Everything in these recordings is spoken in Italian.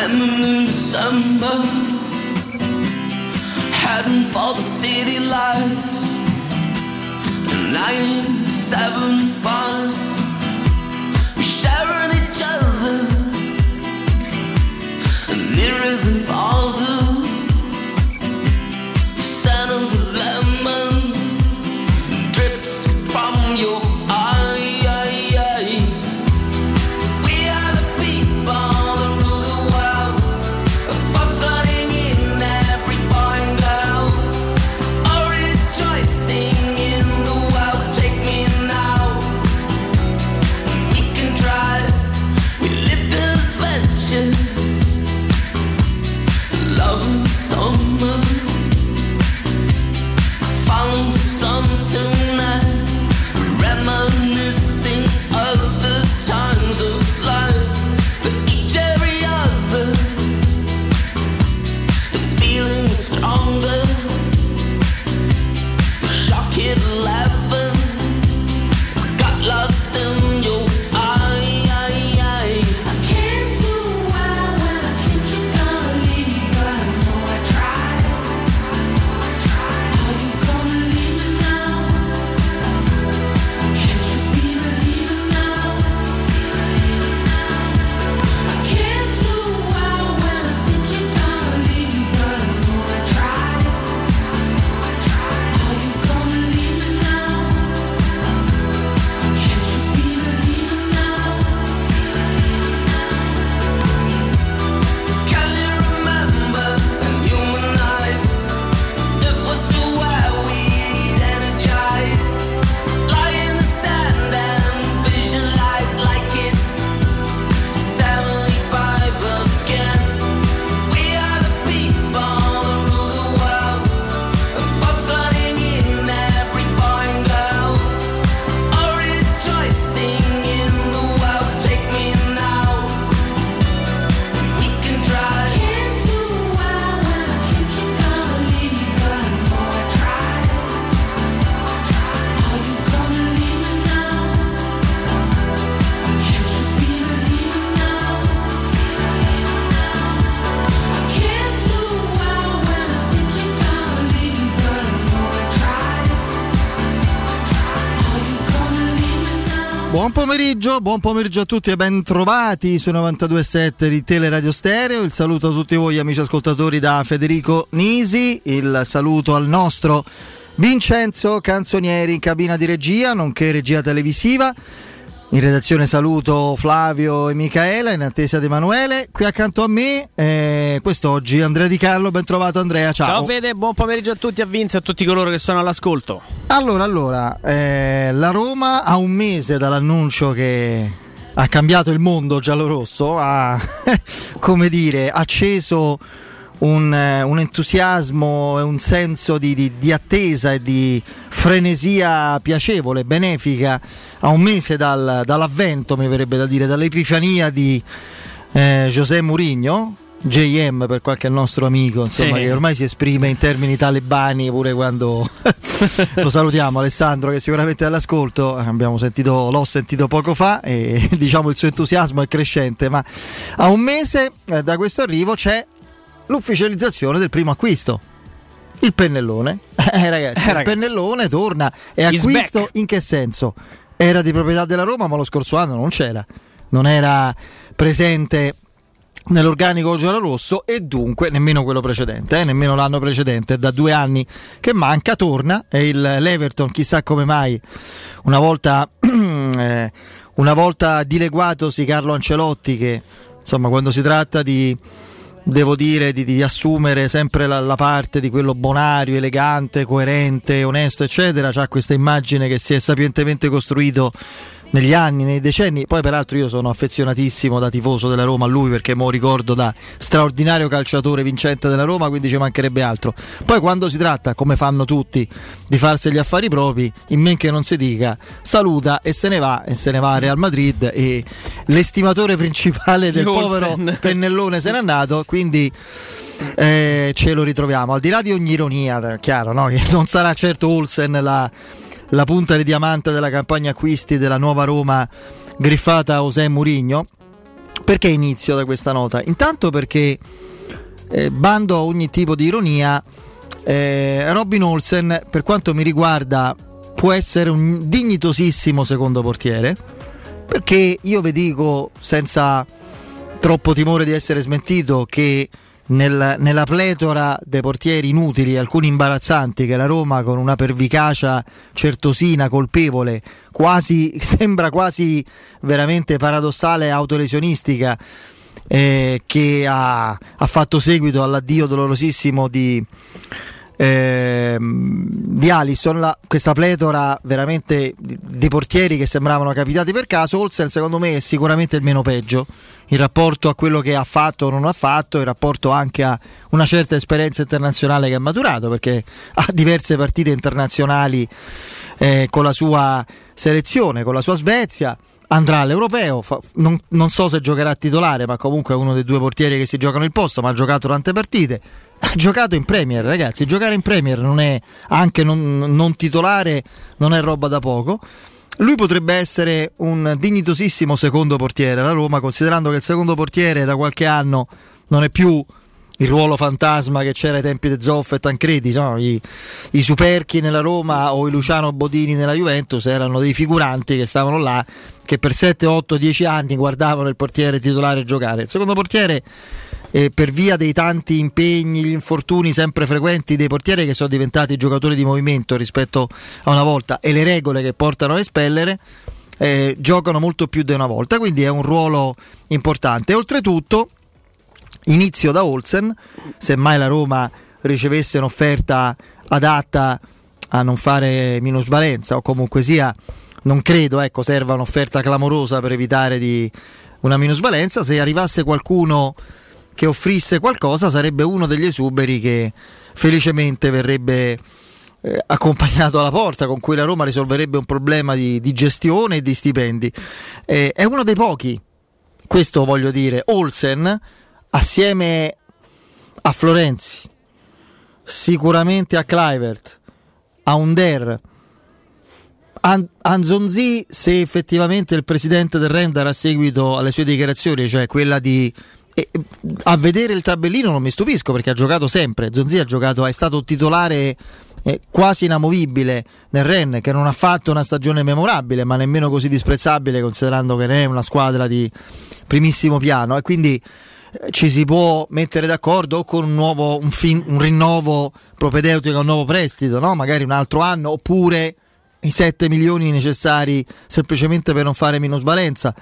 lemon in December, heading for the city lights. 975, we're sharing each other, nearer than farther. The scent of the lemon drips from your eyes. We are the people that rule the world, fussing in every boy and girl, all rejoicing in the world. Take me now, we can try, we live the adventure, love and summer, follow the sun tonight, reminiscing of the times of life, for each every other, the feeling was stronger, the shock hit 11, got lost in your eyes. I can't do well when I think you're gonna leave, but I know I tried. Are you gonna leave me now? Can't you be believing now? I can't do well when I think you're gonna leave, but I know I tried. Are you gonna leave me now? Can't you be believing now? Can you remember in human eyes? It was to where we'd energize, lie in the sand and visualize like it's 75 again. We are the people that rule the world, fussing in every boy and girl, all rejoicing in the world. Take me now, we can try. Can't do well when I think you're gonna leave, but I know I tried. Are you gonna leave me now? Can't you be believing now? I can't do well when I think you're gonna leave, but I know I tried. Are you gonna leave me now? Buon pomeriggio a tutti e ben trovati su 92.7 di Teleradio Stereo. Il saluto a tutti voi amici ascoltatori da Federico Nisi, il saluto al nostro Vincenzo Canzonieri in cabina di regia, nonché regia televisiva. In redazione saluto Flavio e Micaela, in attesa di Emanuele. Qui accanto a me quest'oggi Andrea Di Carlo. Ben trovato Andrea, ciao. Ciao Fede, buon pomeriggio a tutti, a Vince e a tutti coloro che sono all'ascolto. Allora, la Roma a un mese dall'annuncio che ha cambiato il mondo giallorosso, ha come dire acceso un entusiasmo e un senso di attesa e di frenesia piacevole, benefica, a un mese dall'avvento, mi verrebbe da dire, dall'epifania di José Mourinho, JM per qualche nostro amico, insomma, sì, che ormai si esprime in termini talebani pure quando lo salutiamo Alessandro, che sicuramente è all'ascolto. L'ho sentito poco fa e diciamo il suo entusiasmo è crescente, ma a un mese da questo arrivo c'è l'ufficializzazione del primo acquisto, il pennellone. Ragazzi, il pennellone torna. E acquisto in che senso? Era di proprietà della Roma, ma lo scorso anno non era presente nell'organico giallorosso, e dunque nemmeno quello precedente, nemmeno l'anno precedente. Da 2 anni che manca, torna. E l'Everton, chissà come mai, una volta dileguatosi Carlo Ancelotti, che insomma quando si tratta di assumere sempre la parte di quello bonario, elegante, coerente, onesto, eccetera, c'ha questa immagine che si è sapientemente costruito negli anni, nei decenni. Poi peraltro io sono affezionatissimo da tifoso della Roma a lui, perché mo ricordo da straordinario calciatore vincente della Roma, quindi ci mancherebbe altro. Poi quando si tratta, come fanno tutti, di farsi gli affari propri, in men che non si dica, saluta e se ne va a Real Madrid, e l'estimatore principale del povero pennellone se n'è andato, quindi ce lo ritroviamo. Al di là di ogni ironia, chiaro, no? Che non sarà certo Olsen la punta di diamante della campagna acquisti della nuova Roma griffata a José Mourinho, Perché inizio da questa nota? Intanto perché, bando a ogni tipo di ironia, Robin Olsen, per quanto mi riguarda, può essere un dignitosissimo secondo portiere, perché io vi dico senza troppo timore di essere smentito che nella pletora dei portieri inutili, alcuni imbarazzanti, che la Roma con una pervicacia certosina, colpevole, sembra quasi veramente paradossale e autolesionistica, che ha fatto seguito all'addio dolorosissimo di Alisson, questa pletora veramente di portieri che sembravano capitati per caso. Olsen secondo me è sicuramente il meno peggio in rapporto a quello che ha fatto o non ha fatto, in rapporto anche a una certa esperienza internazionale che ha maturato, perché ha diverse partite internazionali con la sua selezione, con la sua Svezia. Andrà all'Europeo, non so se giocherà a titolare, ma comunque è uno dei due portieri che si giocano il posto, ma ha giocato tante partite. Ha giocato in Premier, ragazzi, giocare in Premier non è, anche non titolare, non è roba da poco. Lui potrebbe essere un dignitosissimo secondo portiere alla Roma, considerando che il secondo portiere da qualche anno non è più il ruolo fantasma che c'era ai tempi di Zoff e Tancredi, no? I Superchi nella Roma o i Luciano Bodini nella Juventus erano dei figuranti che stavano là, che per 7, 8, 10 anni guardavano il portiere titolare giocare. Il secondo portiere, per via dei tanti impegni, gli infortuni sempre frequenti dei portieri che sono diventati giocatori di movimento rispetto a una volta, e le regole che portano a espellere, giocano molto più di una volta, quindi è un ruolo importante. E oltretutto inizio da Olsen, semmai la Roma ricevesse un'offerta adatta a non fare minusvalenza, o comunque sia non credo serva un'offerta clamorosa per evitare una minusvalenza. Se arrivasse qualcuno che offrisse qualcosa, sarebbe uno degli esuberi che felicemente verrebbe accompagnato alla porta, con cui la Roma risolverebbe un problema di gestione e di stipendi. È uno dei pochi, questo voglio dire. Olsen, assieme a Florenzi, sicuramente a Kluivert, a Under, Anzonzi, se effettivamente il presidente del Ren darà seguito alle sue dichiarazioni, cioè quella di a vedere il tabellino non mi stupisco, perché ha giocato sempre. Zonzi è stato un titolare quasi inamovibile nel Ren, che non ha fatto una stagione memorabile, ma nemmeno così disprezzabile, considerando che è una squadra di primissimo piano, e quindi ci si può mettere d'accordo o con un rinnovo propedeutico a un nuovo prestito, no? Magari un altro anno, oppure i 7 milioni necessari semplicemente per non fare minusvalenza.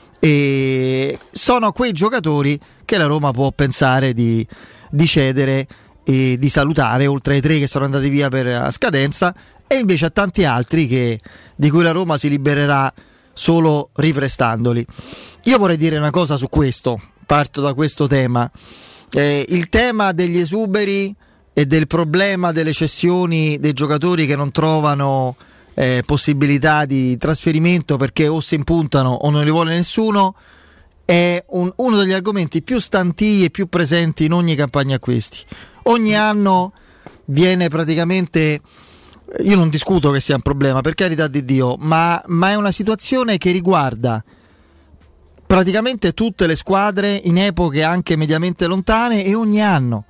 E sono quei giocatori che la Roma può pensare di cedere e di salutare, oltre ai 3 che sono andati via per scadenza, e invece a tanti altri di cui la Roma si libererà solo riprestandoli. Io vorrei dire una cosa su questo, parto da questo tema, il tema degli esuberi e del problema delle cessioni dei giocatori che non trovano possibilità di trasferimento perché o si impuntano o non li vuole nessuno, è uno degli argomenti più stantii e più presenti in ogni campagna acquisti. Ogni anno viene praticamente, io non discuto che sia un problema, per carità di Dio, ma è una situazione che riguarda praticamente tutte le squadre in epoche anche mediamente lontane, e ogni anno.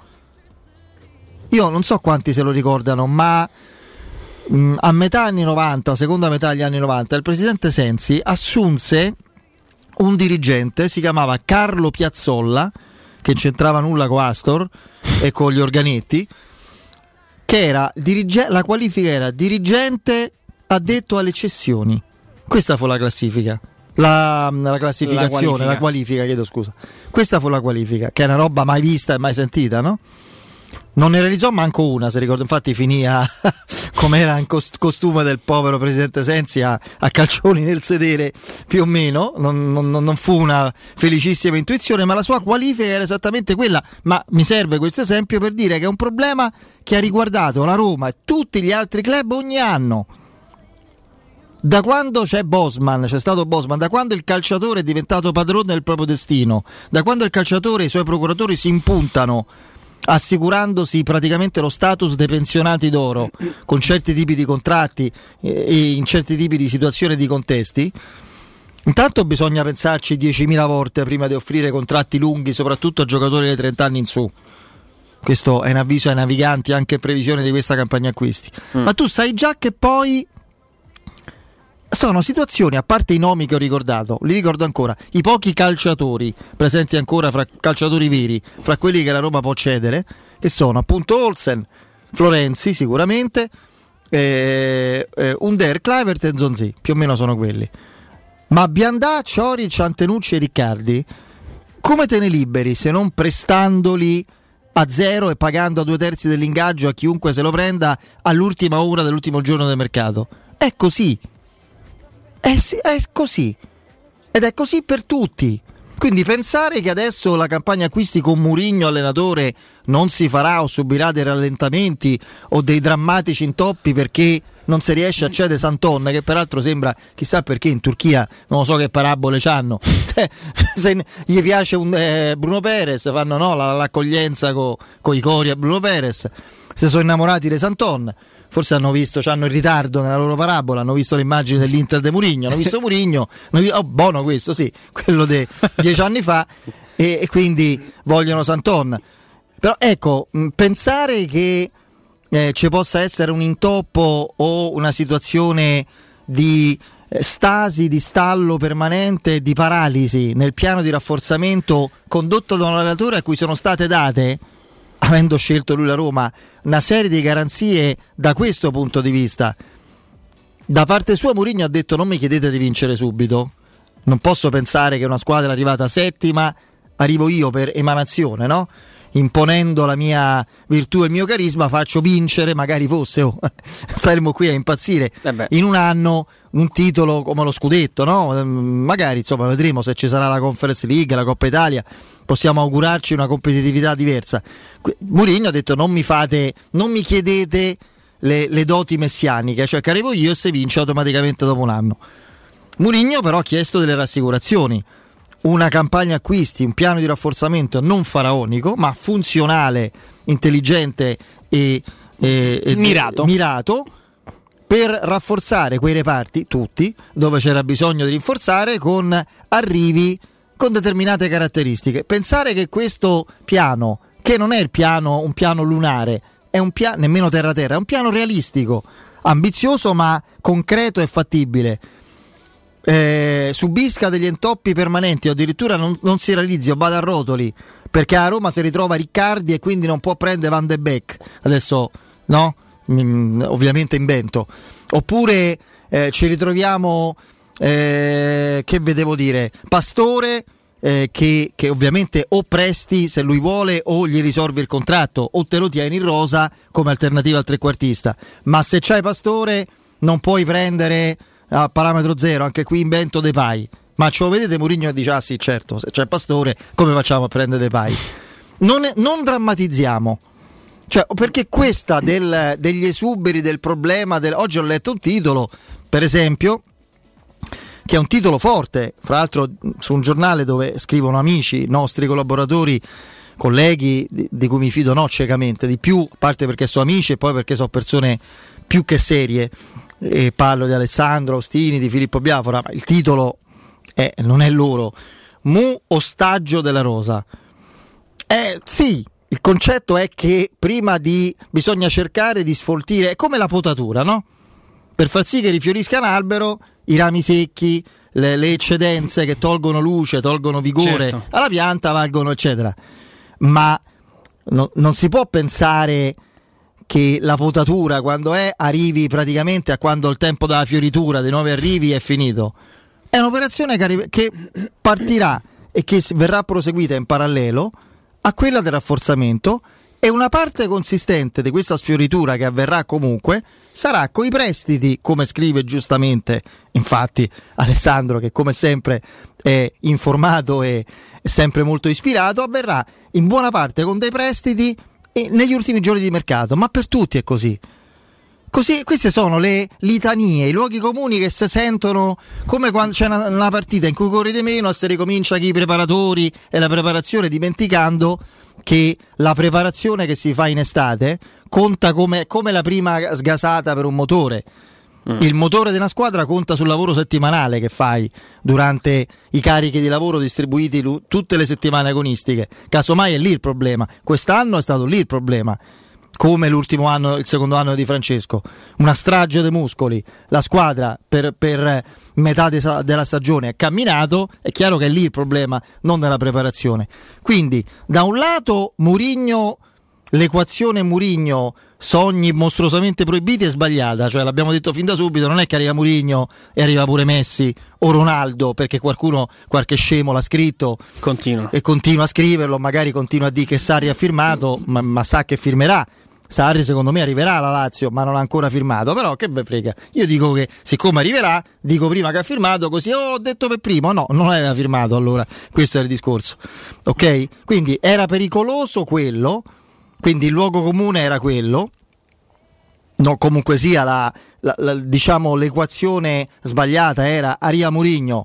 Io non so quanti se lo ricordano, ma a metà anni 90, seconda metà degli anni 90, il presidente Sensi assunse un dirigente, si chiamava Carlo Piazzolla, che non c'entrava nulla con Astor e con gli organetti, che era la qualifica era dirigente addetto alle cessioni. Questa fu la classifica. La classificazione, la qualifica, chiedo scusa. Questa fu la qualifica, che è una roba mai vista e mai sentita, no? Non ne realizzò manco una, se ricordo, infatti finì come era in costume del povero presidente Sensi, a calcioni nel sedere più o meno. Non fu una felicissima intuizione, ma la sua qualifica era esattamente quella. Ma mi serve questo esempio per dire che è un problema che ha riguardato la Roma e tutti gli altri club ogni anno. Da quando c'è stato Bosman, da quando il calciatore è diventato padrone del proprio destino, da quando il calciatore e i suoi procuratori si impuntano assicurandosi praticamente lo status dei pensionati d'oro con certi tipi di contratti e in certi tipi di situazioni e di contesti, Intanto bisogna pensarci 10.000 volte prima di offrire contratti lunghi, soprattutto a giocatori dei 30 anni in su. Questo è un avviso ai naviganti, anche in previsione di questa campagna acquisti. Ma tu sai già che poi sono situazioni, a parte i nomi che ho ricordato, li ricordo ancora, i pochi calciatori presenti ancora fra calciatori veri, fra quelli che la Roma può cedere, che sono appunto Olsen, Florenzi sicuramente, Under, Kluivert e Zonzi, più o meno sono quelli. Ma Biandà, Cioric, Antenucci e Riccardi, come te ne liberi se non prestandoli a zero e pagando a 2/3 dell'ingaggio a chiunque se lo prenda all'ultima ora dell'ultimo giorno del mercato? È così. È così. Ed è così per tutti. Quindi pensare che adesso la campagna acquisti con Mourinho allenatore non si farà o subirà dei rallentamenti o dei drammatici intoppi perché non si riesce a cedere Santon, che peraltro sembra, chissà perché in Turchia, non lo so che parabole c'hanno, se gli piace Bruno Perez, fanno no, l'accoglienza con i cori a Bruno Perez, se sono innamorati di Santon. Forse hanno in ritardo nella loro parabola, hanno visto le immagini dell'Inter de Mourinho, hanno visto Mourinho, buono questo sì, quello di 10 anni fa, e quindi vogliono Santon. Però ecco, pensare che ci possa essere un intoppo o una situazione di stasi, di stallo permanente, di paralisi nel piano di rafforzamento condotto da un allenatore a cui sono state date, avendo scelto lui la Roma, una serie di garanzie da questo punto di vista. Da parte sua Mourinho ha detto: non mi chiedete di vincere subito, non posso pensare che una squadra arrivata settima arrivo io per emanazione, no? Imponendo la mia virtù e il mio carisma faccio vincere, magari fosse staremo qui a impazzire in un anno un titolo come lo scudetto, no? Magari insomma vedremo se ci sarà la Conference League, la Coppa Italia, possiamo augurarci una competitività diversa. Mourinho ha detto: non mi chiedete le doti messianiche, cioè che arrivo io e si vince automaticamente dopo un anno. Mourinho però ha chiesto delle rassicurazioni, una campagna acquisti, un piano di rafforzamento non faraonico ma funzionale, intelligente e mirato per rafforzare quei reparti, tutti, dove c'era bisogno di rinforzare, con arrivi con determinate caratteristiche. Pensare che questo piano, che non è un piano lunare, è un piano nemmeno terra-terra, è un piano realistico, ambizioso ma concreto e fattibile, subisca degli intoppi permanenti o addirittura non si realizzi o vada a rotoli perché a Roma si ritrova Riccardi e quindi non può prendere Van de Beek adesso, no? Ovviamente invento, oppure ci ritroviamo che vedevo dire Pastore, che ovviamente o presti se lui vuole o gli risolvi il contratto o te lo tieni in rosa come alternativa al trequartista, ma se c'hai Pastore non puoi prendere a parametro zero, anche qui invento Depay. Ma ce lo vedete Mourinho dice: ah sì certo, se c'è Pastore come facciamo a prendere Depay? Non drammatizziamo, cioè, perché questa degli esuberi del problema oggi ho letto un titolo per esempio che è un titolo forte, fra l'altro su un giornale dove scrivono amici, nostri collaboratori, colleghi di cui mi fido ciecamente, di più, a parte perché sono amici e poi perché sono persone più che serie, e parlo di Alessandro Ostini, di Filippo Biafora, ma il titolo non è loro. Mu ostaggio della rosa. Sì, il concetto è che bisogna cercare di sfoltire, è come la potatura, no? Per far sì che rifiorisca un albero, i rami secchi, le eccedenze che tolgono luce, tolgono vigore alla pianta valgono, eccetera. Ma non si può pensare che la potatura quando arrivi praticamente a quando il tempo della fioritura dei nuovi arrivi è finito. È un'operazione che partirà e che verrà proseguita in parallelo a quella del rafforzamento, e una parte consistente di questa sfioritura che avverrà comunque sarà coi prestiti, come scrive giustamente infatti Alessandro, che come sempre è informato e è sempre molto ispirato, avverrà in buona parte con dei prestiti e negli ultimi giorni di mercato, ma per tutti è così. Queste sono le litanie, i luoghi comuni che si sentono come quando c'è una partita in cui corri di meno e si ricomincia con i preparatori e la preparazione, dimenticando che la preparazione che si fa in estate conta come la prima sgasata per un motore. Il motore della squadra conta sul lavoro settimanale che fai durante i carichi di lavoro distribuiti tutte le settimane agonistiche. Casomai è lì il problema. Quest'anno è stato lì il problema. Come l'ultimo anno, il secondo anno di Francesco, una strage dei muscoli. La squadra per metà della stagione ha camminato. È chiaro che è lì il problema, non nella preparazione. Quindi, da un lato, Mourinho, l'equazione Mourinho sogni mostruosamente proibiti è sbagliata, cioè l'abbiamo detto fin da subito, non è che arriva Mourinho e arriva pure Messi o Ronaldo, perché qualche scemo l'ha scritto e continua a scriverlo, magari continua a dire che Sarri ha firmato, ma sa che firmerà. Sarri secondo me arriverà alla Lazio, ma non ha ancora firmato, però che ve frega, io dico che siccome arriverà, dico prima che ha firmato, così ho detto per primo, no, non aveva firmato, allora questo è il discorso, ok? Quindi era pericoloso quello. Quindi il luogo comune era quello, no, comunque sia diciamo l'equazione sbagliata era arriva Mourinho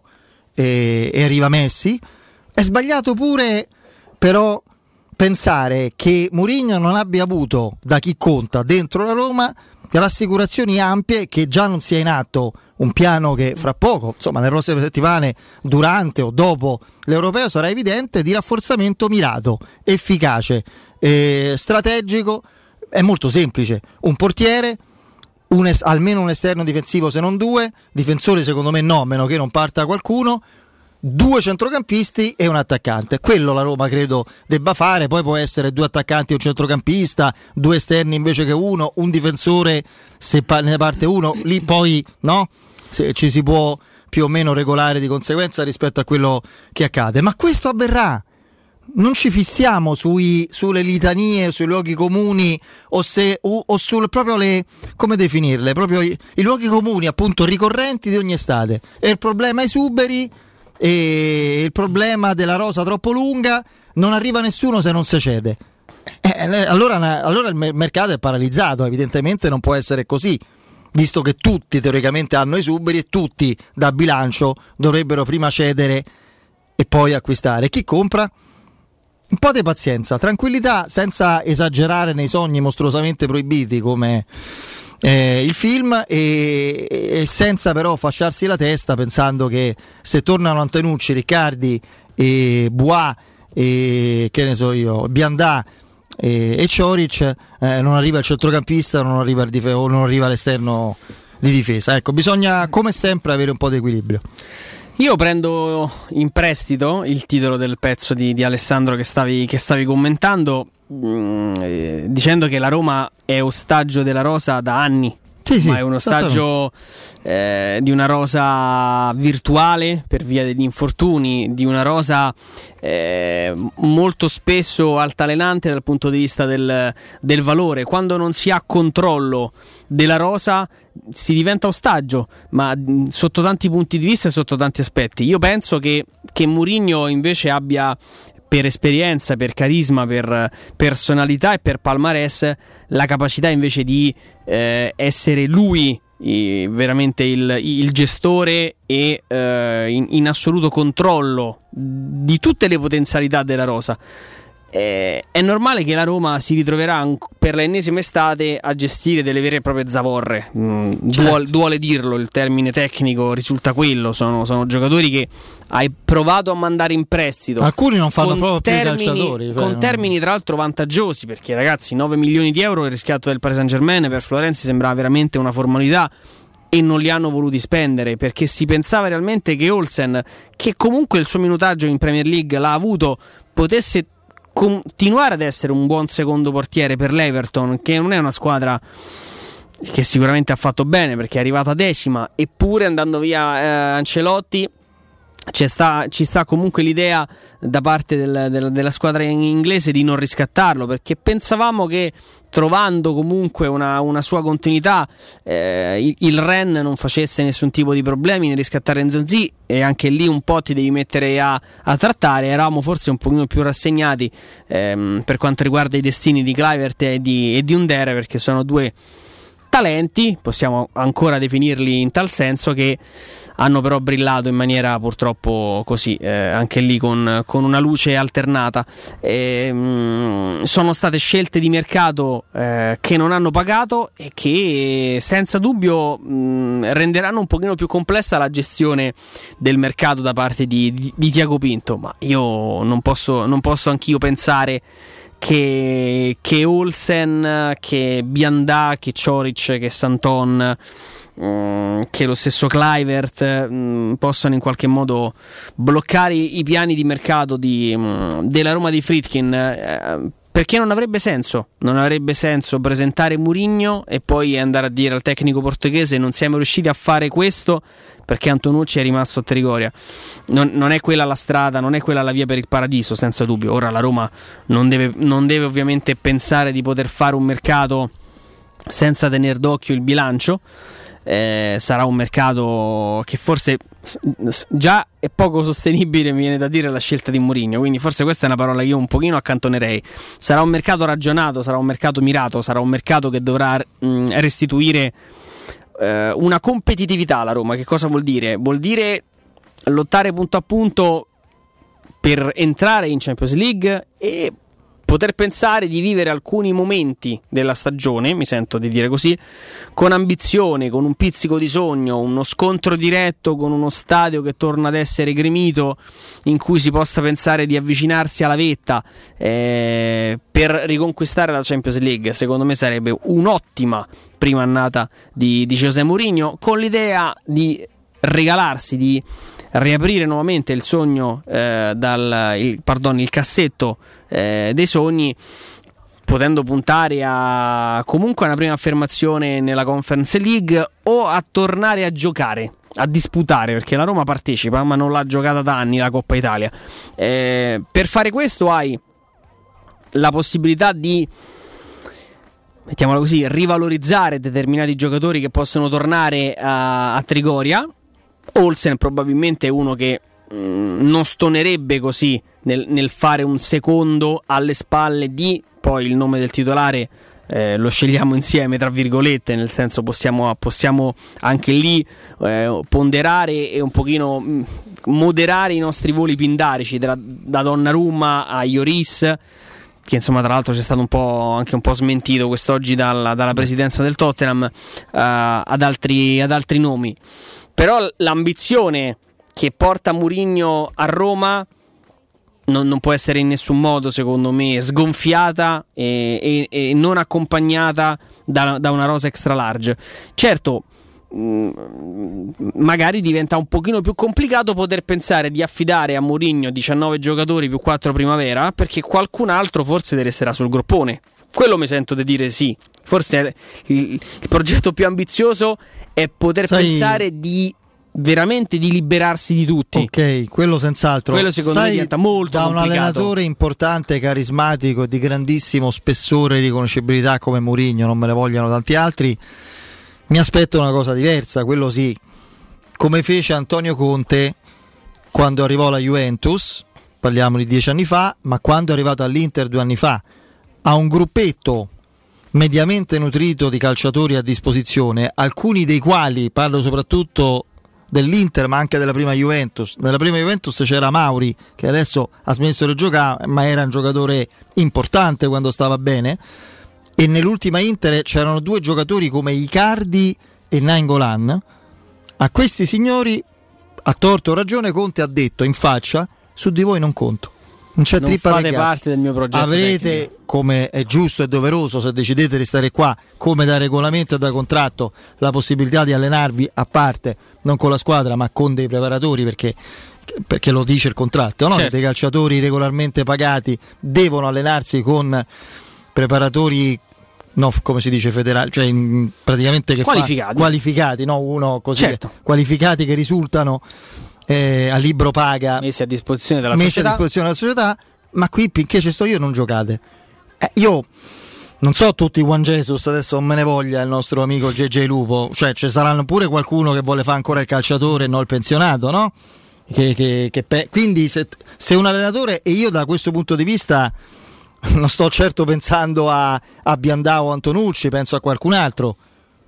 e arriva Messi. È sbagliato pure però pensare che Mourinho non abbia avuto da chi conta dentro la Roma rassicurazioni ampie che già non sia in atto un piano che fra poco, insomma nelle prossime settimane, durante o dopo l'Europeo sarà evidente, di rafforzamento mirato, efficace, strategico. È molto semplice: un portiere, almeno un esterno difensivo se non due, difensori secondo me no, a meno che non parta qualcuno, 2 centrocampisti e un attaccante. Quello la Roma credo debba fare. Poi può essere 2 attaccanti e un centrocampista, 2 esterni invece che uno, un difensore se ne parte uno, lì poi no, ci si può più o meno regolare di conseguenza rispetto a quello che accade. Ma questo avverrà. Non ci fissiamo sulle litanie, sui luoghi comuni o sul proprio come definirle, proprio i luoghi comuni appunto ricorrenti di ogni estate. E il problema esuberi e il problema della rosa troppo lunga, non arriva nessuno se non si cede. Allora il mercato è paralizzato, evidentemente non può essere così, visto che tutti teoricamente hanno esuberi e tutti da bilancio dovrebbero prima cedere e poi acquistare. Chi compra? Un po' di pazienza, tranquillità, senza esagerare nei sogni mostruosamente proibiti come il film, e senza però fasciarsi la testa pensando che se tornano Antenucci, Riccardi e Bois e che ne so io, Biandà e Cioric, non arriva il centrocampista, non arriva l'esterno di difesa. Ecco, bisogna come sempre avere un po' di equilibrio. Io prendo in prestito il titolo del pezzo di Alessandro che stavi commentando, dicendo che la Roma è ostaggio della rosa da anni. Sì, ma è un ostaggio di una rosa virtuale per via degli infortuni, di una rosa molto spesso altalenante dal punto di vista del valore. Quando non si ha controllo della rosa si diventa ostaggio, ma sotto tanti punti di vista e sotto tanti aspetti. Io penso che Mourinho invece abbia, per esperienza, per carisma, per personalità e per palmarès, la capacità invece di essere lui veramente il gestore e in assoluto controllo di tutte le potenzialità della rosa. È normale che la Roma si ritroverà per l'ennesima estate a gestire delle vere e proprie zavorre. Duole dirlo, il termine tecnico risulta quello. Sono giocatori che hai provato a mandare in prestito. Alcuni non fanno proprio più i calciatori. Con termini tra l'altro vantaggiosi, perché ragazzi, 9 milioni di euro il riscatto del Paris Saint-Germain per Florenzi sembrava veramente una formalità e non li hanno voluti spendere, perché si pensava realmente che Olsen, che comunque il suo minutaggio in Premier League l'ha avuto, potesse continuare ad essere un buon secondo portiere per l'Everton, che non è una squadra che sicuramente ha fatto bene perché è arrivata 10ª, eppure andando via Ancelotti ci sta comunque l'idea da parte della squadra inglese di non riscattarlo, perché pensavamo che trovando comunque una sua continuità il Rennes non facesse nessun tipo di problemi nel riscattare Nzonzi, e anche lì un po' ti devi mettere a trattare. Eravamo forse un pochino più rassegnati per quanto riguarda i destini di Kluivert e di Under, perché sono due talenti, possiamo ancora definirli in tal senso, che hanno però brillato in maniera purtroppo così, anche lì con una luce alternata. Sono state scelte di mercato che non hanno pagato e che senza dubbio renderanno un pochino più complessa la gestione del mercato da parte di Tiago Pinto, ma io non posso anch'io pensare che Olsen, che Biandà, che Ćorić, che Santon, che lo stesso Kluivert possano in qualche modo bloccare i piani di mercato della Roma di Friedkin, perché non avrebbe senso presentare Mourinho e poi andare a dire al tecnico portoghese: non siamo riusciti a fare questo perché Antonucci è rimasto a Trigoria. Non è quella la strada, non è quella la via per il paradiso, senza dubbio. Ora la Roma non deve ovviamente pensare di poter fare un mercato senza tenere d'occhio il bilancio. Sarà un mercato che forse già è poco sostenibile, mi viene da dire, la scelta di Mourinho, quindi forse questa è una parola che io un pochino accantonerei. Sarà un mercato ragionato, sarà un mercato mirato, sarà un mercato che dovrà restituire una competitività alla Roma. Che cosa vuol dire? Vuol dire lottare punto a punto per entrare in Champions League e poter pensare di vivere alcuni momenti della stagione, mi sento di dire così, con ambizione, con un pizzico di sogno, uno scontro diretto con uno stadio che torna ad essere gremito, in cui si possa pensare di avvicinarsi alla vetta per riconquistare la Champions League. Secondo me sarebbe un'ottima prima annata di José Mourinho, con l'idea di regalarsi, di riaprire nuovamente il sogno, il cassetto dei sogni, potendo puntare a comunque una prima affermazione nella Conference League o a tornare a giocare, a disputare, perché la Roma partecipa ma non l'ha giocata da anni la Coppa Italia. Per fare questo hai la possibilità di, mettiamola così, rivalorizzare determinati giocatori che possono tornare a Trigoria. Olsen probabilmente è uno che non stonerebbe così nel fare un secondo alle spalle di, poi il nome del titolare lo scegliamo insieme tra virgolette, nel senso possiamo anche lì ponderare e un pochino moderare i nostri voli pindarici da Donnarumma a Lloris, che insomma tra l'altro c'è stato anche un po' smentito quest'oggi dalla presidenza del Tottenham, ad altri nomi. Però l'ambizione che porta Mourinho a Roma non può essere in nessun modo, secondo me, sgonfiata e non accompagnata da una rosa extra large. Certo, magari diventa un pochino più complicato poter pensare di affidare a Mourinho 19 giocatori più 4 primavera, perché qualcun altro forse resterà sul groppone. Quello mi sento di dire sì. Forse il progetto più ambizioso è poter pensare di veramente di liberarsi di tutti. Ok, quello senz'altro. Quello secondo me diventa molto complicato. Da un allenatore importante, carismatico e di grandissimo spessore e riconoscibilità come Mourinho, non me ne vogliano tanti altri, mi aspetto una cosa diversa, quello sì, come fece Antonio Conte quando arrivò alla Juventus, parliamo di 10 anni fa, ma quando è arrivato all'Inter 2 anni fa, ha un gruppetto mediamente nutrito di calciatori a disposizione, alcuni dei quali, parlo soprattutto dell'Inter ma anche della prima Juventus. Nella prima Juventus c'era Mauri, che adesso ha smesso di giocare, ma era un giocatore importante quando stava bene, e nell'ultima Inter c'erano 2 giocatori come Icardi e Nainggolan. A questi signori, a torto o ragione, Conte ha detto in faccia: su di voi non conto, non c'è non trippa fate parte del mio progetto avrete tecnico. Come è giusto e doveroso, se decidete di stare qua, come da regolamento e da contratto, la possibilità di allenarvi a parte, non con la squadra ma con dei preparatori, perché lo dice il contratto, no? Certo. Dei calciatori regolarmente pagati devono allenarsi con preparatori, no, come si dice, federali, cioè praticamente che qualificati, no, uno così, certo, qualificati, che risultano a libro paga, messi a disposizione della società. Ma qui finché ci sto io non giocate. Io non so tutti Juan Jesus, adesso non me ne voglia il nostro amico JJ Lupo, cioè ci saranno pure qualcuno che vuole fare ancora il calciatore e non il pensionato, no? Quindi se un allenatore, e io da questo punto di vista non sto certo pensando a Biandà o Antonucci, penso a qualcun altro,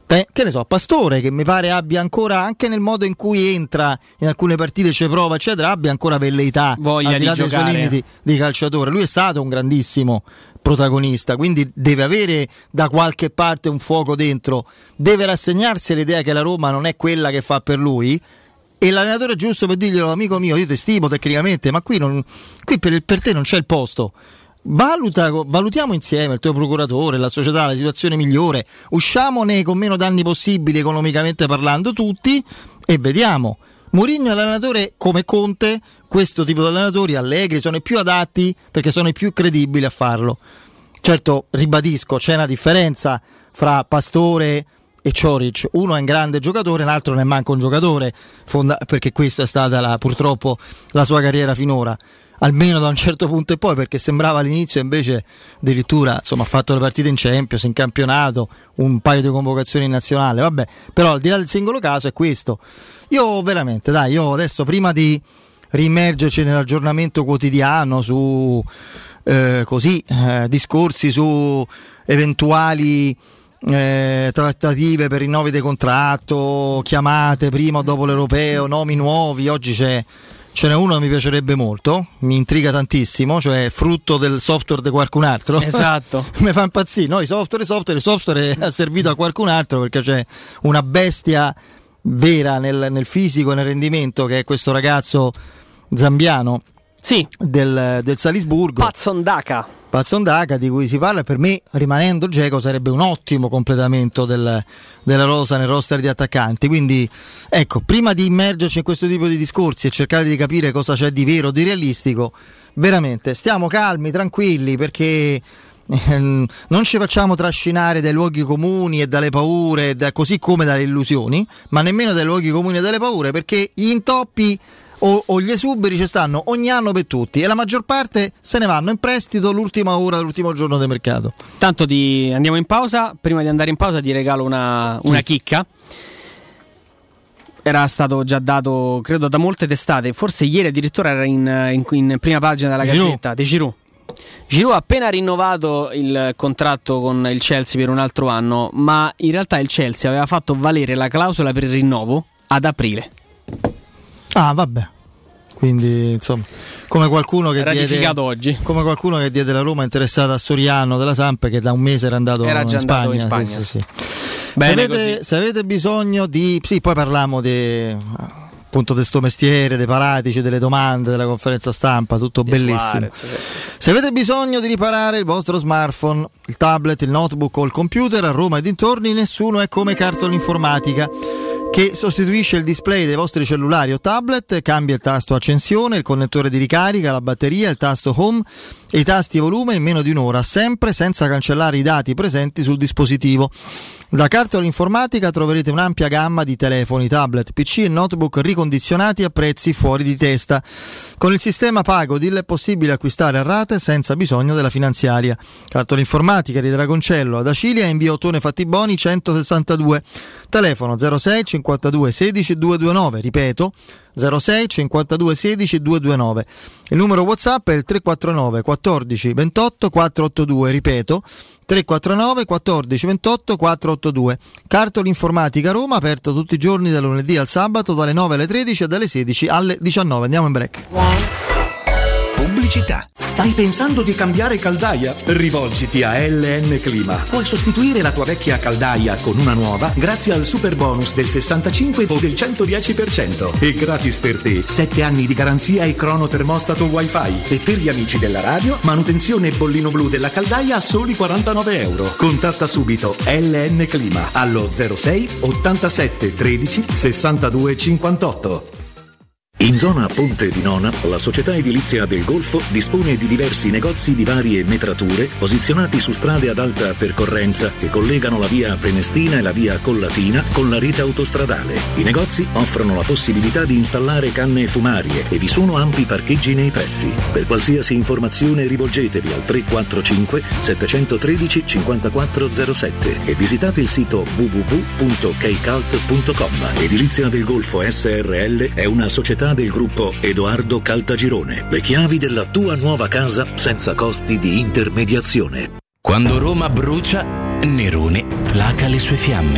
che ne so, Pastore, che mi pare abbia ancora, anche nel modo in cui entra in alcune partite, ci prova eccetera, abbia ancora velleità, voglia al di là di dei suoi giocare, limiti di calciatore. Lui è stato un grandissimo protagonista, quindi deve avere da qualche parte un fuoco dentro, deve rassegnarsi all'idea che la Roma non è quella che fa per lui, e l'allenatore è giusto per dirglielo: amico mio, io ti stimo tecnicamente, ma qui per te non c'è il posto. Valutiamo insieme, il tuo procuratore, la società, la situazione migliore, usciamone con meno danni possibili economicamente parlando tutti, e vediamo. Mourinho è l'allenatore come Conte, questo tipo di allenatori, Allegri, sono i più adatti perché sono i più credibili a farlo. Certo, ribadisco, c'è una differenza fra Pastore e Ćorić. Uno è un grande giocatore, l'altro non è manco un giocatore, perché questa è stata purtroppo la sua carriera finora, almeno da un certo punto e poi, perché sembrava all'inizio, invece addirittura ha fatto le partite in Champions, in campionato, un paio di convocazioni in nazionale, vabbè, però al di là del singolo caso è questo. Io veramente, io adesso, prima di rimergerci nell'aggiornamento quotidiano su discorsi su eventuali trattative per rinnovi di contratto, chiamate prima o dopo l'Europeo, nomi nuovi, oggi ce n'è uno che mi piacerebbe molto, mi intriga tantissimo, cioè frutto del software di qualcun altro. Esatto. Mi fa impazzire, no? Il software è servito a qualcun altro, perché c'è una bestia vera nel fisico e nel rendimento, che è questo ragazzo zambiano, sì, del Salisburgo, Patson Daka, di cui si parla. Per me, rimanendo Dzeko, sarebbe un ottimo completamento della rosa nel roster di attaccanti. Quindi ecco, prima di immergerci in questo tipo di discorsi e cercare di capire cosa c'è di vero, di realistico, veramente stiamo calmi, tranquilli, perché non ci facciamo trascinare dai luoghi comuni e dalle paure, così come dalle illusioni, ma nemmeno dai luoghi comuni e dalle paure, perché gli intoppi o gli esuberi ci stanno ogni anno per tutti, e la maggior parte se ne vanno in prestito l'ultima ora, l'ultimo giorno del mercato. Tanto andiamo in pausa. Prima di andare in pausa ti regalo una chicca. Era stato già dato, credo, da molte testate, forse ieri addirittura era in prima pagina della Gazzetta, di Giroud. Giroud ha appena rinnovato il contratto con il Chelsea per un altro anno, ma in realtà il Chelsea aveva fatto valere la clausola per il rinnovo ad aprile. Ah, vabbè. Quindi, insomma, come qualcuno che ratificato oggi. Come qualcuno che diede la Roma interessata a Soriano della Samp, che da un mese era andato in Spagna. Sì. Bene, se avete bisogno di... Sì, poi parliamo appunto di sto mestiere, dei paratici, delle domande, della conferenza stampa, tutto bellissimo. Suarez, certo. Se avete bisogno di riparare il vostro smartphone, il tablet, il notebook o il computer, a Roma e dintorni nessuno è come Cartol Informatica, che sostituisce il display dei vostri cellulari o tablet, cambia il tasto accensione, il connettore di ricarica, la batteria, il tasto home e i tasti volume in meno di un'ora, sempre senza cancellare i dati presenti sul dispositivo. Da Cartol Informatica troverete un'ampia gamma di telefoni, tablet, PC e notebook ricondizionati a prezzi fuori di testa. Con il sistema Pago DIL è possibile acquistare a rate senza bisogno della finanziaria. Cartol Informatica di Dragoncello ad Acilia, in via Ottone Fattiboni 162. Telefono 06 52 16 229, ripeto 06 52 16 229. Il numero WhatsApp è il 349 14 28 482, ripeto 349 14 28 482. Cartol Informatica Roma, aperto tutti i giorni dal lunedì al sabato dalle 9 alle 13 e dalle 16 alle 19. Andiamo in break. Pubblicità. Stai pensando di cambiare caldaia? Rivolgiti a LN Clima. Puoi sostituire la tua vecchia caldaia con una nuova grazie al super bonus del 65 o del 110%. E gratis per te 7 anni di garanzia e cronotermostato wifi. E per gli amici della radio, manutenzione e bollino blu della caldaia a soli €49. Contatta subito LN Clima allo 06 87 13 62 58. In zona Ponte di Nona, la società edilizia del Golfo dispone di diversi negozi di varie metrature posizionati su strade ad alta percorrenza che collegano la via Prenestina e la via Collatina con la rete autostradale. I negozi offrono la possibilità di installare canne fumarie e vi sono ampi parcheggi nei pressi. Per qualsiasi informazione rivolgetevi al 345 713 5407 e visitate il sito www.keicalt.com. Edilizia del Golfo SRL è una società del gruppo Edoardo Caltagirone. Le chiavi della tua nuova casa senza costi di intermediazione. Quando Roma brucia, Nerone placa le sue fiamme.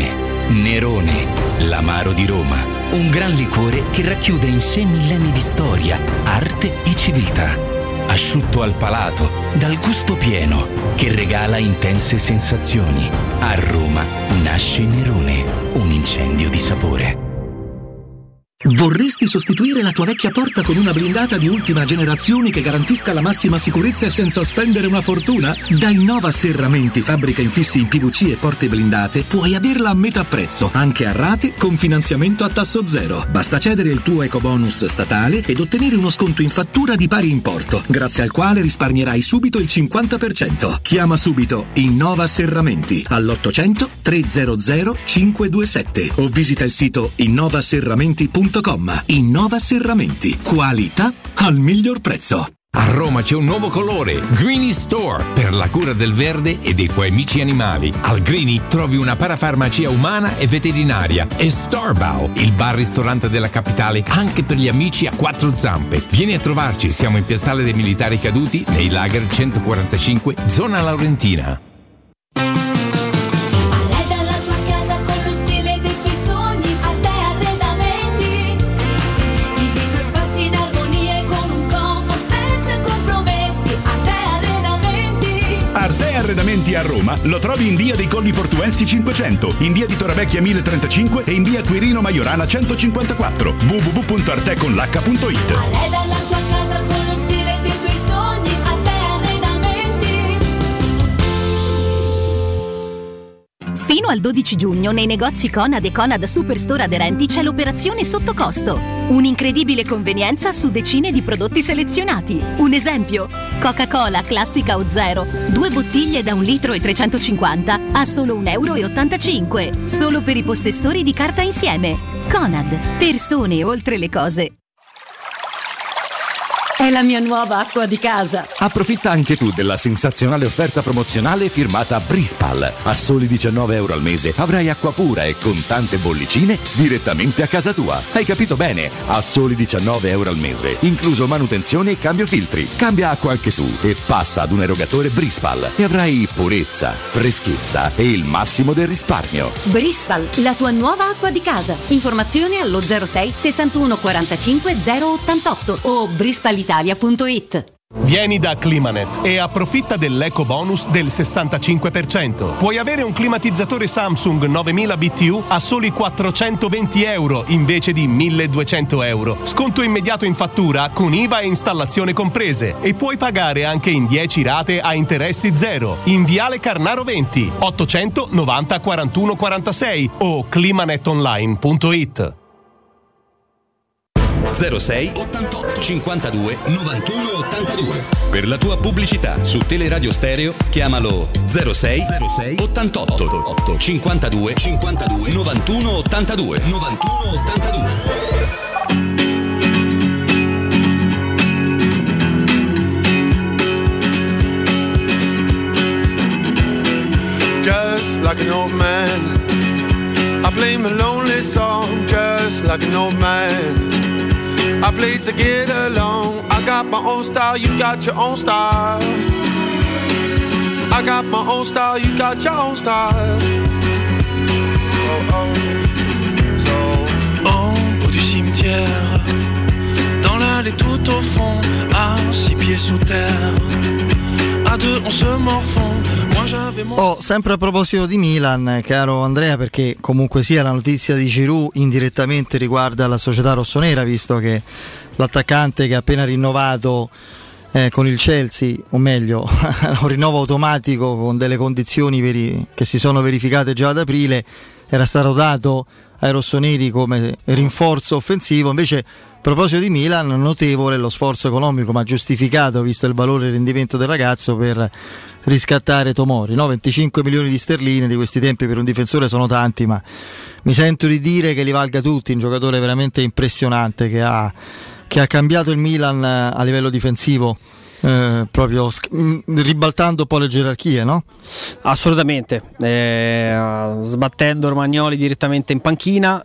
Nerone, l'amaro di Roma. Un gran liquore che racchiude in sé millenni di storia, arte e civiltà. Asciutto al palato, dal gusto pieno, che regala intense sensazioni. A Roma nasce Nerone, un incendio di sapore. Vorresti sostituire la tua vecchia porta con una blindata di ultima generazione che garantisca la massima sicurezza e senza spendere una fortuna? Da Innova Serramenti, fabbrica infissi in PVC e porte blindate, puoi averla a metà prezzo, anche a rate con finanziamento a tasso zero. Basta cedere il tuo ecobonus statale ed ottenere uno sconto in fattura di pari importo, grazie al quale risparmierai subito il 50%. Chiama subito Innova Serramenti all'800 300 527 o visita il sito innovaserramenti.com. Innova Serramenti, qualità al miglior prezzo. A Roma c'è un nuovo colore, Greeny Store, per la cura del verde e dei tuoi amici animali. Al Greeny trovi una parafarmacia umana e veterinaria e Starbow, il bar-ristorante della capitale anche per gli amici a quattro zampe. Vieni a trovarci, siamo in Piazzale dei Militari Caduti, nei Lager 145, zona Laurentina. Arredamenti a Roma lo trovi in via dei Colli Portuensi 500, in via di Torrevecchia 1035 e in via Quirino Maiorana 154. www.arteconlh.it. Arreda la tua casa con lo stile dei tuoi sogni, Arte Arredamenti. Fino al 12 giugno nei negozi Conad e Conad Superstore aderenti c'è l'operazione sotto costo. Un'incredibile convenienza su decine di prodotti selezionati. Un esempio: Coca-Cola classica o zero, 2 bottiglie da 1 litro e 350 a solo €1,85. Solo per i possessori di carta insieme. Conad, persone oltre le cose. È la mia nuova acqua di casa. Approfitta anche tu della sensazionale offerta promozionale firmata Brispal. A soli €19 al mese avrai acqua pura e con tante bollicine direttamente a casa tua. Hai capito bene? A soli €19 al mese, incluso manutenzione e cambio filtri. Cambia acqua anche tu e passa ad un erogatore Brispal e avrai purezza, freschezza e il massimo del risparmio. Brispal, la tua nuova acqua di casa. Informazioni allo 06 61 45 088 o brispalitalia.it. Vieni da Climanet e approfitta dell'eco bonus del 65%. Puoi avere un climatizzatore Samsung 9000 BTU a soli €420 invece di €1.200. Sconto immediato in fattura con IVA e installazione comprese e puoi pagare anche in 10 rate a interessi zero. In Viale Carnaro 20 800 90 41 46 o climanetonline.it. 06 88 52 91 82. Per la tua pubblicità su Teleradio Stereo chiamalo 06 88 52 52 91 82 91 82. Just like an old man, I play my lonely song. Just like an old man, I play to get along. I got my own style, you got your own style. I got my own style, you got your own style. Oh, oh. So. En haut du cimetière, dans l'allée tout au fond, à 6 pieds sous terre, à 2 on se morfond. Moi j'avais mon... Sempre a proposito di Milan, caro Andrea, perché comunque sia la notizia di Giroud indirettamente riguarda la società rossonera, visto che l'attaccante che ha appena rinnovato con il Chelsea, o meglio un rinnovo automatico con delle condizioni che si sono verificate già ad aprile, era stato dato ai rossoneri come rinforzo offensivo. Invece, a proposito di Milan, notevole lo sforzo economico, ma giustificato visto il valore e il rendimento del ragazzo, per riscattare Tomori, no? 25 milioni di sterline di questi tempi per un difensore sono tanti, ma mi sento di dire che li valga tutti. Un giocatore veramente impressionante che ha cambiato il Milan a livello difensivo, proprio ribaltando un po' le gerarchie, no? Assolutamente, sbattendo Romagnoli direttamente in panchina,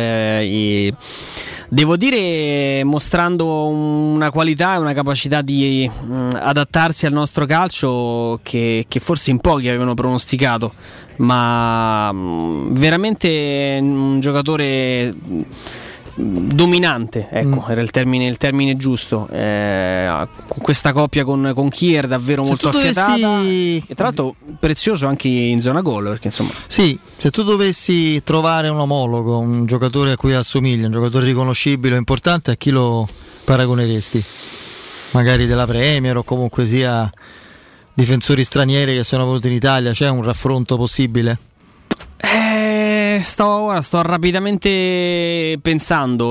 devo dire mostrando una qualità e una capacità di adattarsi al nostro calcio che forse in pochi avevano pronosticato. ma veramente un giocatore dominante, ecco, era il termine giusto. Questa coppia con Kier davvero molto affiatata e tra l'altro prezioso anche in zona gol, perché insomma sì, se tu dovessi trovare un omologo, un giocatore a cui assomiglia, un giocatore riconoscibile, importante, a chi lo paragoneresti? Magari della Premier o comunque sia difensori stranieri che sono venuti in Italia, c'è un raffronto possibile? Sto rapidamente pensando.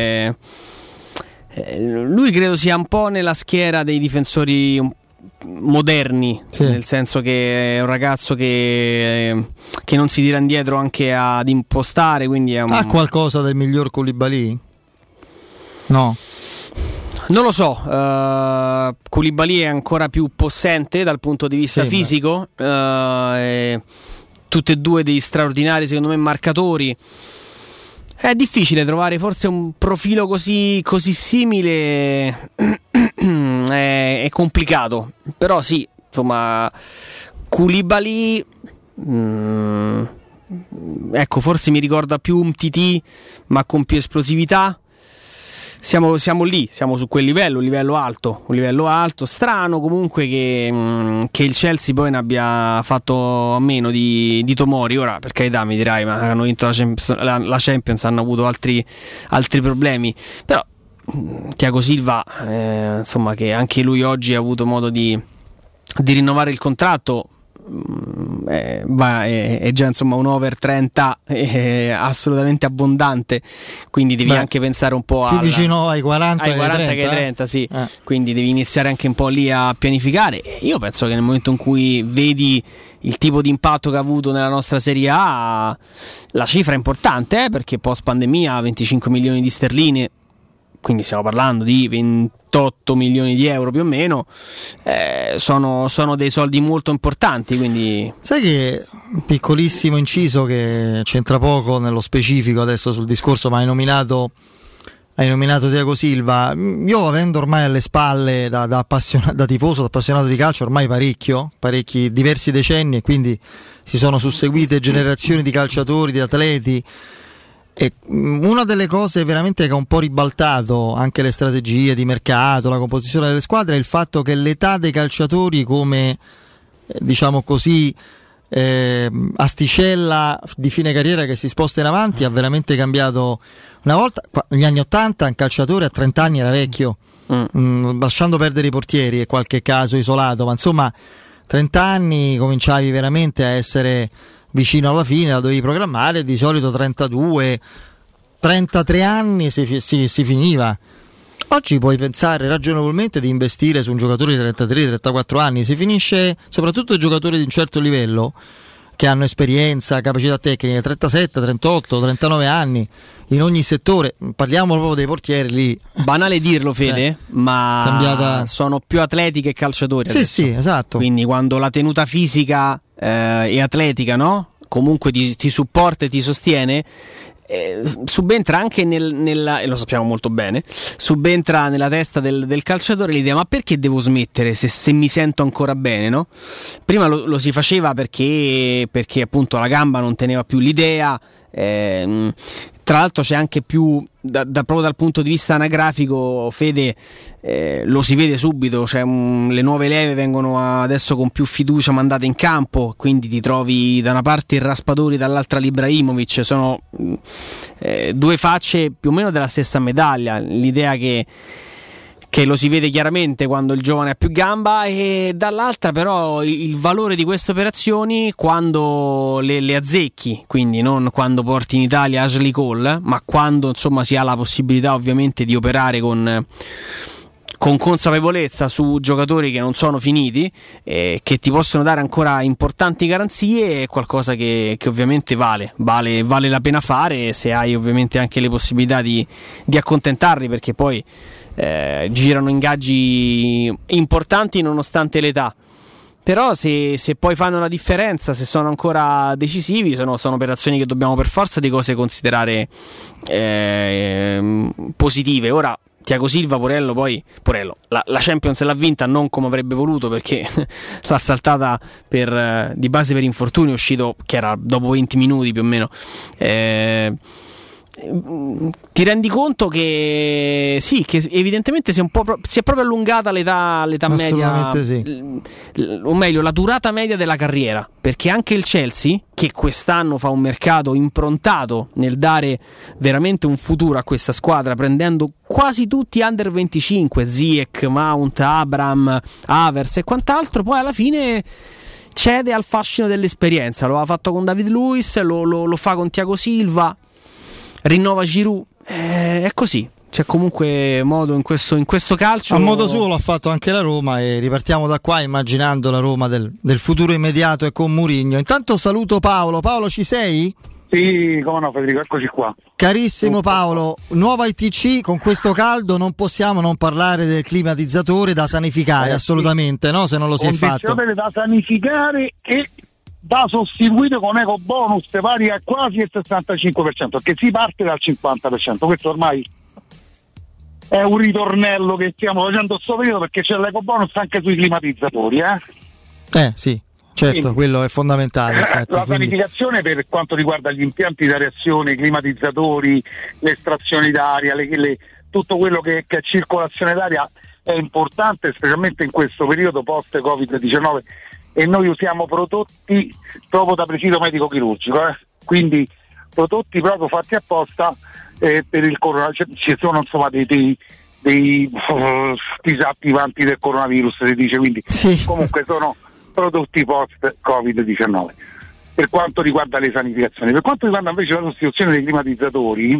Lui credo sia un po' nella schiera dei difensori moderni, sì, nel senso che è un ragazzo che non si tira indietro anche ad impostare, quindi è ha qualcosa del miglior Koulibaly? No. Non lo so, Koulibaly è ancora più possente dal punto di vista fisico, tutti e due dei straordinari secondo me marcatori. È difficile trovare forse un profilo così simile, è complicato, però sì, insomma Koulibaly ecco, forse mi ricorda più un TT ma con più esplosività. Siamo lì, siamo su quel livello, un livello alto. Strano comunque che il Chelsea poi ne abbia fatto a meno di Tomori. Ora, per carità, mi dirai, ma hanno vinto la Champions, hanno avuto altri problemi. Però Thiago Silva, insomma, che anche lui oggi ha avuto modo di rinnovare il contratto, è già insomma un over 30 assolutamente abbondante, quindi devi anche pensare un po' più vicino ai 40 che ai 30, sì. Quindi devi iniziare anche un po' lì a pianificare. Io penso che nel momento in cui vedi il tipo di impatto che ha avuto nella nostra Serie A, la cifra è importante, perché post pandemia 25 milioni di sterline, quindi stiamo parlando di 28 milioni di euro più o meno, sono dei soldi molto importanti. Quindi sai che un piccolissimo inciso che c'entra poco nello specifico adesso sul discorso, ma hai nominato Thiago Silva. Io, avendo ormai alle spalle da tifoso, da appassionato di calcio ormai parecchi diversi decenni, e quindi si sono susseguite generazioni di calciatori, di atleti. E una delle cose veramente che ha un po' ribaltato anche le strategie di mercato, la composizione delle squadre, è il fatto che l'età dei calciatori come diciamo così asticella di fine carriera che si sposta in avanti ha veramente cambiato. Una volta, negli anni 80, un calciatore a 30 anni era vecchio, lasciando perdere i portieri e qualche caso isolato, ma insomma 30 anni cominciavi veramente a essere vicino alla fine, la dovevi programmare. Di solito 32, 33 anni si finiva. Oggi puoi pensare ragionevolmente di investire su un giocatore di 33-34 anni, si finisce, soprattutto i giocatori di un certo livello che hanno esperienza, capacità tecniche, 37, 38, 39 anni in ogni settore. Parliamo proprio dei portieri lì. Banale dirlo, Fede, ma sono più atleti che calciatori adesso. Sì, esatto. Quindi quando la tenuta fisica e atletica, no? Comunque ti supporta e ti sostiene, subentra anche e lo sappiamo molto bene, subentra nella testa del calciatore l'idea: ma perché devo smettere se mi sento ancora bene, no? Prima lo si faceva perché appunto la gamba non teneva più l'idea. Tra l'altro c'è anche più proprio dal punto di vista anagrafico, Fede, lo si vede subito, cioè, le nuove leve vengono adesso con più fiducia mandate in campo, quindi ti trovi da una parte il Raspadori, dall'altra l'Ibrahimovic. Sono due facce più o meno della stessa medaglia, l'idea che lo si vede chiaramente quando il giovane ha più gamba, e dall'altra però il valore di queste operazioni quando le azzecchi, quindi non quando porti in Italia Ashley Cole, ma quando insomma si ha la possibilità ovviamente di operare con consapevolezza su giocatori che non sono finiti, che ti possono dare ancora importanti garanzie. È qualcosa che ovviamente vale la pena fare, se hai ovviamente anche le possibilità di accontentarli, perché poi girano ingaggi importanti nonostante l'età. Però se poi fanno la differenza, se sono ancora decisivi, sono operazioni che dobbiamo per forza di cose considerare positive. Ora Thiago Silva, Porello, la Champions l'ha vinta non come avrebbe voluto, perché l'ha saltata di base per infortunio, è uscito che era dopo 20 minuti più o meno. Ti rendi conto che sì, che evidentemente si è proprio allungata l'età media, sì. O meglio la durata media della carriera, perché anche il Chelsea, che quest'anno fa un mercato improntato nel dare veramente un futuro a questa squadra, prendendo quasi tutti under 25, Ziyech, Mount, Abraham, Havertz e quant'altro, poi alla fine cede al fascino dell'esperienza. Lo ha fatto con David Luiz, lo fa con Thiago Silva, rinnova Giroud, è così. C'è comunque modo in questo calcio. A modo suo l'ha fatto anche la Roma, e ripartiamo da qua immaginando la Roma del futuro immediato e con Mourinho. Intanto saluto Paolo. Paolo, ci sei? Sì, come no Federico, eccoci qua. Carissimo Paolo, nuova ITC, con questo caldo non possiamo non parlare del climatizzatore da sanificare, assolutamente, no? Se non lo si è fatto. Da sanificare e da sostituire con eco bonus pari a quasi il 65%, perché si parte dal 50%. Questo ormai è un ritornello che stiamo facendo sto periodo, perché c'è l'eco bonus anche sui climatizzatori, sì, certo. Quindi, quello è fondamentale, infatti, la pianificazione per quanto riguarda gli impianti di areazione, i climatizzatori, l'estrazione d'aria, tutto quello che è circolazione d'aria è importante, specialmente in questo periodo post Covid-19, e noi usiamo prodotti proprio da presidio medico-chirurgico, quindi prodotti proprio fatti apposta per il coronavirus. Ci sono insomma dei disattivanti del coronavirus, si dice, quindi sì. Comunque sono prodotti post Covid-19. Per quanto riguarda le sanificazioni, per quanto riguarda invece la sostituzione dei climatizzatori,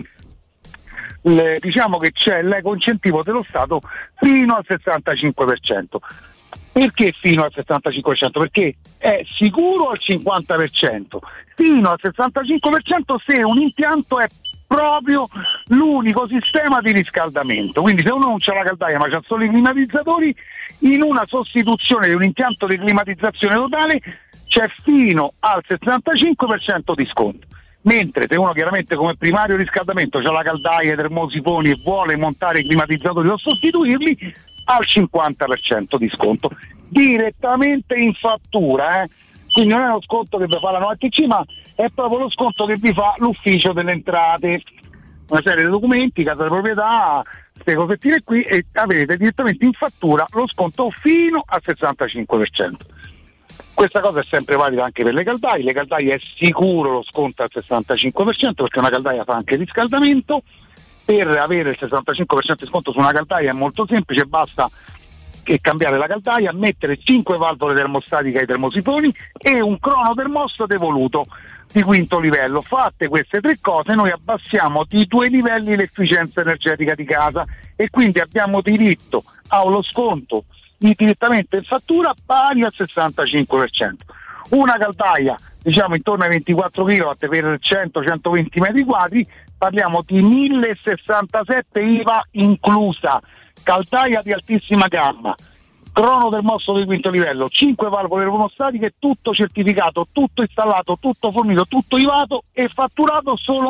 diciamo che c'è l'eco incentivo dello Stato fino al 65%. Perché fino al 75%? Perché è sicuro al 50%, fino al 65% se un impianto è proprio l'unico sistema di riscaldamento. Quindi se uno non c'ha la caldaia ma c'ha solo i climatizzatori, in una sostituzione di un impianto di climatizzazione totale c'è fino al 65% di sconto. Mentre se uno chiaramente come primario riscaldamento c'ha la caldaia, i termosifoni e vuole montare i climatizzatori o sostituirli, al 50% di sconto direttamente in fattura, quindi non è lo sconto che vi fa la nuova TC, ma è proprio lo sconto che vi fa l'ufficio delle entrate, una serie di documenti, casa di proprietà, queste cosettine qui, e avete direttamente in fattura lo sconto fino al 65%. Questa cosa è sempre valida anche per le caldaie è sicuro lo sconto al 65%, perché una caldaia fa anche riscaldamento. Per avere il 65% di sconto su una caldaia è molto semplice, basta che cambiare la caldaia, mettere 5 valvole termostatiche ai termosifoni e un cronotermostato evoluto di quinto livello. Fatte queste 3 cose noi abbassiamo di 2 livelli l'efficienza energetica di casa, e quindi abbiamo diritto allo sconto direttamente in fattura pari al 65%. Una caldaia diciamo intorno ai 24 kW per 100-120 metri quadri, parliamo di 1067 IVA inclusa, caldaia di altissima gamma, cronotermostato di quinto livello, 5 valvole termostatiche, tutto certificato, tutto installato, tutto fornito, tutto IVAto e fatturato solo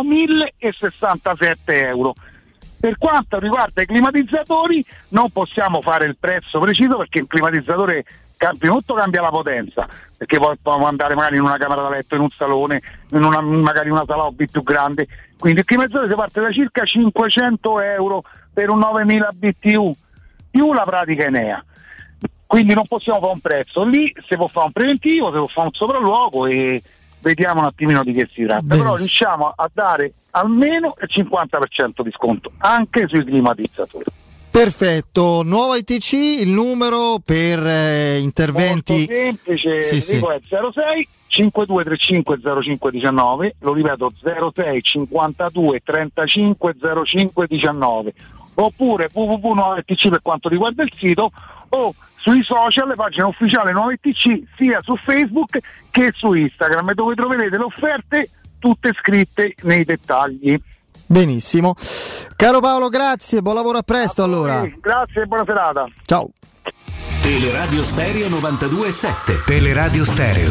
1067 euro. Per quanto riguarda i climatizzatori non possiamo fare il prezzo preciso, perché il climatizzatore prima di tutto cambia la potenza, perché poi possiamo andare magari in una camera da letto, in un salone, magari una sala hobby più grande, quindi il climatizzatore si parte da circa 500 euro per un 9000 BTU più la pratica Enea, quindi non possiamo fare un prezzo. Lì si può fare un preventivo, si può fare un sopralluogo e vediamo un attimino di che si tratta. Benissimo. Però riusciamo a dare almeno il 50% di sconto anche sui climatizzatori. Perfetto, nuova ITC, il numero per interventi molto semplice, dico è 06 5235 0519, lo ripeto 06 52 35 05 19, oppure www.nuovaitc per quanto riguarda il sito, o sui social, pagina ufficiale Nuova ITC sia su Facebook che su Instagram, dove troverete le offerte tutte scritte nei dettagli. Benissimo, caro Paolo, grazie, buon lavoro, a presto. Allora grazie e buona serata. Ciao. Teleradio Stereo 92.7. Teleradio Stereo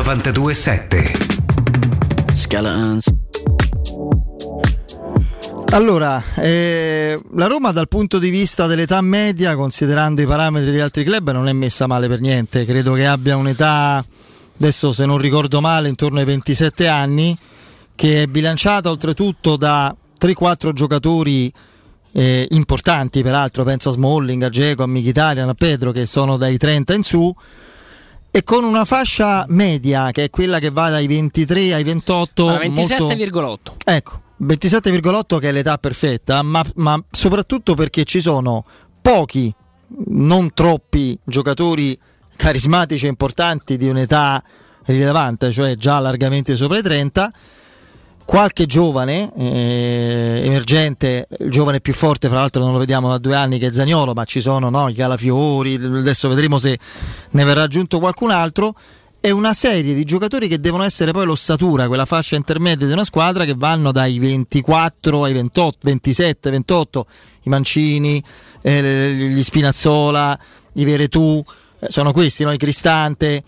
92.7. Skeletons. Allora, la Roma dal punto di vista dell'età media, considerando i parametri di altri club, non è messa male per niente. Credo che abbia un'età, adesso se non ricordo male, intorno ai 27 anni, che è bilanciata oltretutto da 3-4 giocatori importanti, peraltro penso a Smalling, a Dzeko, a Mkhitaryan, a Pedro, che sono dai 30 in su, e con una fascia media che è quella che va dai 23 ai 28, 27,8. Ecco, 27,8 che è l'età perfetta, ma soprattutto perché ci sono pochi, non troppi giocatori carismatici e importanti di un'età rilevante, cioè già largamente sopra i 30, qualche giovane emergente, il giovane più forte fra l'altro non lo vediamo da 2 anni che è Zaniolo, ma ci sono i Calafiori, adesso vedremo se ne verrà aggiunto qualcun altro, è una serie di giocatori che devono essere poi l'ossatura, quella fascia intermedia di una squadra, che vanno dai 24 ai 28, 27, 28, i Mancini, gli Spinazzola, i Veretù, sono questi, i Cristante,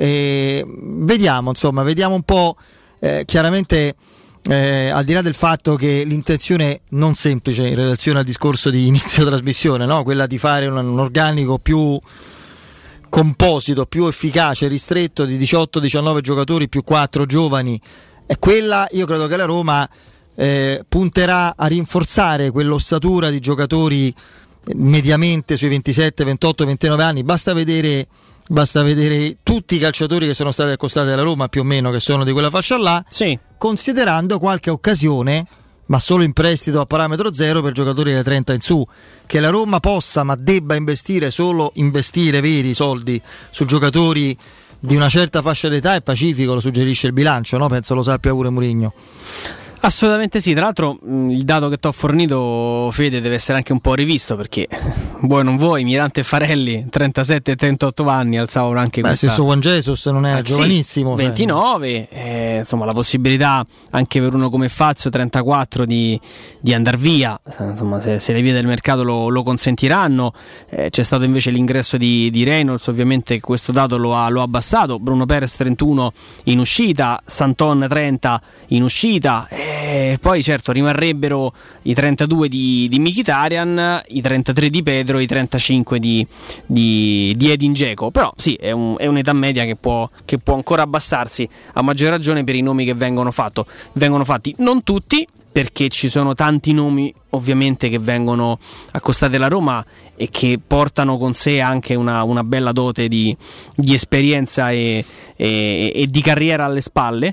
vediamo un po', chiaramente al di là del fatto che l'intenzione non semplice in relazione al discorso di inizio trasmissione, no? Quella di fare un organico più composito, più efficace, ristretto, di 18-19 giocatori più 4 giovani, è quella. Io credo che la Roma punterà a rinforzare quell'ossatura di giocatori mediamente sui 27, 28, 29 anni. Basta vedere tutti i calciatori che sono stati accostati alla Roma, più o meno, che sono di quella fascia là, sì, considerando qualche occasione, ma solo in prestito a parametro zero, per giocatori da 30 in su. Che la Roma possa, ma debba investire veri soldi su giocatori di una certa fascia d'età è pacifico, lo suggerisce il bilancio, no? Penso lo sappia pure Mourinho. Assolutamente sì, tra l'altro il dato che ti ho fornito, Fede, deve essere anche un po' rivisto, perché vuoi non vuoi, Mirante e Farelli 37 e 38 anni alzavano anche questa. Stesso Juan Jesus non è giovanissimo, sì, 29, insomma la possibilità anche per uno come Fazio 34 di andare via, insomma se le vie del mercato lo consentiranno. C'è stato invece l'ingresso di Reynolds, ovviamente questo dato lo ha abbassato. Bruno Perez 31 in uscita, Santon 30 in uscita. Poi certo rimarrebbero i 32 di Mkhitaryan, i 33 di Pedro, i 35 di Edin Dzeko. Però sì, è un'età media che può ancora abbassarsi, a maggior ragione per i nomi che vengono fatti. Non tutti, perché ci sono tanti nomi ovviamente che vengono accostati alla Roma e che portano con sé anche una bella dote di esperienza e di carriera alle spalle,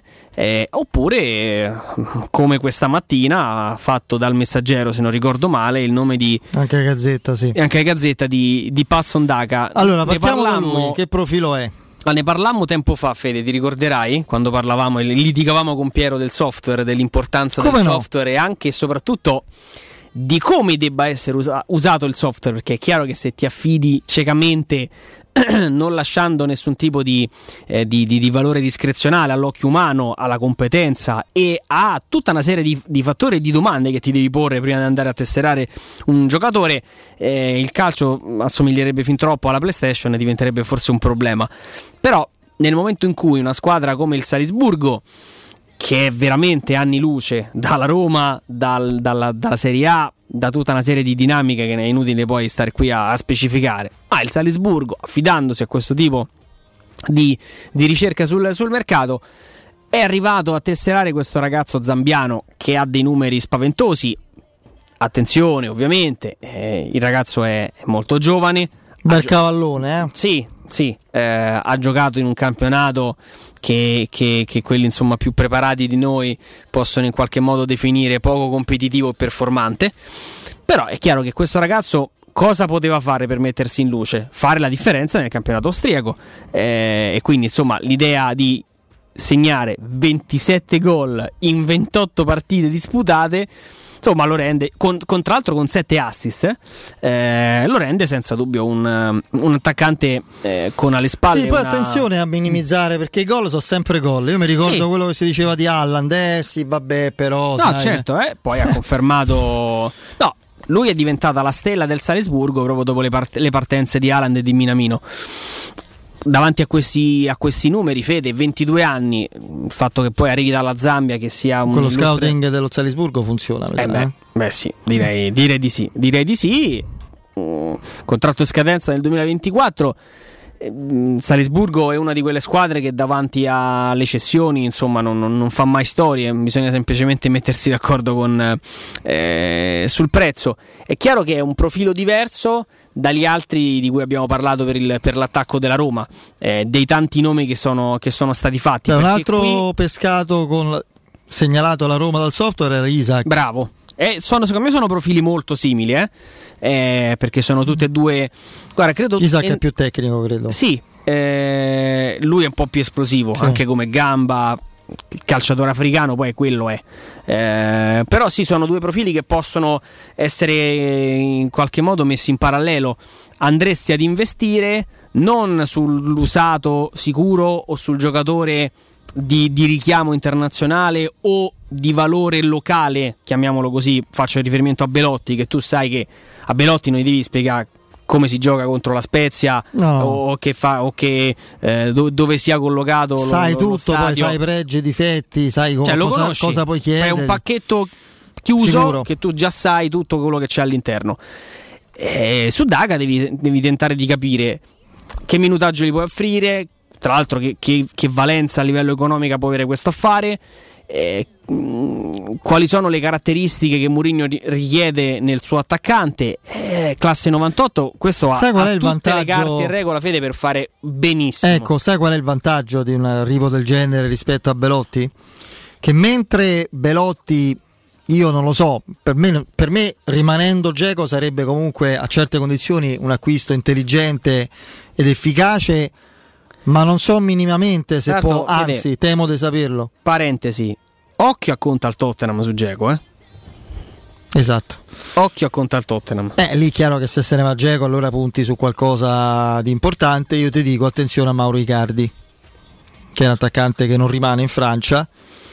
oppure come questa mattina ha fatto dal Messaggero, se non ricordo male, il nome di anche Gazzetta, sì, e anche Gazzetta di Patson Daka. Allora partiamo da lui, che profilo è? Ne parlammo tempo fa, Fede, ti ricorderai? Quando parlavamo e litigavamo con Piero del software, dell'importanza del software e anche e soprattutto di come debba essere usato il software, perché è chiaro che se ti affidi ciecamente non lasciando nessun tipo di valore discrezionale all'occhio umano, alla competenza e a tutta una serie di fattori e di domande che ti devi porre prima di andare a tesserare un giocatore, il calcio assomiglierebbe fin troppo alla PlayStation e diventerebbe forse un problema. Però nel momento in cui una squadra come il Salisburgo, che è veramente anni luce dalla Roma, dalla Serie A, da tutta una serie di dinamiche che è inutile poi stare qui a specificare, ma il Salisburgo, affidandosi a questo tipo di ricerca sul mercato, è arrivato a tesserare questo ragazzo zambiano che ha dei numeri spaventosi. Attenzione, ovviamente, il ragazzo è molto giovane, bel cavallone, Sì, ha giocato in un campionato che quelli insomma più preparati di noi possono in qualche modo definire poco competitivo e performante. Però è chiaro che questo ragazzo cosa poteva fare per mettersi in luce? Fare la differenza nel campionato austriaco, e quindi insomma l'idea di segnare 27 gol in 28 partite disputate, insomma lo rende, tra l'altro con 7 assist, lo rende senza dubbio un attaccante con alle spalle. Sì, poi attenzione a minimizzare, perché i gol sono sempre gol. Io mi ricordo quello che si diceva di Haaland, sì vabbè, però no, sai, certo, poi ha confermato no, lui è diventata la stella del Salisburgo proprio dopo le partenze di Haaland e di Minamino. davanti a questi numeri, Fede, 22 anni, il fatto che poi arrivi dalla Zambia, che sia un... Con lo scouting dello Salisburgo funziona. Beh sì, direi di sì. Contratto in scadenza nel 2024. Salisburgo è una di quelle squadre che davanti alle cessioni, insomma, non fa mai storie, bisogna semplicemente mettersi d'accordo sul prezzo. È chiaro che è un profilo diverso dagli altri di cui abbiamo parlato per l'attacco della Roma, dei tanti nomi che sono stati fatti. Un altro pescato segnalato alla Roma dal software era Isaac. Bravo. Secondo me sono profili molto simili, perché sono tutte e due. Guarda, credo Isaac è più tecnico, credo. Sì, lui è un po' più esplosivo, sì, anche come gamba. Il calciatore africano poi quello è. Però sì, sono due profili che possono essere in qualche modo messi in parallelo. Andresti ad investire non sull'usato sicuro o sul giocatore di richiamo internazionale o di valore locale, chiamiamolo così. Faccio riferimento a Belotti, che tu sai che a Belotti non gli devi spiegare come si gioca contro la Spezia, no, o che fa, o che dove sia collocato, sai tutto, poi sai pregi e difetti, sai cosa puoi chiedere. È un pacchetto chiuso, sicuro, che tu già sai tutto quello che c'è all'interno. Su Daga devi tentare di capire che minutaggio gli puoi offrire, tra l'altro che valenza a livello economico può avere questo affare, quali sono le caratteristiche che Mourinho richiede nel suo attaccante. Classe 98, questo ha tutte le carte in regola, Fede, per fare benissimo. Ecco, sai qual è il vantaggio di un arrivo del genere rispetto a Belotti? Che mentre Belotti, io non lo so, per me rimanendo Dzeko sarebbe comunque a certe condizioni un acquisto intelligente ed efficace, ma non so minimamente se certo, può, anzi Fede, temo di saperlo. Parentesi, occhio a conta al Tottenham su Dzeko, Esatto. Occhio a conta al Tottenham. Lì è chiaro che se se ne va Dzeko allora punti su qualcosa di importante. Io ti dico attenzione a Mauro Icardi, che è un attaccante che non rimane in Francia,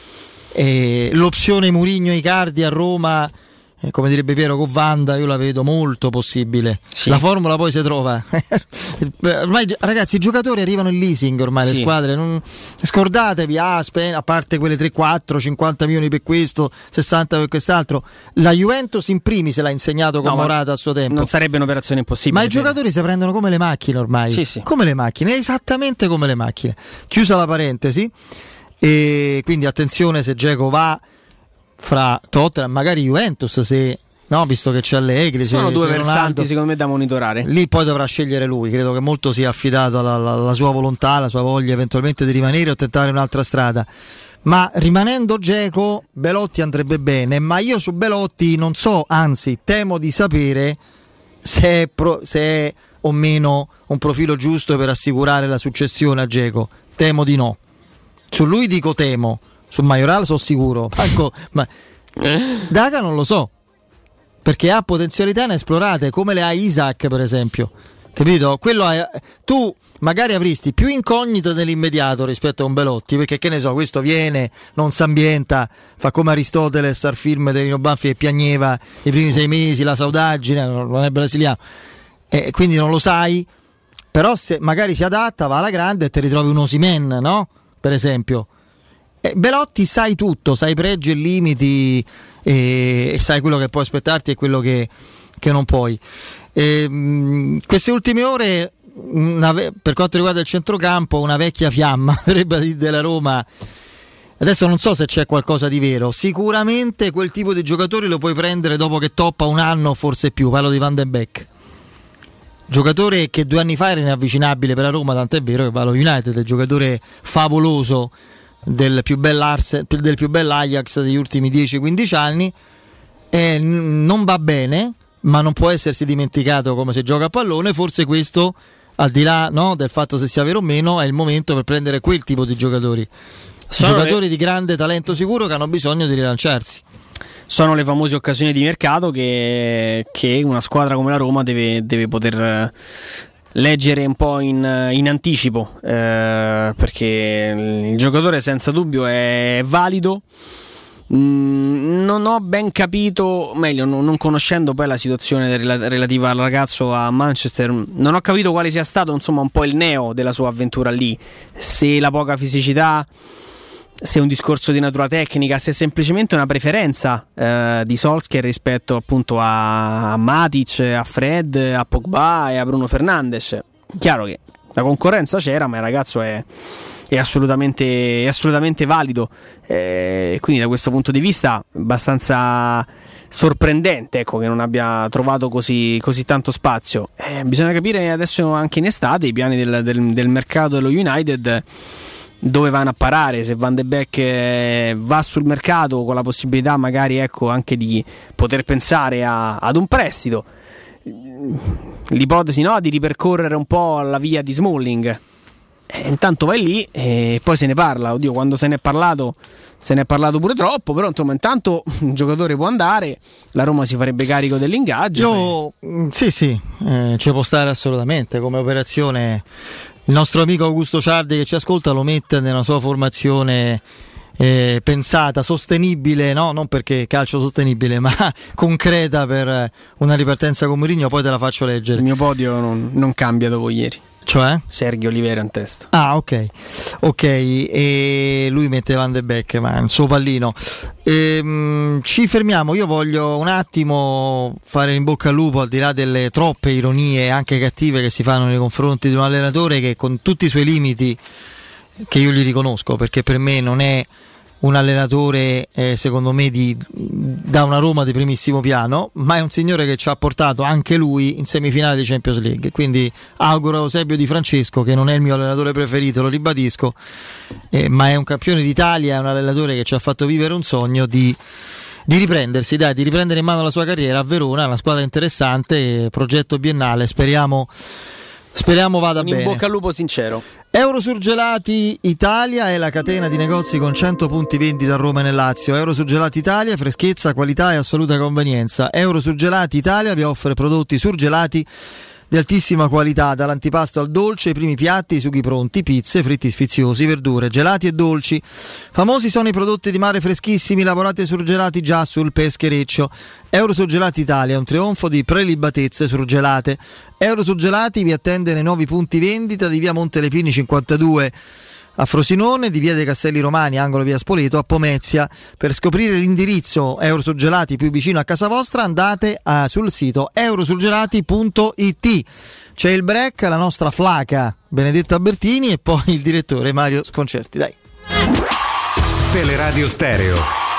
e l'opzione Mourinho Icardi a Roma, come direbbe Piero Covanda, io la vedo molto possibile. Sì. La formula poi si trova. Ormai, ragazzi, i giocatori arrivano in leasing ormai, sì, le squadre, non scordatevi, a parte quelle 3-4, 50 milioni per questo, 60 per quest'altro. La Juventus in primis l'ha insegnato con Morata a suo tempo. Non sarebbe un'operazione impossibile. Ma i giocatori si prendono come le macchine ormai. Sì. Come le macchine, esattamente come le macchine. Chiusa la parentesi, e quindi attenzione se Dzeko va fra Tottenham, magari Juventus, se no, visto che c'è Allegri, sono due versanti Ronaldo, secondo me, da monitorare. Lì poi dovrà scegliere lui, credo che molto sia affidato alla sua volontà, alla sua voglia eventualmente di rimanere o tentare un'altra strada. Ma rimanendo Dzeko, Belotti andrebbe bene, ma io su Belotti non so, anzi temo di sapere se è o meno un profilo giusto per assicurare la successione a Dzeko. Temo di no. Su lui dico temo. Su Majoral sono sicuro, ma Daga non lo so, perché ha potenzialità inesplorate come le ha Isaac, per esempio, capito? Tu magari avresti più incognite nell'immediato rispetto a un Belotti, perché che ne so, questo viene, non si ambienta, fa come Aristotele, star film di Rino Banfi che piagneva i primi 6 mesi, la saudaggine, non è brasiliano, quindi non lo sai, però se magari si adatta, va alla grande e ti ritrovi un Osimhen, no? Per esempio. Belotti sai tutto, sai pregi e limiti, e sai quello che puoi aspettarti e quello che non puoi. Queste ultime ore, per quanto riguarda il centrocampo, una vecchia fiamma della Roma. Adesso non so se c'è qualcosa di vero. Sicuramente quel tipo di giocatori lo puoi prendere dopo che toppa un anno, forse più. Parlo di Van de Beek, giocatore che 2 anni fa era inavvicinabile per la Roma, tant'è vero che va allo United, il giocatore favoloso del più bell'Ajax degli ultimi 10-15 anni, non va bene, ma non può essersi dimenticato come si gioca a pallone. Forse questo, al di là del fatto se sia vero o meno, è il momento per prendere quel tipo di giocatori, giocatori di grande talento sicuro che hanno bisogno di rilanciarsi. Sono le famose occasioni di mercato che una squadra come la Roma deve poter leggere un po' in anticipo, perché il giocatore senza dubbio è valido, Non ho ben capito, meglio non conoscendo poi la situazione relativa al ragazzo a Manchester, non ho capito quale sia stato insomma un po' il neo della sua avventura lì, se la poca fisicità, se è un discorso di natura tecnica, se è semplicemente una preferenza di Solskjaer rispetto appunto a Matic, a Fred, a Pogba e a Bruno Fernandes. Chiaro che la concorrenza c'era, ma il ragazzo è assolutamente valido, quindi da questo punto di vista abbastanza sorprendente, ecco, che non abbia trovato così tanto spazio. Bisogna capire adesso anche in estate i piani del mercato dello United, dove vanno a parare, se Van de Beek va sul mercato con la possibilità magari, ecco, anche di poter pensare ad un prestito, l'ipotesi, no, di ripercorrere un po' la via di Smalling. Intanto vai lì e poi se ne parla. Oddio, quando se ne è parlato pure troppo, però insomma intanto un giocatore può andare, la Roma si farebbe carico dell'ingaggio. Sì, ci può stare assolutamente come operazione. Il nostro amico Augusto Ciardi che ci ascolta lo mette nella sua formazione pensata, sostenibile, no? Non perché calcio sostenibile, ma concreta per una ripartenza con Mourinho. Poi te la faccio leggere. Il mio podio non cambia dopo ieri. Cioè? Sergio Oliveira in testa. Ah, ok, e lui mette Van de Beek, ma il suo pallino. Ci fermiamo, io voglio un attimo fare in bocca al lupo, al di là delle troppe ironie anche cattive che si fanno nei confronti di un allenatore che, con tutti i suoi limiti che io gli riconosco, perché per me non è un allenatore secondo me da una Roma di primissimo piano, ma è un signore che ci ha portato anche lui in semifinale di Champions League, quindi auguro a Eusebio Di Francesco, che non è il mio allenatore preferito, lo ribadisco, ma è un campione d'Italia, è un allenatore che ci ha fatto vivere un sogno di riprendersi, di riprendere in mano la sua carriera a Verona, una squadra interessante, progetto biennale, speriamo vada bene. In bocca al lupo sincero. Eurosurgelati Italia è la catena di negozi con 100 punti vendita a Roma e nel Lazio. Eurosurgelati Italia, freschezza, qualità e assoluta convenienza. Eurosurgelati Italia vi offre prodotti surgelati di altissima qualità, dall'antipasto al dolce, i primi piatti, i sughi pronti, pizze, fritti sfiziosi, verdure, gelati e dolci. Famosi sono i prodotti di mare freschissimi, lavorati e surgelati già sul peschereccio. Eurosurgelati Italia è un trionfo di prelibatezze surgelate. Eurosurgelati vi attende nei nuovi punti vendita di via Montelepini 52 a Frosinone, di via dei Castelli Romani, angolo via Spoleto, a Pomezia. Per scoprire l'indirizzo Eurosurgelati più vicino a casa vostra andate sul sito eurosurgelati.it. C'è il break, la nostra flaca Benedetta Bertini e poi il direttore Mario Sconcerti. Dai. Teleradio Stereo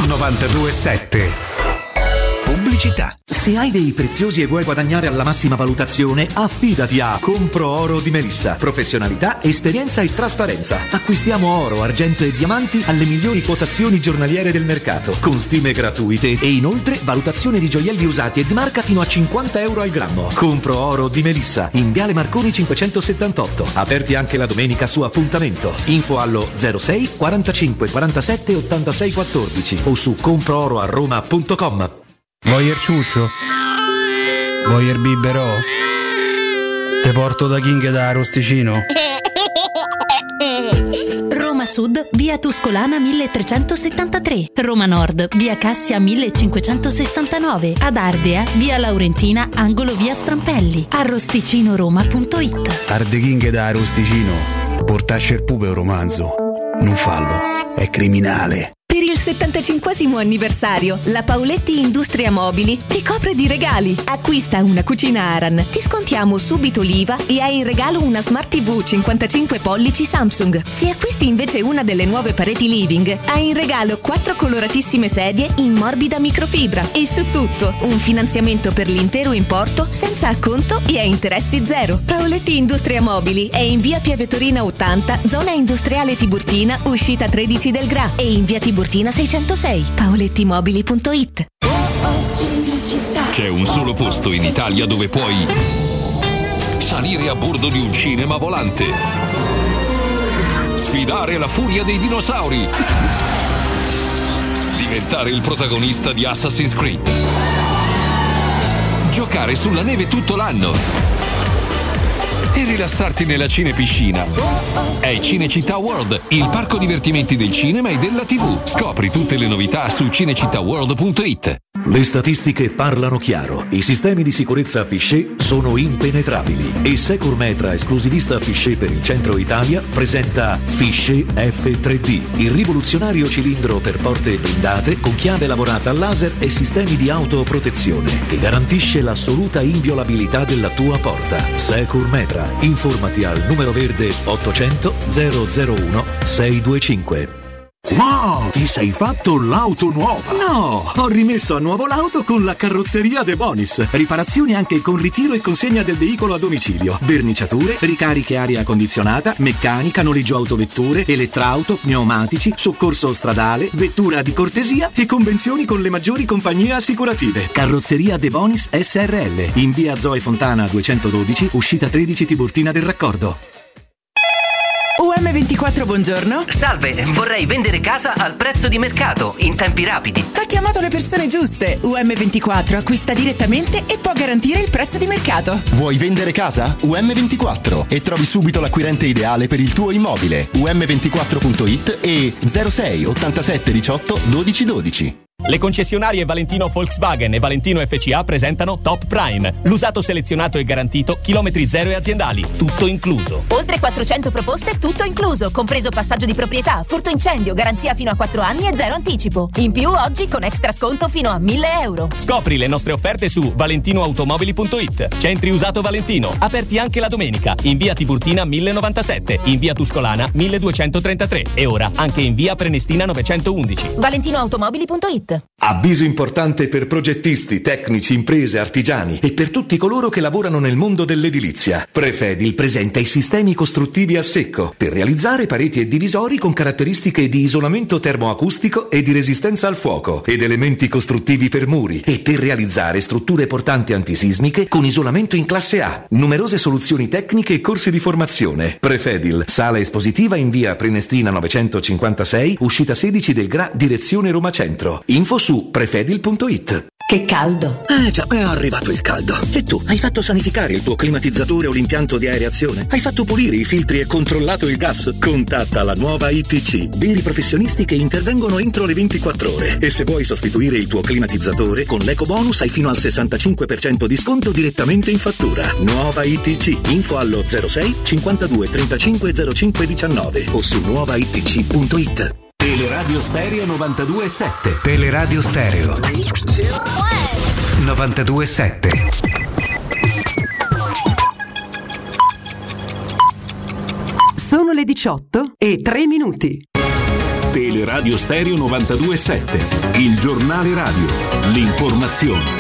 92.7. Pubblicità. Se hai dei preziosi e vuoi guadagnare alla massima valutazione, affidati a Compro Oro di Melissa. Professionalità, esperienza e trasparenza. Acquistiamo oro, argento e diamanti alle migliori quotazioni giornaliere del mercato, con stime gratuite e inoltre valutazione di gioielli usati e di marca fino a 50 euro al grammo. Compro Oro di Melissa, in Viale Marconi 578. Aperti anche la domenica su appuntamento. Info allo 06 45 47 86 14 o su comprooroaroma.com. Vuoi il ciuscio? Vuoi il biberò? Te porto da King da Arosticino? Roma Sud, via Tuscolana 1373. Roma Nord, via Cassia 1569. Ad Ardea, via Laurentina, angolo via Strampelli. Arrosticinoroma.it. Arde King da Arosticino. Portasce il pupe un romanzo. Non fallo, è criminale. Per il 75° anniversario, la Paoletti Industria Mobili ti copre di regali. Acquista una cucina Aran, ti scontiamo subito l'IVA e hai in regalo una Smart TV 55 pollici Samsung. Se acquisti invece una delle nuove pareti living, hai in regalo 4 coloratissime sedie in morbida microfibra e su tutto un finanziamento per l'intero importo senza acconto e a interessi zero. Paoletti Industria Mobili è in via Piavetorina 80, zona industriale Tiburtina, uscita 13 del Gra, e in via Tiburtina 606. paolettimobili.it. C'è un solo posto in Italia dove puoi salire a bordo di un cinema volante, sfidare la furia dei dinosauri, diventare il protagonista di Assassin's Creed, giocare sulla neve tutto l'anno e rilassarti nella cinepiscina. È Cinecittà World, il parco divertimenti del cinema e della TV. Scopri tutte le novità su cinecittàworld.it. Le statistiche parlano chiaro. I sistemi di sicurezza Fichet sono impenetrabili e Securmetra, esclusivista Fichet per il centro Italia, presenta Fichet F3D, il rivoluzionario cilindro per porte blindate con chiave lavorata a laser e sistemi di autoprotezione che garantisce l'assoluta inviolabilità della tua porta. Securmetra. Informati al numero verde 800 001 625. Wow, ti sei fatto l'auto nuova? No, ho rimesso a nuovo l'auto con la carrozzeria De Bonis. Riparazioni anche con ritiro e consegna del veicolo a domicilio. Verniciature, ricariche aria condizionata, meccanica, noleggio autovetture, elettrauto, pneumatici, soccorso stradale, vettura di cortesia e convenzioni con le maggiori compagnie assicurative. Carrozzeria De Bonis SRL, in via Zoe Fontana 212, uscita 13 Tiburtina del Raccordo. UM24, buongiorno. Salve, vorrei vendere casa al prezzo di mercato, in tempi rapidi. Ha chiamato le persone giuste. UM24 acquista direttamente e può garantire il prezzo di mercato. Vuoi vendere casa? UM24 e trovi subito l'acquirente ideale per il tuo immobile. UM24.it e 06 87 18 12 12. Le concessionarie Valentino Volkswagen e Valentino FCA presentano Top Prime, l'usato selezionato e garantito, chilometri zero e aziendali, tutto incluso. Oltre 400 proposte, tutto incluso, compreso passaggio di proprietà, furto incendio, garanzia fino a 4 anni e zero anticipo. In più oggi con extra sconto fino a 1.000 euro. Scopri le nostre offerte su valentinoautomobili.it. Centri usato Valentino, aperti anche la domenica, in via Tiburtina 1097, in via Tuscolana 1233 e ora anche in via Prenestina 911. valentinoautomobili.it. Avviso importante per progettisti, tecnici, imprese, artigiani e per tutti coloro che lavorano nel mondo dell'edilizia. Prefedil presenta i sistemi costruttivi a secco per realizzare pareti e divisori con caratteristiche di isolamento termoacustico e di resistenza al fuoco ed elementi costruttivi per muri e per realizzare strutture portanti antisismiche con isolamento in classe A. Numerose soluzioni tecniche e corsi di formazione. Prefedil, sala espositiva in via Prenestina 956, uscita 16 del GRA, direzione Roma Centro. Info su prefedil.it. Che caldo! Già, è arrivato il caldo. E tu, hai fatto sanificare il tuo climatizzatore o l'impianto di aerazione? Hai fatto pulire i filtri e controllato il gas? Contatta la nuova ITC, veri professionisti che intervengono entro le 24 ore. E se vuoi sostituire il tuo climatizzatore, con l'EcoBonus hai fino al 65% di sconto direttamente in fattura. Nuova ITC, info allo 06 52 35 05 19 o su nuovaitc.it. Teleradio Stereo 92.7. Teleradio Stereo 92.7. Sono le 18:03. Teleradio Stereo 92.7. Il giornale radio. L'informazione.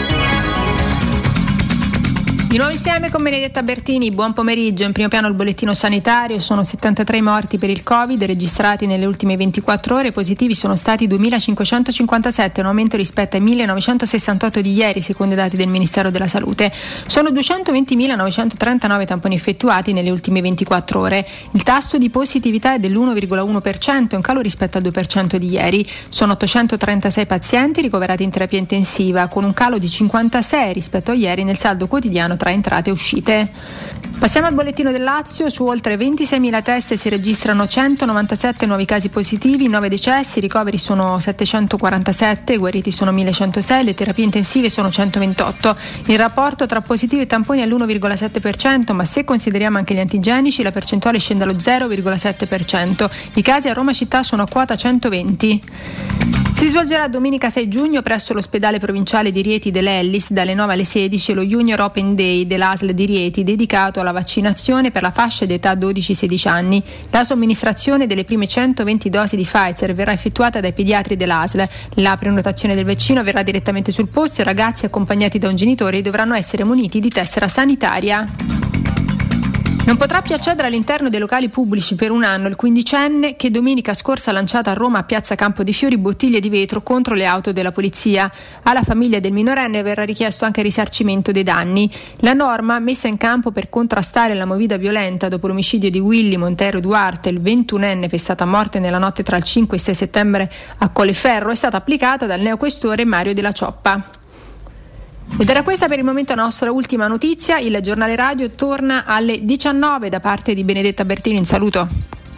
Di nuovo insieme con Benedetta Bertini, buon pomeriggio. In primo piano il bollettino sanitario, sono 73 morti per il Covid registrati nelle ultime 24 ore, positivi sono stati 2.557, un aumento rispetto ai 1.968 di ieri secondo i dati del Ministero della Salute. Sono 220.939 tamponi effettuati nelle ultime 24 ore. Il tasso di positività è dell'1,1%, un calo rispetto al 2% di ieri. Sono 836 pazienti ricoverati in terapia intensiva, con un calo di 56 rispetto a ieri nel saldo quotidiano tra entrate e uscite. Passiamo al bollettino del Lazio. Su oltre 26.000 test si registrano 197 nuovi casi positivi, 9 decessi, i ricoveri sono 747, guariti sono 1.106, le terapie intensive sono 128. Il rapporto tra positivi e tamponi è all'1,7%, ma se consideriamo anche gli antigenici la percentuale scende allo 0,7%. I casi a Roma città sono a quota 120. Si svolgerà domenica 6 giugno presso l'ospedale provinciale di Rieti dell'Ellis dalle 9 alle 16 lo Junior Open Day dell'ASL di Rieti dedicato alla vaccinazione per la fascia d'età 12-16 anni. La somministrazione delle prime 120 dosi di Pfizer verrà effettuata dai pediatri dell'ASL. La prenotazione del vaccino avverrà direttamente sul posto e i ragazzi accompagnati da un genitore dovranno essere muniti di tessera sanitaria. Non potrà più accedere all'interno dei locali pubblici per un anno il quindicenne che domenica scorsa ha lanciato a Roma a Piazza Campo dei Fiori bottiglie di vetro contro le auto della polizia. Alla famiglia del minorenne verrà richiesto anche il risarcimento dei danni. La norma, messa in campo per contrastare la movida violenta dopo l'omicidio di Willy Montero Duarte, il 21enne pestato a morte nella notte tra il 5 e il 6 settembre a Colleferro, è stata applicata dal neoquestore Mario Della Cioppa. Ed era questa per il momento la nostra ultima notizia. Il giornale radio torna alle 19 da parte di Benedetta Bertini. Un saluto.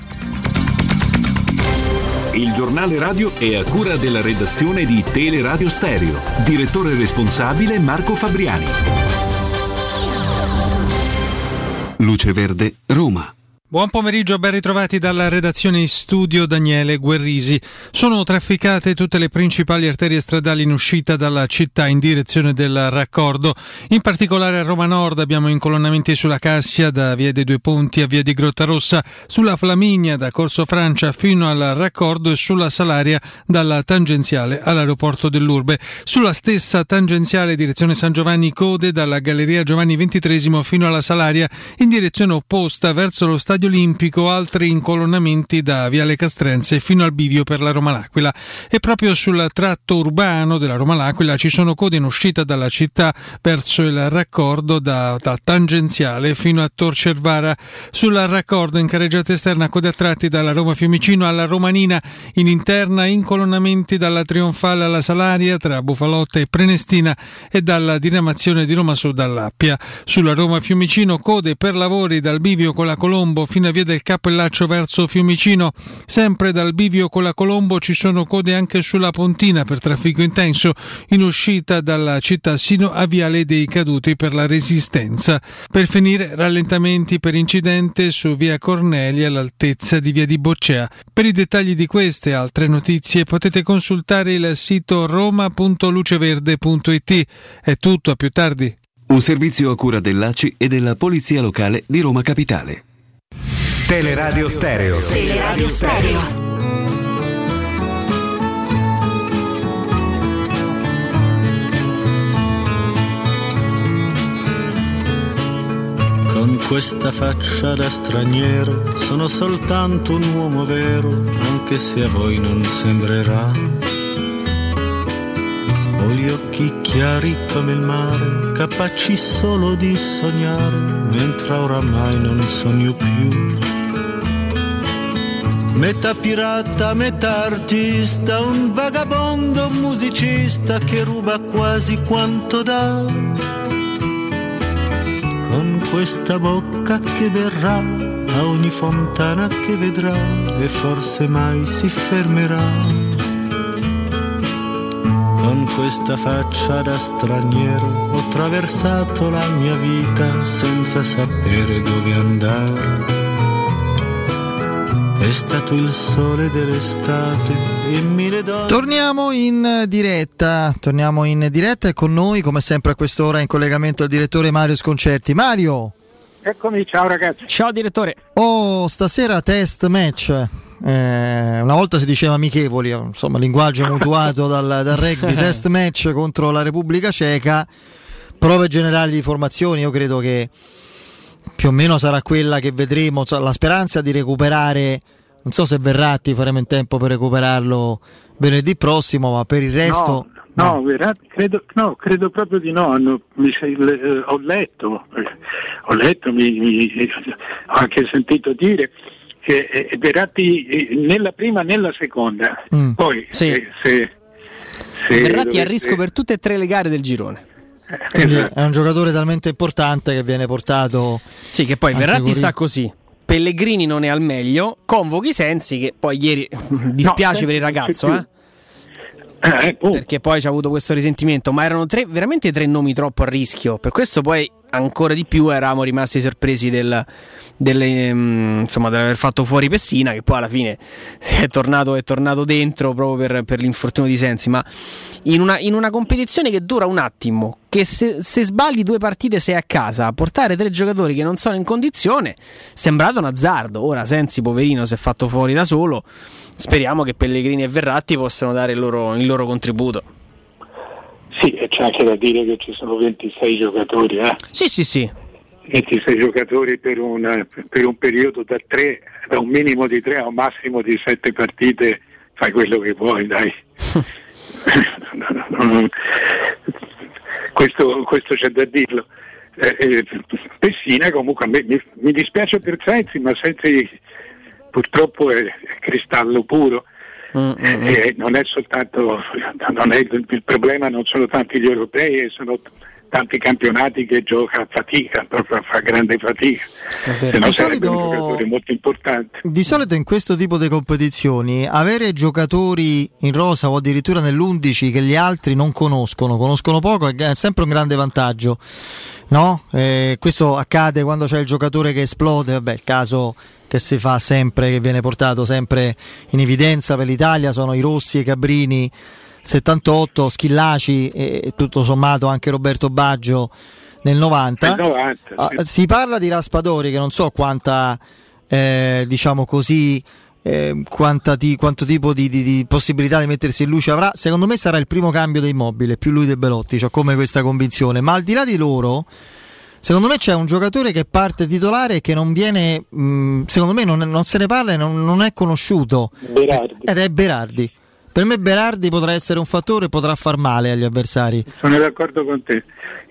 Il giornale radio è a cura della redazione di Teleradio Stereo. Direttore responsabile Marco Fabriani. Luce Verde, Roma. Buon pomeriggio, ben ritrovati dalla redazione in studio Daniele Guerrisi. Sono trafficate tutte le principali arterie stradali in uscita dalla città in direzione del raccordo. In particolare a Roma Nord abbiamo incolonnamenti sulla Cassia da Via dei Due Ponti a Via di Grottarossa, sulla Flaminia da Corso Francia fino al raccordo e sulla Salaria dalla tangenziale all'aeroporto dell'Urbe. Sulla stessa tangenziale direzione San Giovanni code dalla Galleria Giovanni XXIII fino alla Salaria in direzione opposta verso lo Stadio Olimpico, altri incolonnamenti da Viale Castrense fino al bivio per la Roma-L'Aquila. E proprio sul tratto urbano della Roma-L'Aquila ci sono code in uscita dalla città verso il raccordo da tangenziale fino a Tor Cervara. Sul raccordo in carreggiata esterna code a tratti dalla Roma Fiumicino alla Romanina, in interna incolonnamenti dalla Trionfale alla Salaria tra Bufalotta e Prenestina e dalla diramazione di Roma Sud all'Appia. Sulla Roma Fiumicino code per lavori dal bivio con la Colombo fino a Via del Cappellaccio verso Fiumicino. Sempre dal bivio con la Colombo ci sono code anche sulla Pontina per traffico intenso in uscita dalla città sino a Viale dei Caduti per la Resistenza. Per finire, rallentamenti per incidente su Via Cornelia all'altezza di Via di Boccea. Per i dettagli di queste e altre notizie potete consultare il sito roma.luceverde.it. È tutto, a più tardi. Un servizio a cura dell'ACI e della Polizia Locale di Roma Capitale. Teleradio Stereo. Teleradio Stereo. Con questa faccia da straniero sono soltanto un uomo vero, anche se a voi non sembrerà. Ho gli occhi chiari come il mare, capaci solo di sognare, mentre oramai non sogno più. Metà pirata, metà artista, un vagabondo musicista che ruba quasi quanto dà. Con questa bocca che berrà a ogni fontana che vedrà e forse mai si fermerà. Con questa faccia da straniero ho attraversato la mia vita senza sapere dove andare. È stato il sole dell'estate e mille donne. Torniamo in diretta e con noi come sempre a quest'ora in collegamento il direttore Mario Sconcerti. Mario! Eccomi, ciao ragazzi. Ciao direttore. Stasera test match. Una volta si diceva amichevoli, insomma linguaggio mutuato dal rugby. Test match contro la Repubblica Ceca, prove generali di formazioni. Io credo che più o meno sarà quella che vedremo, la speranza di recuperare, non so se Verratti faremo in tempo per recuperarlo venerdì prossimo, ma per il resto no. Verratti, credo proprio di no. Ho letto, ho anche sentito dire che Verratti nella prima e nella seconda. Poi se Verratti è a rischio per tutte e tre le gare del girone. Quindi è un giocatore talmente importante che viene portato. Sì, che poi Verratti sta così. Pellegrini non è al meglio. Convochi Sensi, che poi ieri dispiace per il ragazzo, perché poi c'ha avuto questo risentimento. Ma erano veramente tre nomi troppo a rischio. Per questo poi ancora di più eravamo rimasti sorpresi dell'aver fatto fuori Pessina, che poi alla fine è tornato dentro proprio per l'infortunio di Sensi. Ma in una competizione che dura un attimo, che se sbagli 2 partite sei a casa, portare 3 giocatori che non sono in condizione, sembrato un azzardo. Ora Sensi poverino si è fatto fuori da solo, speriamo che Pellegrini e Verratti possano dare il loro contributo. Sì, e c'è anche da dire che ci sono 26 giocatori. Sì. 26 giocatori per un periodo da un minimo di 3 a un massimo di 7 partite, fai quello che vuoi, dai. Questo c'è da dirlo. Pessina comunque mi dispiace per Sensi, ma Sensi purtroppo è cristallo puro. Non è soltanto, il problema non sono tanti gli europei, sono tanti campionati che gioca a fatica, proprio fa grande fatica, se no sarebbe un giocatore molto importante. Di solito in questo tipo di competizioni avere giocatori in rosa o addirittura nell'11 che gli altri non conoscono poco è sempre un grande vantaggio, no? Questo accade quando c'è il giocatore che esplode, vabbè, il caso che si fa sempre, che viene portato sempre in evidenza per l'Italia sono i Rossi e i Cabrini 78, Schillaci e tutto sommato anche Roberto Baggio nel 90. Sì. Si parla di Raspadori che non so quanta diciamo così quanto tipo di possibilità di mettersi in luce avrà. Secondo me sarà il primo cambio di Immobile, più lui De Belotti, c'ho come questa convinzione. Ma al di là di loro, secondo me c'è un giocatore che parte titolare e che non viene, secondo me non se ne parla e non è conosciuto, ed è Berardi. Per me Berardi potrà essere un fattore e potrà far male agli avversari. Sono d'accordo con te.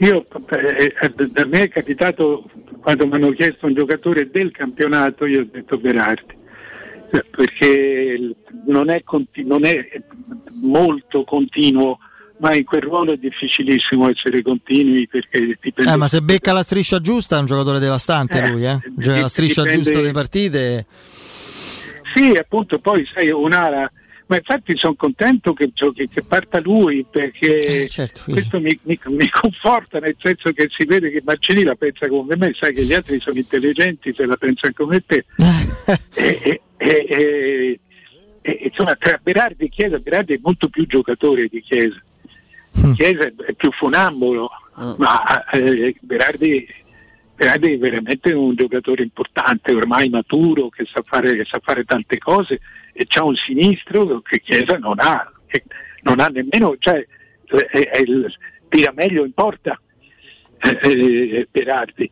A me è capitato, quando mi hanno chiesto un giocatore del campionato, io ho detto Berardi, perché non è molto continuo, ma in quel ruolo è difficilissimo essere continui, perché dipende. Ma se becca la striscia giusta è un giocatore devastante lui, Gioca la striscia giusta delle partite. Sì, appunto, poi sai un'ala. Ma infatti sono contento che parta lui, perché questo mi conforta, nel senso che si vede che Mancini la pensa come me, sai che gli altri sono intelligenti, se la pensano come te. Insomma, tra Berardi e Chiesa, Berardi è molto più giocatore di Chiesa. Chiesa è più funambolo, ma Berardi è veramente un giocatore importante, ormai maturo, che sa fare tante cose, e c'ha un sinistro che Chiesa non ha nemmeno, cioè tira meglio in porta Berardi,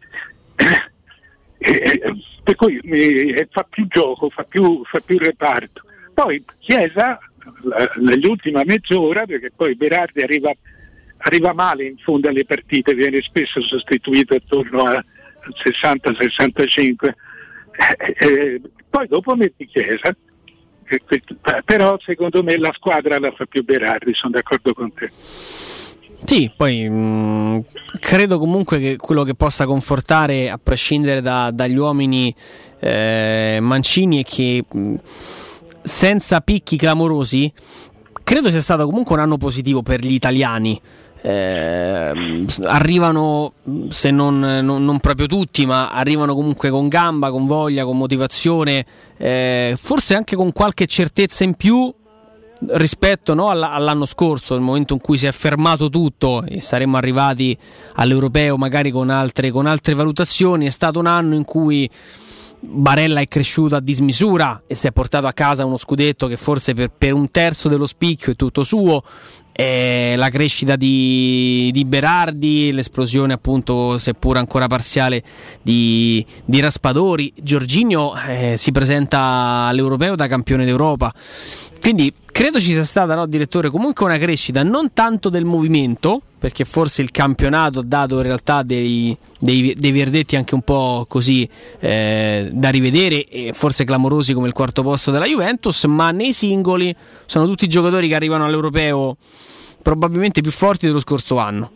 per cui fa più gioco, fa più reparto. Poi Chiesa nell'ultima mezz'ora, perché poi Berardi arriva male in fondo alle partite, viene spesso sostituito attorno al 60-65, poi dopo metti Chiesa, però secondo me la squadra la fa più Berardi, sono d'accordo con te. Sì, poi credo comunque che quello che possa confortare, a prescindere dagli uomini Mancini, è che senza picchi clamorosi credo sia stato comunque un anno positivo per gli italiani. Arrivano, se non proprio tutti, ma arrivano comunque con gamba, con voglia, con motivazione, forse anche con qualche certezza in più rispetto, no, all'anno scorso, nel momento in cui si è fermato tutto e saremmo arrivati all'europeo magari con altre valutazioni. È stato un anno in cui Barella è cresciuto a dismisura e si è portato a casa uno scudetto che forse per un terzo dello spicchio è tutto suo. La crescita di Berardi, l'esplosione appunto seppur ancora parziale di Raspadori. Jorginho si presenta all'europeo da campione d'Europa, quindi credo ci sia stata, no, direttore, comunque una crescita non tanto del movimento, perché forse il campionato ha dato in realtà dei verdetti anche un po' così da rivedere, e forse clamorosi come il quarto posto della Juventus, ma nei singoli sono tutti giocatori che arrivano all'europeo probabilmente più forti dello scorso anno.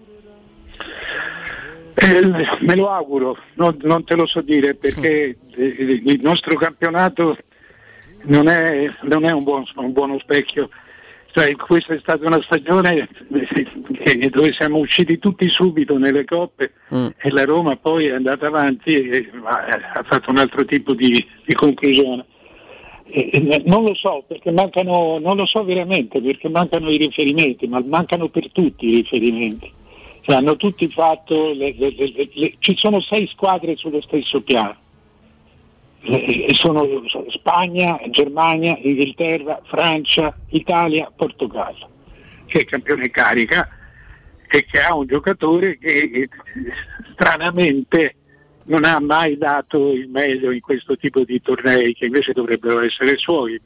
Me lo auguro, non te lo so dire, perché il nostro campionato non è un buono specchio. Cioè, questa è stata una stagione dove siamo usciti tutti subito nelle coppe e la Roma poi è andata avanti e ha fatto un altro tipo di conclusione. Non lo so, perché non lo so veramente, perché mancano i riferimenti, ma mancano per tutti i riferimenti. Cioè, hanno tutti fatto ci sono 6 squadre sullo stesso piano. E sono Spagna, Germania, Inghilterra, Francia, Italia, Portogallo, che è campione carica e che ha un giocatore che stranamente non ha mai dato il meglio in questo tipo di tornei, che invece dovrebbero essere suoi,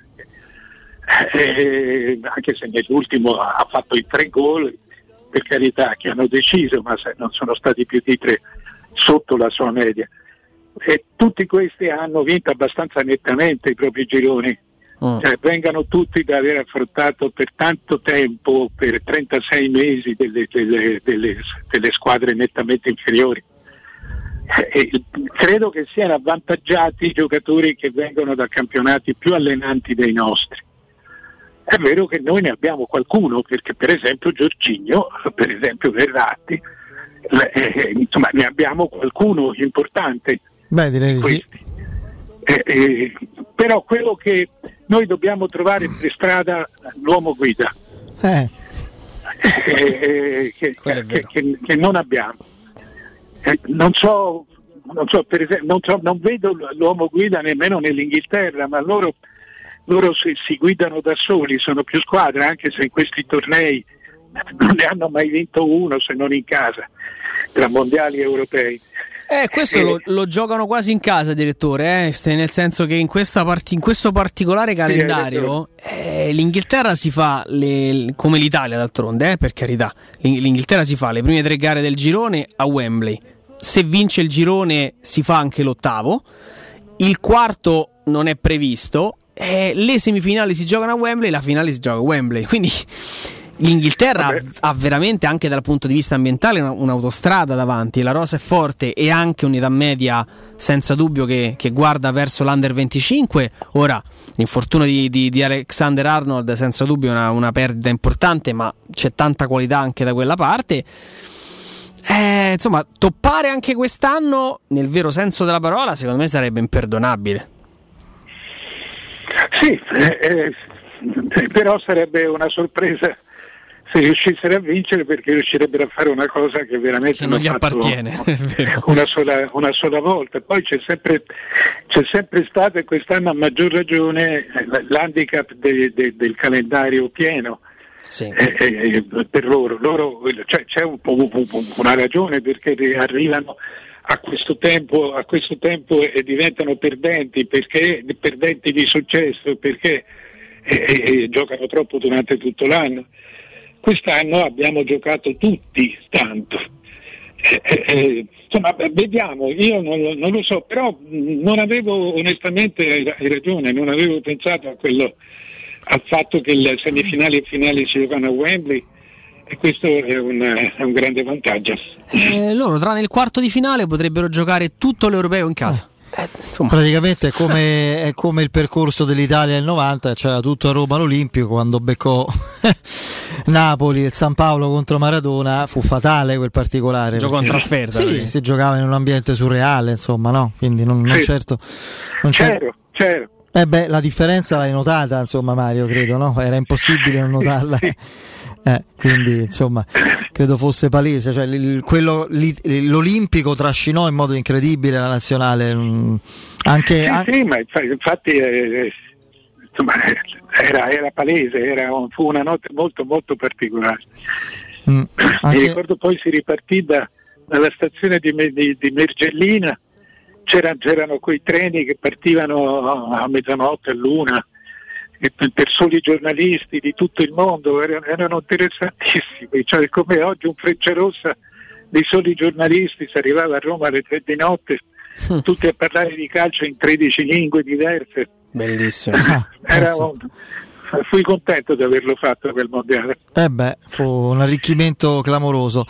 anche se nell'ultimo ha fatto i 3 gol, per carità, che hanno deciso, ma non sono stati più di 3, sotto la sua media. E tutti questi hanno vinto abbastanza nettamente i propri gironi, Cioè, vengano tutti da aver affrontato per tanto tempo, per 36 mesi, delle squadre nettamente inferiori. Credo che siano avvantaggiati i giocatori che vengono da campionati più allenanti dei nostri. È vero che noi ne abbiamo qualcuno, perché per esempio Giorginio, per esempio Verratti, insomma ne abbiamo qualcuno importante. Beh, direi di sì. Però quello che noi dobbiamo trovare per strada l'uomo guida che non abbiamo. Non so, per esempio, non vedo l'uomo guida nemmeno nell'Inghilterra, ma loro si guidano da soli, sono più squadre, anche se in questi tornei non ne hanno mai vinto uno se non in casa, tra mondiali e europei. Questo lo giocano quasi in casa, direttore, nel senso che in questo particolare calendario l'Inghilterra si fa come l'Italia, d'altronde, per carità. L'Inghilterra si fa le prime 3 gare del girone a Wembley. Se vince il girone si fa anche l'8º, il quarto non è previsto, le semifinali si giocano a Wembley, la finale si gioca a Wembley, quindi l'Inghilterra ha veramente, anche dal punto di vista ambientale, un'autostrada davanti. La rosa è forte e anche un'età media senza dubbio che guarda verso l'Under 25. Ora l'infortunio di Alexander Arnold senza dubbio è una perdita importante, ma c'è tanta qualità anche da quella parte. Insomma, toppare anche quest'anno nel vero senso della parola secondo me sarebbe imperdonabile. Sì, però sarebbe una sorpresa se riuscissero a vincere, perché riuscirebbero a fare una cosa che veramente non gli appartiene, è vero. una sola volta. Poi c'è sempre stato, e quest'anno a maggior ragione, l'handicap del calendario pieno. Sì. Per loro cioè, c'è un po' una ragione perché arrivano a questo tempo e diventano perdenti di successo, perché giocano troppo durante tutto l'anno. Quest'anno abbiamo giocato tutti tanto. Insomma, vediamo, io non lo so, però non avevo, onestamente hai ragione, non avevo pensato al fatto che le semifinali e finali si giocano a Wembley, e questo è un grande vantaggio. Loro tranne il quarto di finale potrebbero giocare tutto l'europeo in casa. Praticamente è come il percorso dell'Italia nel 90, c'era tutto a Roma all'Olimpico, quando beccò Napoli e il San Paolo contro Maradona fu fatale quel particolare. Gioco in trasferta. Sì, si giocava in un ambiente surreale, insomma, no? Quindi non certo. C'ero. La differenza l'hai notata, insomma, Mario, credo, no? Era impossibile non notarla. Quindi, insomma, credo fosse palese. Cioè, l'Olimpico trascinò in modo incredibile la nazionale. Sì, ma infatti insomma, era palese, fu una notte molto molto particolare. Mi ricordo poi si ripartì dalla stazione di Mergellina. C'erano quei treni che partivano a mezzanotte, all'una, per soli giornalisti di tutto il mondo, erano interessantissimi, cioè come oggi un Frecciarossa dei soli giornalisti, si arrivava a Roma alle 3 di notte, tutti a parlare di calcio in 13 lingue diverse. Bellissimo. Fui contento di averlo fatto quel mondiale. Fu un arricchimento clamoroso.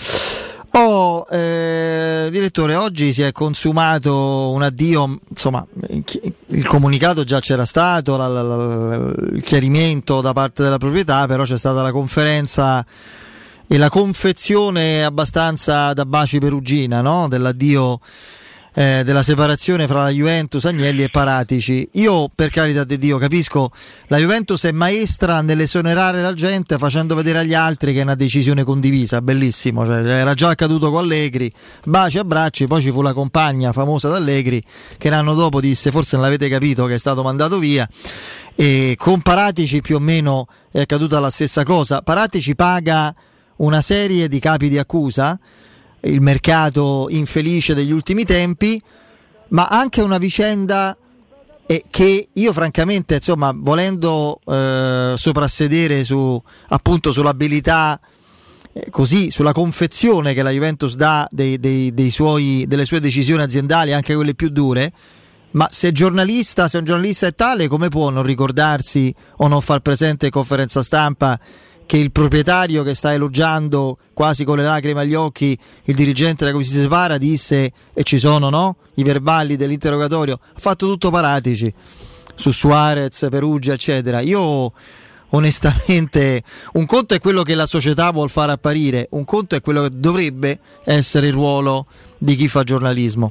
Direttore, oggi si è consumato un addio, insomma, il comunicato già c'era stato, il chiarimento da parte della proprietà, però c'è stata la conferenza e la confezione abbastanza da baci perugina, no? Dell'addio, della separazione fra la Juventus, Agnelli e Paratici. Io, per carità di Dio, capisco, la Juventus è maestra nell'esonerare la gente facendo vedere agli altri che è una decisione condivisa, bellissimo, cioè, era già accaduto con Allegri, baci, abbracci, poi ci fu la compagna famosa d'Allegri che l'anno dopo disse forse non l'avete capito che è stato mandato via, e con Paratici più o meno è accaduta la stessa cosa. Paratici paga una serie di capi di accusa, il mercato infelice degli ultimi tempi, ma anche una vicenda che io francamente, insomma, volendo soprassedere sull'abilità, così sulla confezione che la Juventus dà delle sue decisioni aziendali, anche quelle più dure, Ma se un giornalista è tale, come può non ricordarsi o non far presente in conferenza stampa che il proprietario che sta elogiando quasi con le lacrime agli occhi il dirigente da cui si separa disse, e ci sono, no? I verbali dell'interrogatorio, ha fatto tutto Paratici su Suarez, Perugia, eccetera. Io onestamente, un conto è quello che la società vuol far apparire, un conto è quello che dovrebbe essere il ruolo di chi fa giornalismo.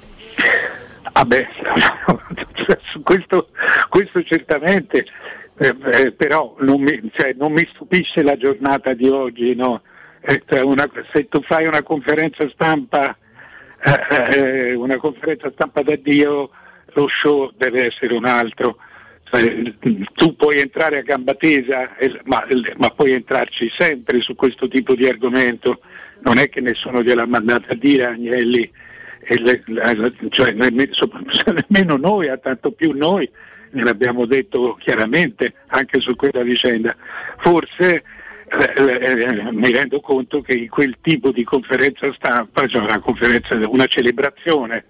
Questo certamente, però non mi stupisce la giornata di oggi, no? Se tu fai una conferenza stampa da Dio, lo show deve essere un altro. Tu puoi entrare a gamba tesa, ma puoi entrarci sempre su questo tipo di argomento. Non è che nessuno gliel'ha mandata a dire Agnelli, nemmeno noi, a tanto più noi ne l'abbiamo detto chiaramente anche su quella vicenda. Forse mi rendo conto che in quel tipo di conferenza stampa, una celebrazione,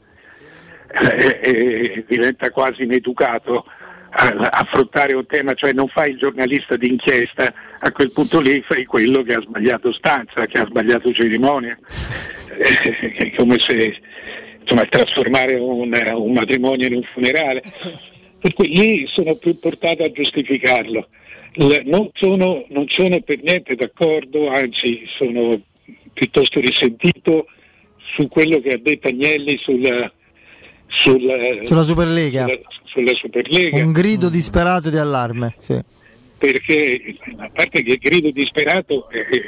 diventa quasi ineducato affrontare un tema, cioè non fai il giornalista d'inchiesta, a quel punto lì fai quello che ha sbagliato stanza, che ha sbagliato cerimonia, è come se trasformare un matrimonio in un funerale, per cui lì sono più portato a giustificarlo. Non sono per niente d'accordo, anzi sono piuttosto risentito su quello che ha detto Agnelli sulla Superlega. Sulla Superlega. Un grido disperato di allarme, sì. Perché a parte che il grido disperato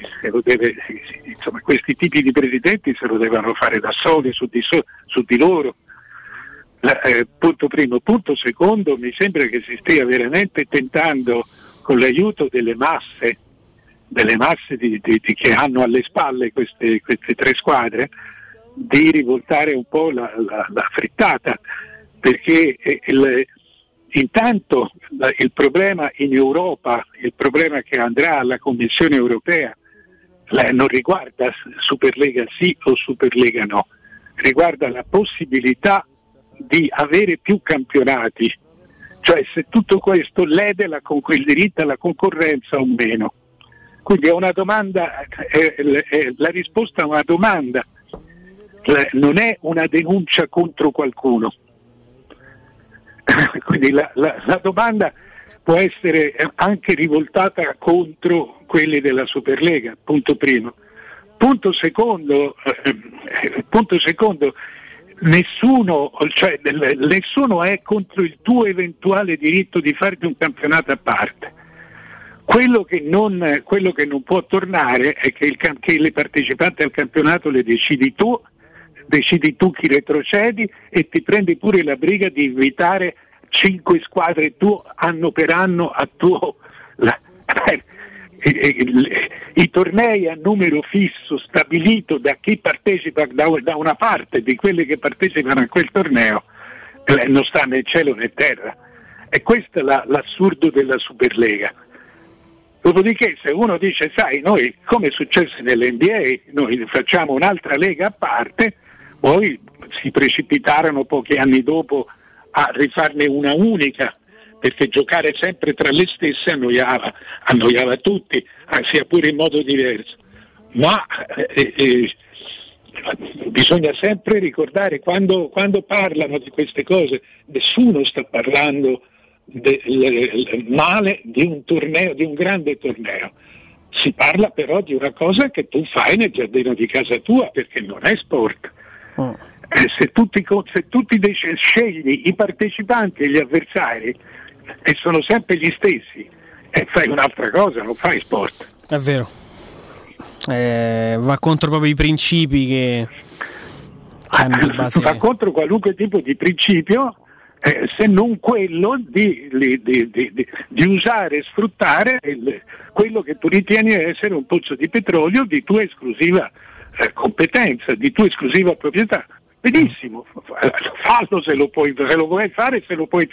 questi tipi di presidenti se lo devono fare da soli su di loro. Punto primo. Punto secondo, mi sembra che si stia veramente tentando, con l'aiuto delle masse che hanno alle spalle queste tre squadre, di rivoltare un po' la frittata, perché intanto il problema in Europa, il problema che andrà alla Commissione europea, non riguarda Superlega sì o Superlega no, riguarda la possibilità di avere più campionati, cioè se tutto questo lede il diritto alla concorrenza o meno. Quindi è una domanda, la risposta a una domanda, non è una denuncia contro qualcuno. Quindi la domanda può essere anche rivoltata contro quelli della Superlega, punto primo. Punto secondo, nessuno è contro il tuo eventuale diritto di farti un campionato a parte. Quello che non può tornare è che le partecipanti al campionato le decidi tu chi retrocedi e ti prendi pure la briga di invitare 5 squadre anno per anno a tuo i tornei a numero fisso stabilito da chi partecipa da una parte di quelli che partecipano a quel torneo non sta né cielo né terra, e questo è l'assurdo della Superlega. Dopodiché se uno dice sai, noi come è successo nell'NBA, noi facciamo un'altra lega a parte, poi si precipitarono pochi anni dopo a rifarne una unica, perché giocare sempre tra le stesse annoiava tutti, sia pure in modo diverso. Ma bisogna sempre ricordare, quando parlano di queste cose, nessuno sta parlando del male di un torneo, di un grande torneo. Si parla però di una cosa che tu fai nel giardino di casa tua, perché non è sport. Se tutti scegli i partecipanti e gli avversari e sono sempre gli stessi, fai un'altra cosa, non fai sport. È vero, va contro proprio i principi che hanno di base. Va contro qualunque tipo di principio, se non quello di usare e sfruttare quello che tu ritieni essere un pozzo di petrolio di tua esclusiva competenza, di tua esclusiva proprietà. Benissimo, fallo se lo puoi fare,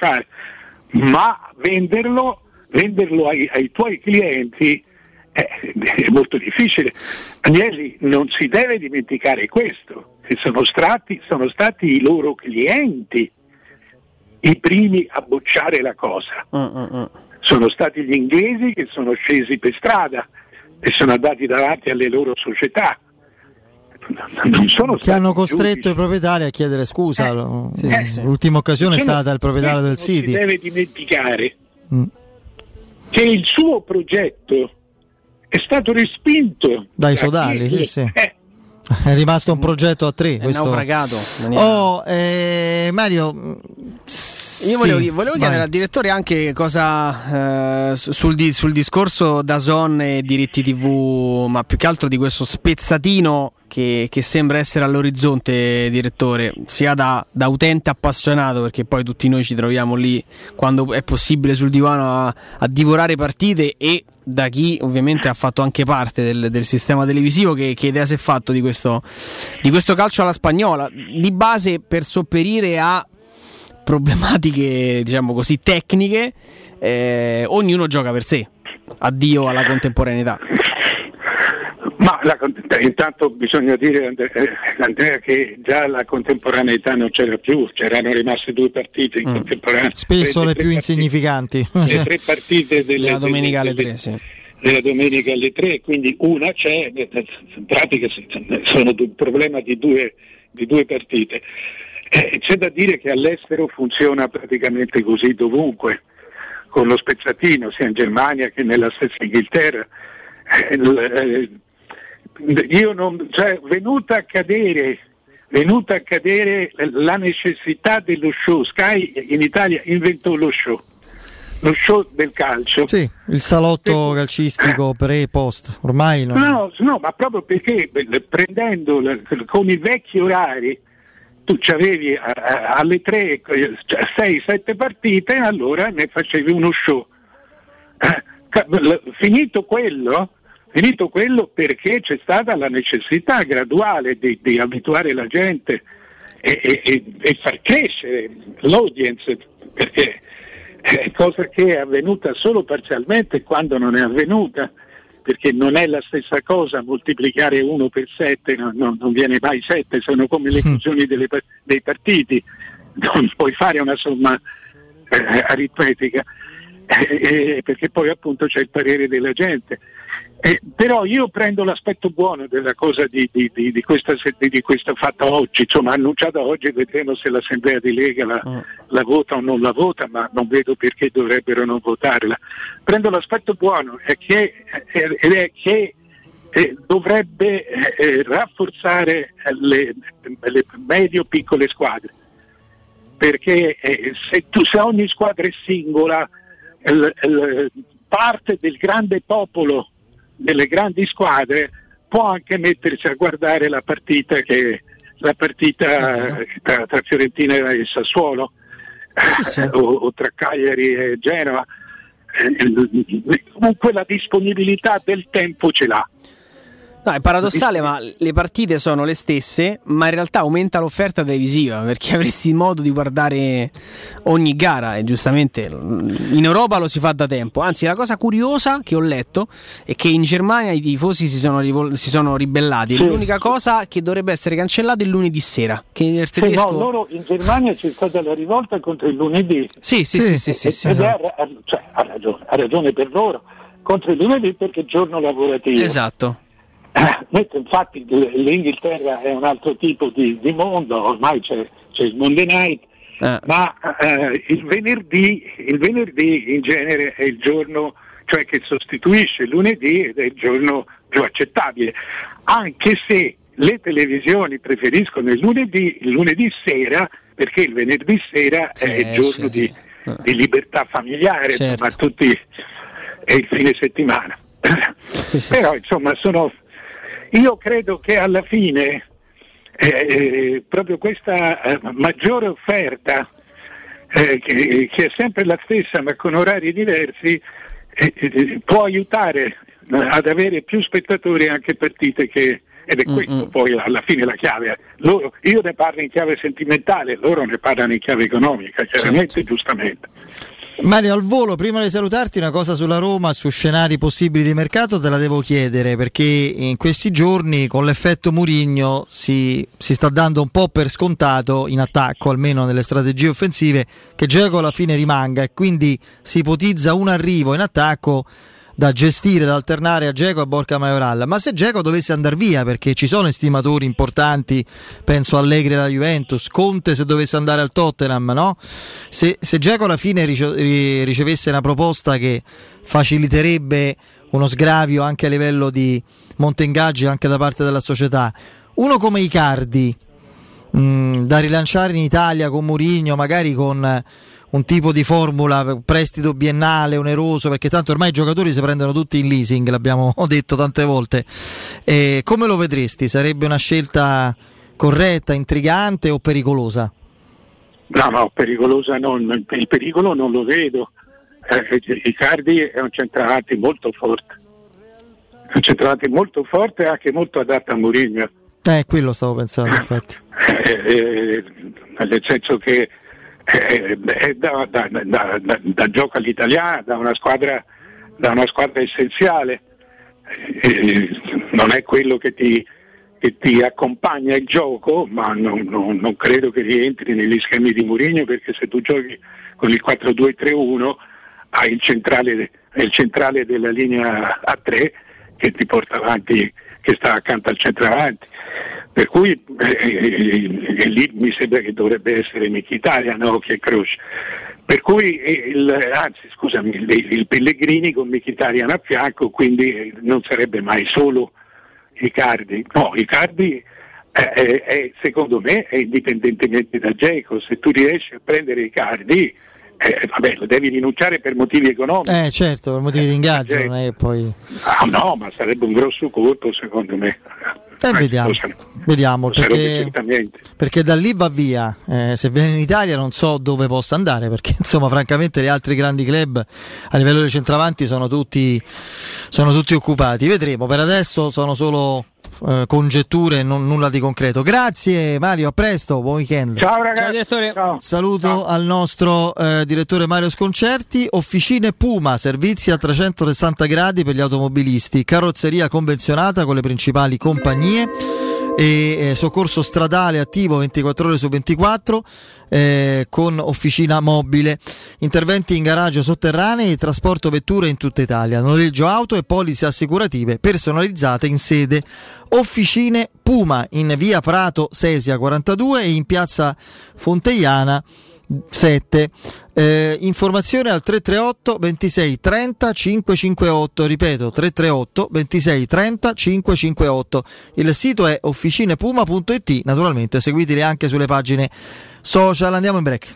ma venderlo ai tuoi clienti è molto difficile. Agnelli non si deve dimenticare questo, che sono stati i loro clienti i primi a bocciare la cosa. Sono stati gli inglesi che sono scesi per strada e sono andati davanti alle loro società. Non sono che hanno costretto i proprietari a chiedere scusa. L'ultima occasione è stata il proprietario del City. Non si deve dimenticare che il suo progetto è stato respinto dai sodali. È rimasto un progetto a tre. È naufragato. Mario, io volevo chiedere al direttore anche cosa sul discorso DAZN e diritti TV, ma più che altro di questo spezzatino che sembra essere all'orizzonte, direttore, sia da utente appassionato, perché poi tutti noi ci troviamo lì quando è possibile sul divano a divorare partite, e da chi ovviamente ha fatto anche parte del sistema televisivo. Che idea si è fatto di questo calcio alla spagnola, di base per sopperire a problematiche, diciamo così, tecniche. Ognuno gioca per sé, addio alla contemporaneità. Ma intanto bisogna dire, Andrea, che già la contemporaneità non c'era più, c'erano rimaste 2 partite in contemporanea. Spesso le più insignificanti. Le 3 partite della domenica alle 3, sì. Della domenica alle 3, quindi una c'è, in pratica sono un problema di due partite. C'è da dire che all'estero funziona praticamente così dovunque, con lo spezzatino, sia in Germania che nella stessa Inghilterra. Venuta a cadere la necessità dello show. Sky in Italia inventò lo show del calcio. Sì, il salotto calcistico pre e post, ormai no, ma proprio perché prendendo con i vecchi orari tu c'avevi alle 3 6-7 partite, allora ne facevi uno show. Finito quello, perché c'è stata la necessità graduale di abituare la gente e far crescere l'audience, perché è cosa che è avvenuta solo parzialmente quando non è avvenuta, perché non è la stessa cosa moltiplicare 1 per 7, non viene mai 7, sono come le funzioni dei partiti, non puoi fare una somma aritmetica, perché poi appunto c'è il parere della gente. Però io prendo l'aspetto buono della cosa di questa fatta oggi, insomma annunciata oggi, vedremo se l'Assemblea di Lega la vota o non la vota, ma non vedo perché dovrebbero non votarla. Prendo l'aspetto buono è che dovrebbe rafforzare le medio-piccole squadre, perché se ogni squadra è singola, parte del grande popolo delle grandi squadre può anche mettersi a guardare la partita tra Fiorentina e Sassuolo, o tra Cagliari e Genova. Comunque la disponibilità del tempo ce l'ha. No, è paradossale, ma le partite sono le stesse, ma in realtà aumenta l'offerta televisiva, perché avresti modo di guardare ogni gara, e giustamente in Europa lo si fa da tempo. Anzi, la cosa curiosa che ho letto è che in Germania i tifosi si sono ribellati. Sì. L'unica cosa che dovrebbe essere cancellata è il lunedì sera, che nel tedesco... loro in Germania c'è stata la rivolta contro il lunedì. Sì, esatto. Ha ragione per loro, contro il lunedì perché è giorno lavorativo. Esatto. Infatti l'Inghilterra è un altro tipo di mondo, ormai c'è il Monday Night, ma il venerdì in genere è il giorno, cioè che sostituisce il lunedì, ed è il giorno più accettabile, anche se le televisioni preferiscono il lunedì sera, perché il venerdì sera è il giorno di libertà familiare, certo. Ma tutti è il fine settimana. Però insomma io credo che alla fine proprio questa maggiore offerta, che è sempre la stessa ma con orari diversi, può aiutare ad avere più spettatori anche partite che, ed è questo poi alla fine la chiave. Io ne parlo in chiave sentimentale, loro ne parlano in chiave economica, chiaramente, giustamente. Mario, al volo, prima di salutarti, una cosa sulla Roma, su scenari possibili di mercato te la devo chiedere, perché in questi giorni con l'effetto Mourinho si sta dando un po' per scontato in attacco, almeno nelle strategie offensive, che Dzeko alla fine rimanga, e quindi si ipotizza un arrivo in attacco da gestire, da alternare a Dzeko e a Borja Mayoral. Ma se Dzeko dovesse andare via, perché ci sono estimatori importanti, penso Allegri alla Juventus, Conte se dovesse andare al Tottenham, no? Se Dzeko alla fine ricevesse una proposta che faciliterebbe uno sgravio anche a livello di monte ingaggi anche da parte della società, uno come Icardi da rilanciare in Italia con Mourinho, magari con un tipo di formula, prestito biennale oneroso, perché tanto ormai i giocatori si prendono tutti in leasing, l'abbiamo detto tante volte, come lo vedresti? Sarebbe una scelta corretta, intrigante o pericolosa? No, pericolosa non, il pericolo non lo vedo. Icardi è un centravanti molto forte, e anche molto adatto a Mourinho. Quello stavo pensando, infatti. Nel senso che da gioco all'italiana, da una squadra essenziale, non è quello che ti accompagna il gioco, ma non credo che rientri negli schemi di Mourinho, perché se tu giochi con il 4-2-3-1 hai il centrale della linea a 3 che ti porta avanti, che sta accanto al centravanti. Per cui lì mi sembra che dovrebbe essere Mkhitaryan, no, che Kroos. Per cui il Pellegrini con Mkhitaryan a fianco, quindi non sarebbe mai solo Icardi. No, Icardi secondo me è indipendentemente da Dzeko. Se tu riesci a prendere Icardi, lo devi rinunciare per motivi economici. Certo, per motivi di ingaggio, non è poi. No, ma sarebbe un grosso colpo secondo me. Vediamo perché da lì va via. Se viene in Italia non so dove possa andare, perché insomma francamente gli altri grandi club a livello di centravanti sono tutti occupati. Vedremo, per adesso sono solo congetture, nulla di concreto. Grazie Mario, a presto, buon weekend. Ciao ragazzi. Ciao direttore. Ciao. Saluto al nostro direttore Mario Sconcerti. Officine Puma, servizi a 360 gradi per gli automobilisti, carrozzeria convenzionata con le principali compagnie e soccorso stradale attivo 24 ore su 24 con officina mobile, interventi in garage sotterranei e trasporto vetture in tutta Italia, noleggio auto e polizze assicurative personalizzate in sede. Officine Puma in via Prato Sesia 42 e in piazza Fonteiana 7. Informazione al 338 26 30 558, ripeto 338 26 30 558. Il sito è officinepuma.it, naturalmente seguiteli anche sulle pagine social. Andiamo in break.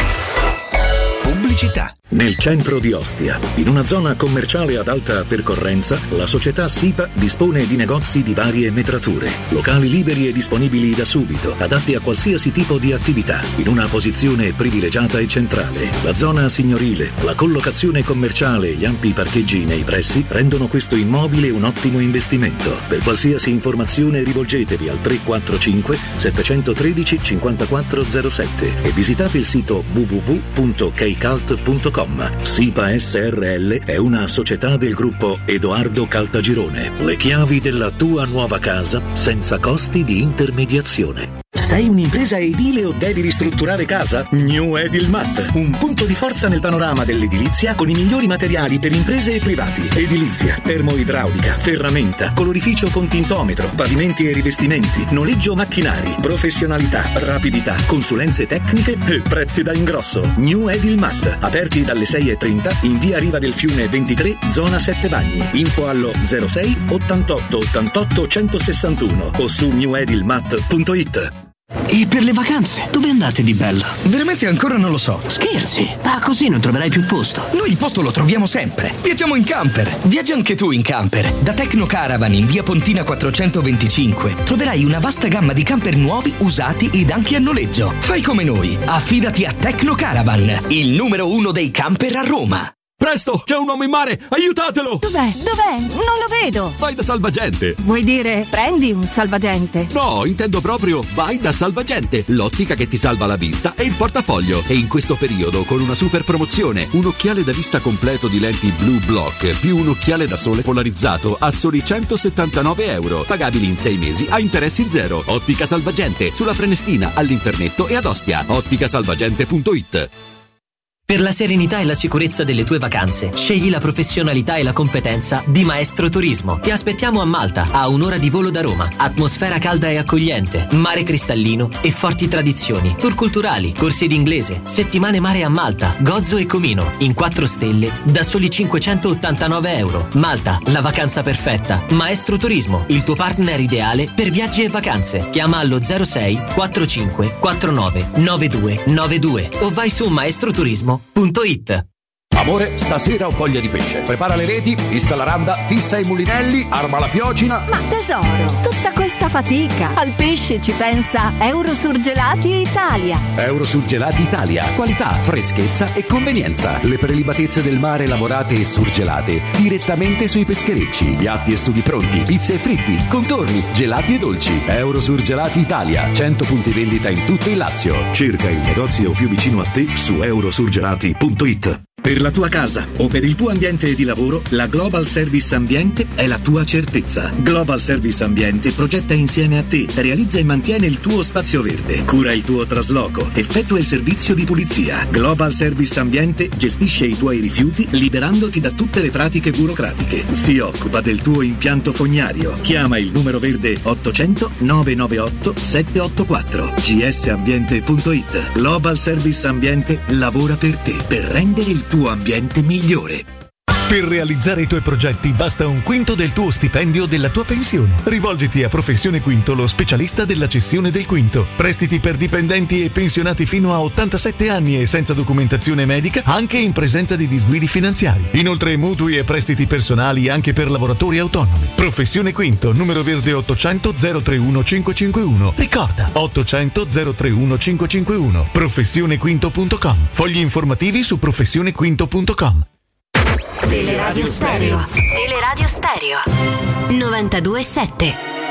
Pubblicità. Nel centro di Ostia, in una zona commerciale ad alta percorrenza, la società SIPA dispone di negozi di varie metrature, locali liberi e disponibili da subito, adatti a qualsiasi tipo di attività, in una posizione privilegiata e centrale. La zona signorile, la collocazione commerciale e gli ampi parcheggi nei pressi rendono questo immobile un ottimo investimento. Per qualsiasi informazione rivolgetevi al 345 713 5407 e visitate il sito www.kcalt.com. SIPA SRL è una società del gruppo Edoardo Caltagirone. Le chiavi della tua nuova casa senza costi di intermediazione. Sei un'impresa edile o devi ristrutturare casa? New Edilmat, un punto di forza nel panorama dell'edilizia con i migliori materiali per imprese e privati. Edilizia, termoidraulica, ferramenta, colorificio con tintometro, pavimenti e rivestimenti, noleggio macchinari, professionalità, rapidità, consulenze tecniche e prezzi da ingrosso. New Edilmat, aperti dalle 6:30 in via Riva del Fiume 23, zona 7 Bagni. Info allo 06 88 88 161 o su newedilmat.it. E per le vacanze, dove andate di bello? Veramente ancora non lo so. Scherzi? Ma così non troverai più posto. Noi il posto lo troviamo sempre. Viaggiamo in camper. Viaggia anche tu in camper. Da Tecno Caravan in via Pontina 425 troverai una vasta gamma di camper nuovi, usati ed anche a noleggio. Fai come noi. Affidati a Tecno Caravan, il numero 1 dei camper a Roma. Presto, c'è un uomo in mare, aiutatelo! Dov'è? Non lo vedo! Vai da Salvagente! Vuoi dire prendi un salvagente? No, intendo proprio vai da Salvagente, l'ottica che ti salva la vista e il portafoglio. E in questo periodo con una super promozione, un occhiale da vista completo di lenti Blue Block più un occhiale da sole polarizzato a soli €179, pagabili in 6 mesi a interessi zero. Ottica Salvagente, sulla Prenestina, all'Internetto e ad Ostia. otticasalvagente.it. Per la serenità e la sicurezza delle tue vacanze, scegli la professionalità e la competenza di Maestro Turismo. Ti aspettiamo a Malta, a un'ora di volo da Roma. Atmosfera calda e accogliente, mare cristallino e forti tradizioni. Tour culturali, corsi d'inglese, settimane mare a Malta, Gozo e Comino, in 4 stelle, da soli €589. Malta, la vacanza perfetta. Maestro Turismo, il tuo partner ideale per viaggi e vacanze. Chiama allo 06 45 49 92 92 o vai su maestroturismo.it. Amore, stasera ho voglia di pesce. Prepara le reti, fissa la randa, fissa i mulinelli, arma la fiocina. Ma tesoro, tutta questa fatica. Al pesce ci pensa Eurosurgelati Italia. Eurosurgelati Italia. Qualità, freschezza e convenienza. Le prelibatezze del mare lavorate e surgelate direttamente sui pescherecci. Piatti e sughi pronti, pizze e fritti, contorni, gelati e dolci. Eurosurgelati Italia. 100 punti vendita in tutto il Lazio. Cerca il negozio più vicino a te su eurosurgelati.it. Per la tua casa o per il tuo ambiente di lavoro, la Global Service Ambiente è la tua certezza. Global Service Ambiente progetta insieme a te, realizza e mantiene il tuo spazio verde, cura il tuo trasloco, effettua il servizio di pulizia. Global Service Ambiente gestisce i tuoi rifiuti liberandoti da tutte le pratiche burocratiche. Si occupa del tuo impianto fognario. Chiama il numero verde 800 998 784. gsambiente.it. Global Service Ambiente lavora per te, per rendere il tuo ambiente migliore. Per realizzare i tuoi progetti basta un quinto del tuo stipendio o della tua pensione. Rivolgiti a Professione Quinto, lo specialista della cessione del quinto. Prestiti per dipendenti e pensionati fino a 87 anni e senza documentazione medica, anche in presenza di disguidi finanziari. Inoltre mutui e prestiti personali anche per lavoratori autonomi. Professione Quinto, numero verde 800 031 551. Ricorda, 800 031 551. Professionequinto.com. Fogli informativi su professionequinto.com. Teleradio Stereo. Teleradio Stereo 92.7.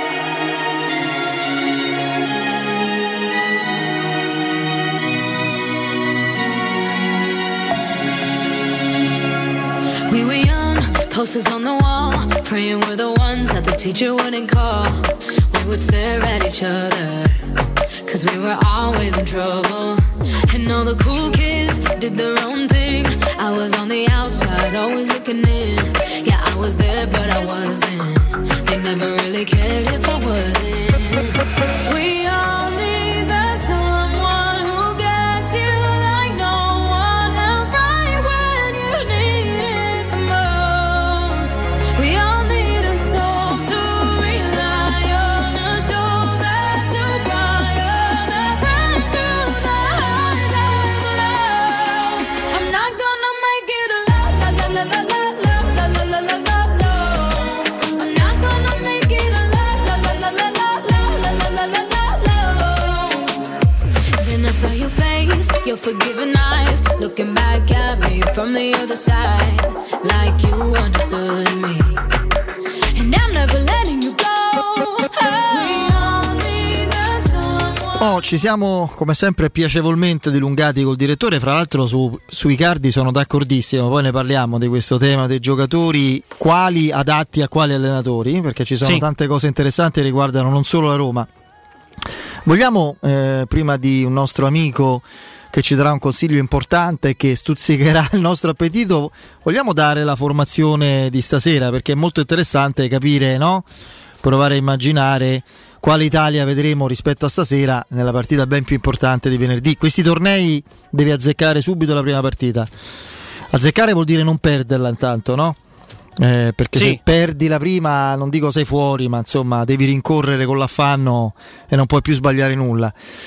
We were young, posters on the wall, praying we're the ones that the teacher wouldn't call. We would stare at each other, 'cause we were always in trouble. And all the cool kids did their own thing. I was on the outside, always looking in. Yeah, I was there, but I wasn't. They never really cared if I wasn't. We all need that someone who gets you like no one else, right when you need it the most. We all need a soul to rely on, a shoulder to cry on, a friend through the highs and the lows. I'm not gonna make it a la la la la la la la la la la la la. I'm not gonna make it a la la la la la la la la la la la. Then I saw your face, your forgiving eyes, looking back at me from the other side, like you understood me. And I'm never letting you go. We all need that someone. Ci siamo come sempre piacevolmente dilungati col direttore, fra l'altro sui Cardi sono d'accordissimo, poi ne parliamo di questo tema dei giocatori, quali adatti a quali allenatori, perché ci sono tante cose interessanti che riguardano non solo la Roma. Vogliamo, prima di un nostro amico che ci darà un consiglio importante che stuzzicherà il nostro appetito, vogliamo dare la formazione di stasera, perché è molto interessante capire, no? Provare a immaginare quale Italia vedremo rispetto a stasera nella partita ben più importante di venerdì. Questi tornei devi azzeccare subito la prima partita. Azzeccare vuol dire non perderla intanto, no? Perché se perdi la prima, non dico sei fuori, ma insomma devi rincorrere con l'affanno e non puoi più sbagliare nulla.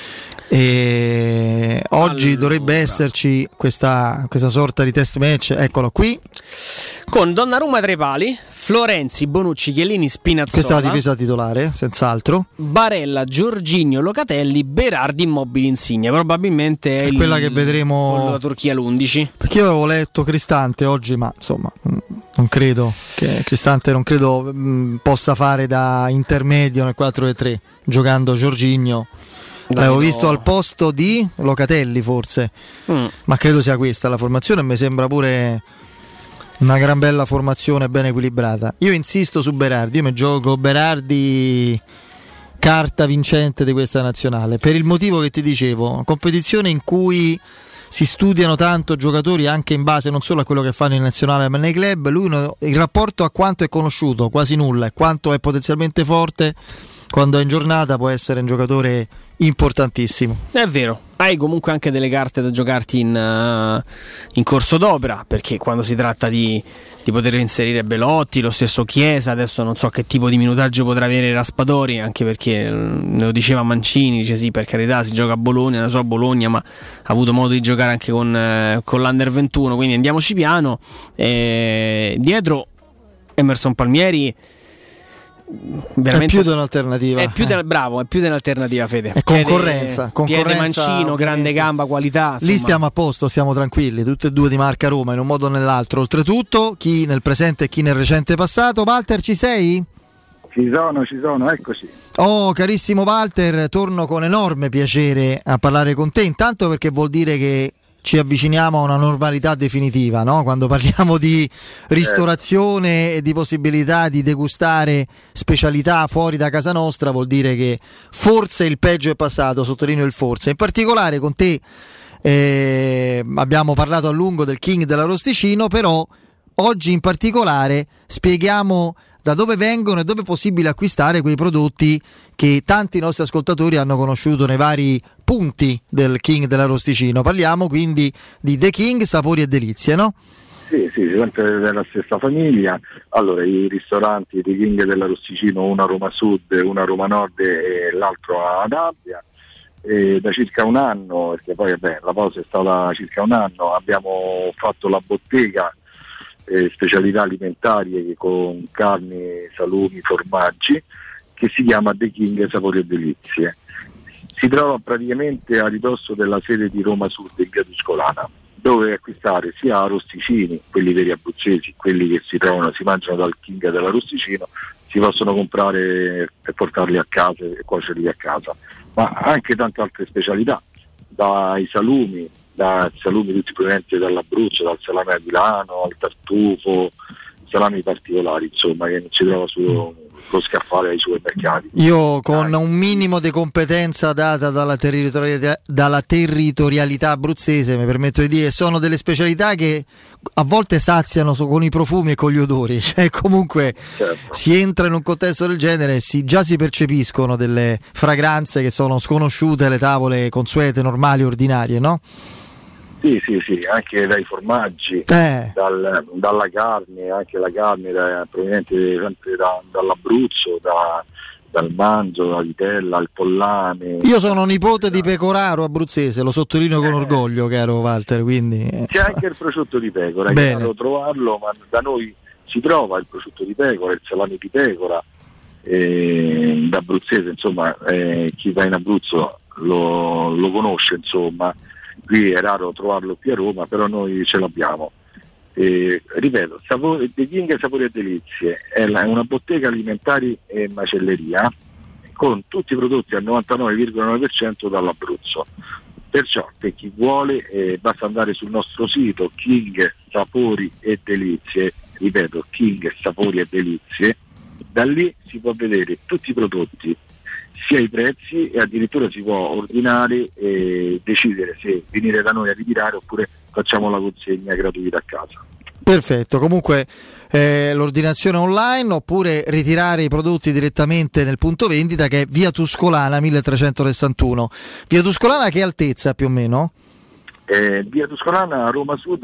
E oggi dovrebbe esserci questa sorta di test match, eccolo qui, con Donnarumma tra i pali, Florenzi, Bonucci, Chiellini, Spinazzola. Questa è la difesa titolare, senz'altro. Barella, Jorginho, Locatelli, Berardi, Immobile, Insigne. Probabilmente è quella che vedremo con la Turchia l'11. Perché io avevo letto Cristante oggi, ma insomma non credo che Cristante possa fare da intermedio nel 4-3 giocando Jorginho. L'avevo visto al posto di Locatelli forse, ma credo sia questa la formazione. Mi sembra pure una gran bella formazione, ben equilibrata. Io insisto su Berardi, io mi gioco Berardi carta vincente di questa nazionale, per il motivo che ti dicevo, competizione in cui si studiano tanto giocatori anche in base non solo a quello che fanno in nazionale ma nei club. Lui il rapporto a quanto è conosciuto quasi nulla, e quanto è potenzialmente forte quando è in giornata può essere un giocatore importantissimo. È vero, hai comunque anche delle carte da giocarti in corso d'opera, perché quando si tratta di poter inserire Belotti, lo stesso Chiesa, adesso non so che tipo di minutaggio potrà avere Raspadori, anche perché ne lo diceva Mancini, dice sì, per carità si gioca a Bologna, la sua Bologna, ma ha avuto modo di giocare anche con l'Under 21, quindi andiamoci piano. Dietro Emerson Palmieri veramente è più di un'alternativa, è più di un'alternativa, Fede. È concorrenza piede mancino, ovviamente. Grande gamba, qualità, insomma. Lì stiamo a posto, stiamo tranquilli, tutte e due di marca Roma in un modo o nell'altro. Oltretutto chi nel presente e chi nel recente passato. Walter, ci sei? Ci sono, eccoci. Oh, carissimo Walter, torno con enorme piacere a parlare con te, intanto perché vuol dire che ci avviciniamo a una normalità definitiva, no? Quando parliamo di ristorazione e di possibilità di degustare specialità fuori da casa nostra, vuol dire che forse il peggio è passato, sottolineo il forse. In particolare con te abbiamo parlato a lungo del King dell'Arosticino, però oggi in particolare spieghiamo da dove vengono e dove è possibile acquistare quei prodotti che tanti nostri ascoltatori hanno conosciuto nei vari punti del King dell'Arosticino. Parliamo quindi di The King Sapori e Delizie, no? Sì, sempre della stessa famiglia. Allora, i ristoranti The King dell'Arosticino, uno a Roma Sud, uno a Roma Nord e l'altro ad Abbia. Da circa un anno, perché poi la pausa è stata circa un anno, abbiamo fatto la bottega specialità alimentari con carni, salumi, formaggi, che si chiama The King Sapori e Delizie. Si trova praticamente a ridosso della sede di Roma Sud in via Tuscolana, dove acquistare sia arrosticini, quelli veri abruzzesi, quelli che si mangiano dal King dell'Arosticino, si possono comprare e portarli a casa e cuocerli a casa, ma anche tante altre specialità, dai salumi tutti provenienti dall'Abruzzo, dal salame a Milano, al tartufo, salami particolari, insomma, che non si trova sullo scaffale ai supermercati. Io con un minimo di competenza data dalla territorialità abruzzese mi permetto di dire, sono delle specialità che a volte saziano con i profumi e con gli odori, cioè comunque si entra in un contesto del genere e già si percepiscono delle fragranze che sono sconosciute alle tavole consuete, normali, ordinarie, no? Sì, anche dai formaggi, dalla carne, anche la carne proveniente sempre dall'Abruzzo, dal manzo, la vitella, il pollame. Io sono nipote di pecoraro abruzzese, lo sottolineo con orgoglio, caro Walter, quindi c'è anche il prosciutto di pecora, è raro trovarlo, ma da noi si trova il prosciutto di pecora, il salame di pecora, d'abruzzese, insomma, chi va in Abruzzo lo conosce, insomma. Qui è raro trovarlo qui a Roma, però noi ce l'abbiamo. Ripeto, The King Sapori e Delizie è una bottega alimentari e macelleria con tutti i prodotti al 99,9% dall'Abruzzo. Perciò per chi vuole basta andare sul nostro sito King Sapori e Delizie, ripeto, King Sapori e Delizie, da lì si può vedere tutti i prodotti, sia i prezzi, e addirittura si può ordinare e decidere se venire da noi a ritirare oppure facciamo la consegna gratuita a casa. Perfetto, comunque l'ordinazione online oppure ritirare i prodotti direttamente nel punto vendita, che è via Tuscolana 1361. Via Tuscolana che altezza più o meno? Via Tuscolana, Roma Sud,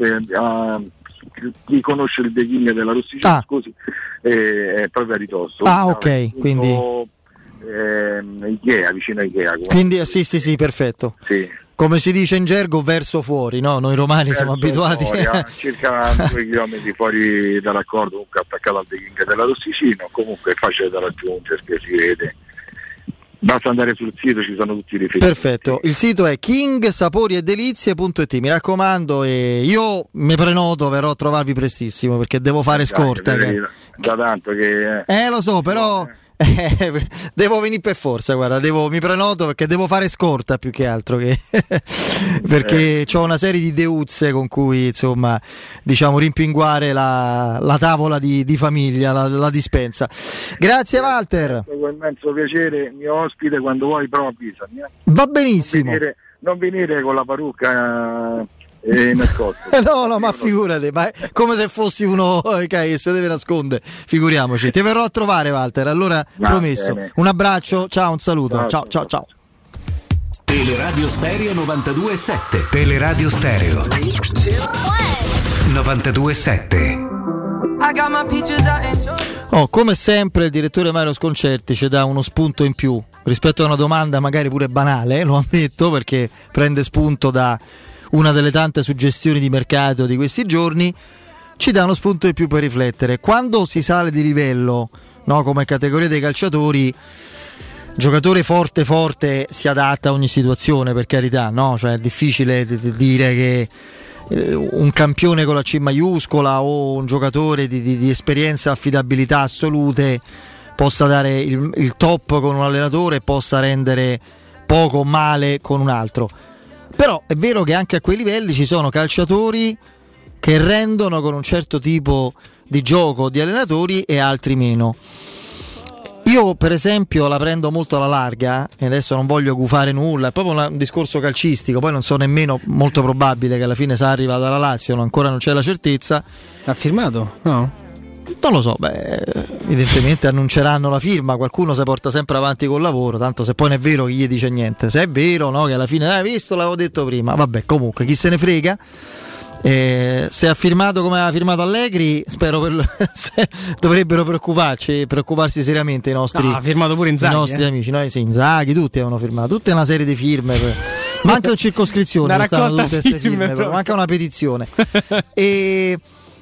chi conosce il The King dell'Arosticino, scusi, è proprio a ridosso. Ok, quindi Ikea, vicino a Ikea. Quindi sì, perfetto. Sì. Come si dice in gergo, verso fuori, no? Noi romani siamo abituati. Fuori, circa 2 chilometri fuori dal raccordo, comunque attaccato al King della Rossicino, comunque è facile da raggiungere, che si vede. Basta andare sul sito, ci sono tutti i riferimenti. Perfetto, il sito è kingsaporiedelizie.it, mi raccomando, e io mi prenoto, verrò a trovarvi prestissimo perché devo fare scorta. Da tanto che... lo so, però... devo venire per forza, guarda, mi prenoto perché devo fare scorta più che altro che perché ho una serie di deuzze con cui insomma diciamo rimpinguare la tavola di famiglia, la dispensa. Grazie Walter, con immenso piacere, mio ospite, quando vuoi però avvisami. Va benissimo, non venire con la parrucca nascosto. No, ma figurati, ma è come se fossi uno che si deve nascondere, figuriamoci. Ti verrò a trovare Walter, allora promesso. Bene. Un abbraccio, ciao, un saluto, ciao. Teleradio Stereo 92.7. Teleradio Stereo 92.7. Come sempre il direttore Mario Sconcerti ci dà uno spunto in più rispetto a una domanda magari pure banale, lo ammetto, perché prende spunto da una delle tante suggestioni di mercato di questi giorni, ci dà uno spunto in più per riflettere. Quando si sale di livello, no, come categoria dei calciatori, giocatore forte si adatta a ogni situazione, per carità, no? Cioè è difficile dire che un campione con la C maiuscola o un giocatore di esperienza e affidabilità assolute possa dare il top con un allenatore e possa rendere poco o male con un altro. Però è vero che anche a quei livelli ci sono calciatori che rendono con un certo tipo di gioco di allenatori e altri meno. Io per esempio la prendo molto alla larga, e adesso non voglio gufare nulla, è proprio un discorso calcistico, poi non so nemmeno, molto probabile che alla fine Sarri vada dalla Lazio, ancora non c'è la certezza. Ha firmato? No? Non lo so, evidentemente annunceranno la firma, qualcuno si porta sempre avanti col lavoro, tanto se poi non è vero chi gli dice niente, se è vero, no, che alla fine hai visto, l'avevo detto prima, vabbè, comunque chi se ne frega. Se ha firmato come ha firmato Allegri, spero dovrebbero preoccuparsi seriamente i nostri, ha firmato pure Inzaghi, i nostri amici. Noi sì, Inzaghi, tutti avevano firmato, tutta una serie di firme, manca una circoscrizione, stanno tutte queste firme, manca una petizione. E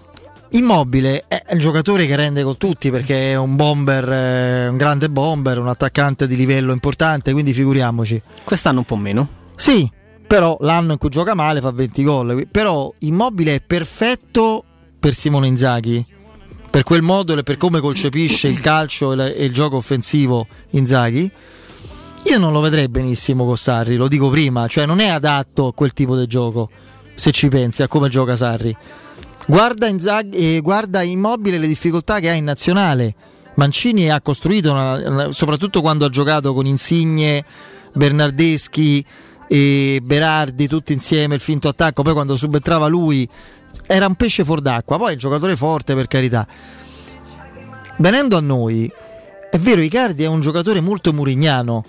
Immobile è un giocatore che rende con tutti, perché è un bomber, un grande bomber, un attaccante di livello importante, quindi figuriamoci. Quest'anno un po' meno. Sì, però l'anno in cui gioca male fa 20 gol. Però Immobile è perfetto per Simone Inzaghi, per quel modo e per come concepisce il calcio e il gioco offensivo Inzaghi. Io non lo vedrei benissimo con Sarri, lo dico prima, cioè non è adatto a quel tipo di gioco, se ci pensi a come gioca Sarri. Guarda Inzaghi, guarda Immobile le difficoltà che ha in nazionale. Mancini ha costruito soprattutto quando ha giocato con Insigne, Bernardeschi e Berardi tutti insieme il finto attacco, poi quando subentrava lui era un pesce fuor d'acqua. Poi è un giocatore forte, per carità. Venendo a noi, è vero, Icardi è un giocatore molto murignano,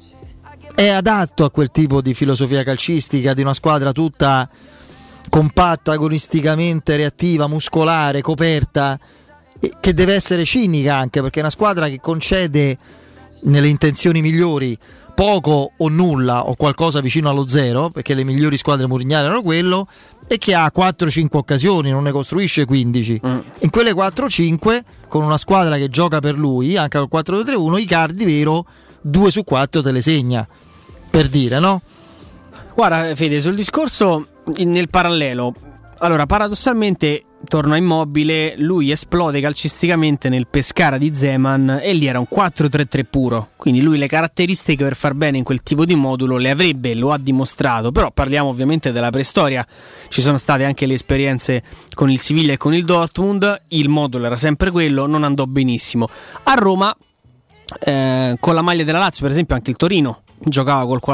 è adatto a quel tipo di filosofia calcistica di una squadra tutta compatta, agonisticamente reattiva, muscolare, coperta, che deve essere cinica anche, perché è una squadra che concede nelle intenzioni migliori poco o nulla o qualcosa vicino allo zero, perché le migliori squadre murignane erano quello, e che ha 4-5 occasioni, non ne costruisce 15. In quelle 4-5, con una squadra che gioca per lui, anche al 4-2-3-1, Icardi, vero, 2 su 4 te le segna, per dire, no? Guarda Fede, sul discorso nel parallelo, allora paradossalmente torno a Immobile, lui esplode calcisticamente nel Pescara di Zeman e lì era un 4-3-3 puro, quindi lui le caratteristiche per far bene in quel tipo di modulo le avrebbe, lo ha dimostrato. Però parliamo ovviamente della preistoria, ci sono state anche le esperienze con il Siviglia e con il Dortmund, il modulo era sempre quello, non andò benissimo. A Roma con la maglia della Lazio, per esempio, anche il Torino giocava col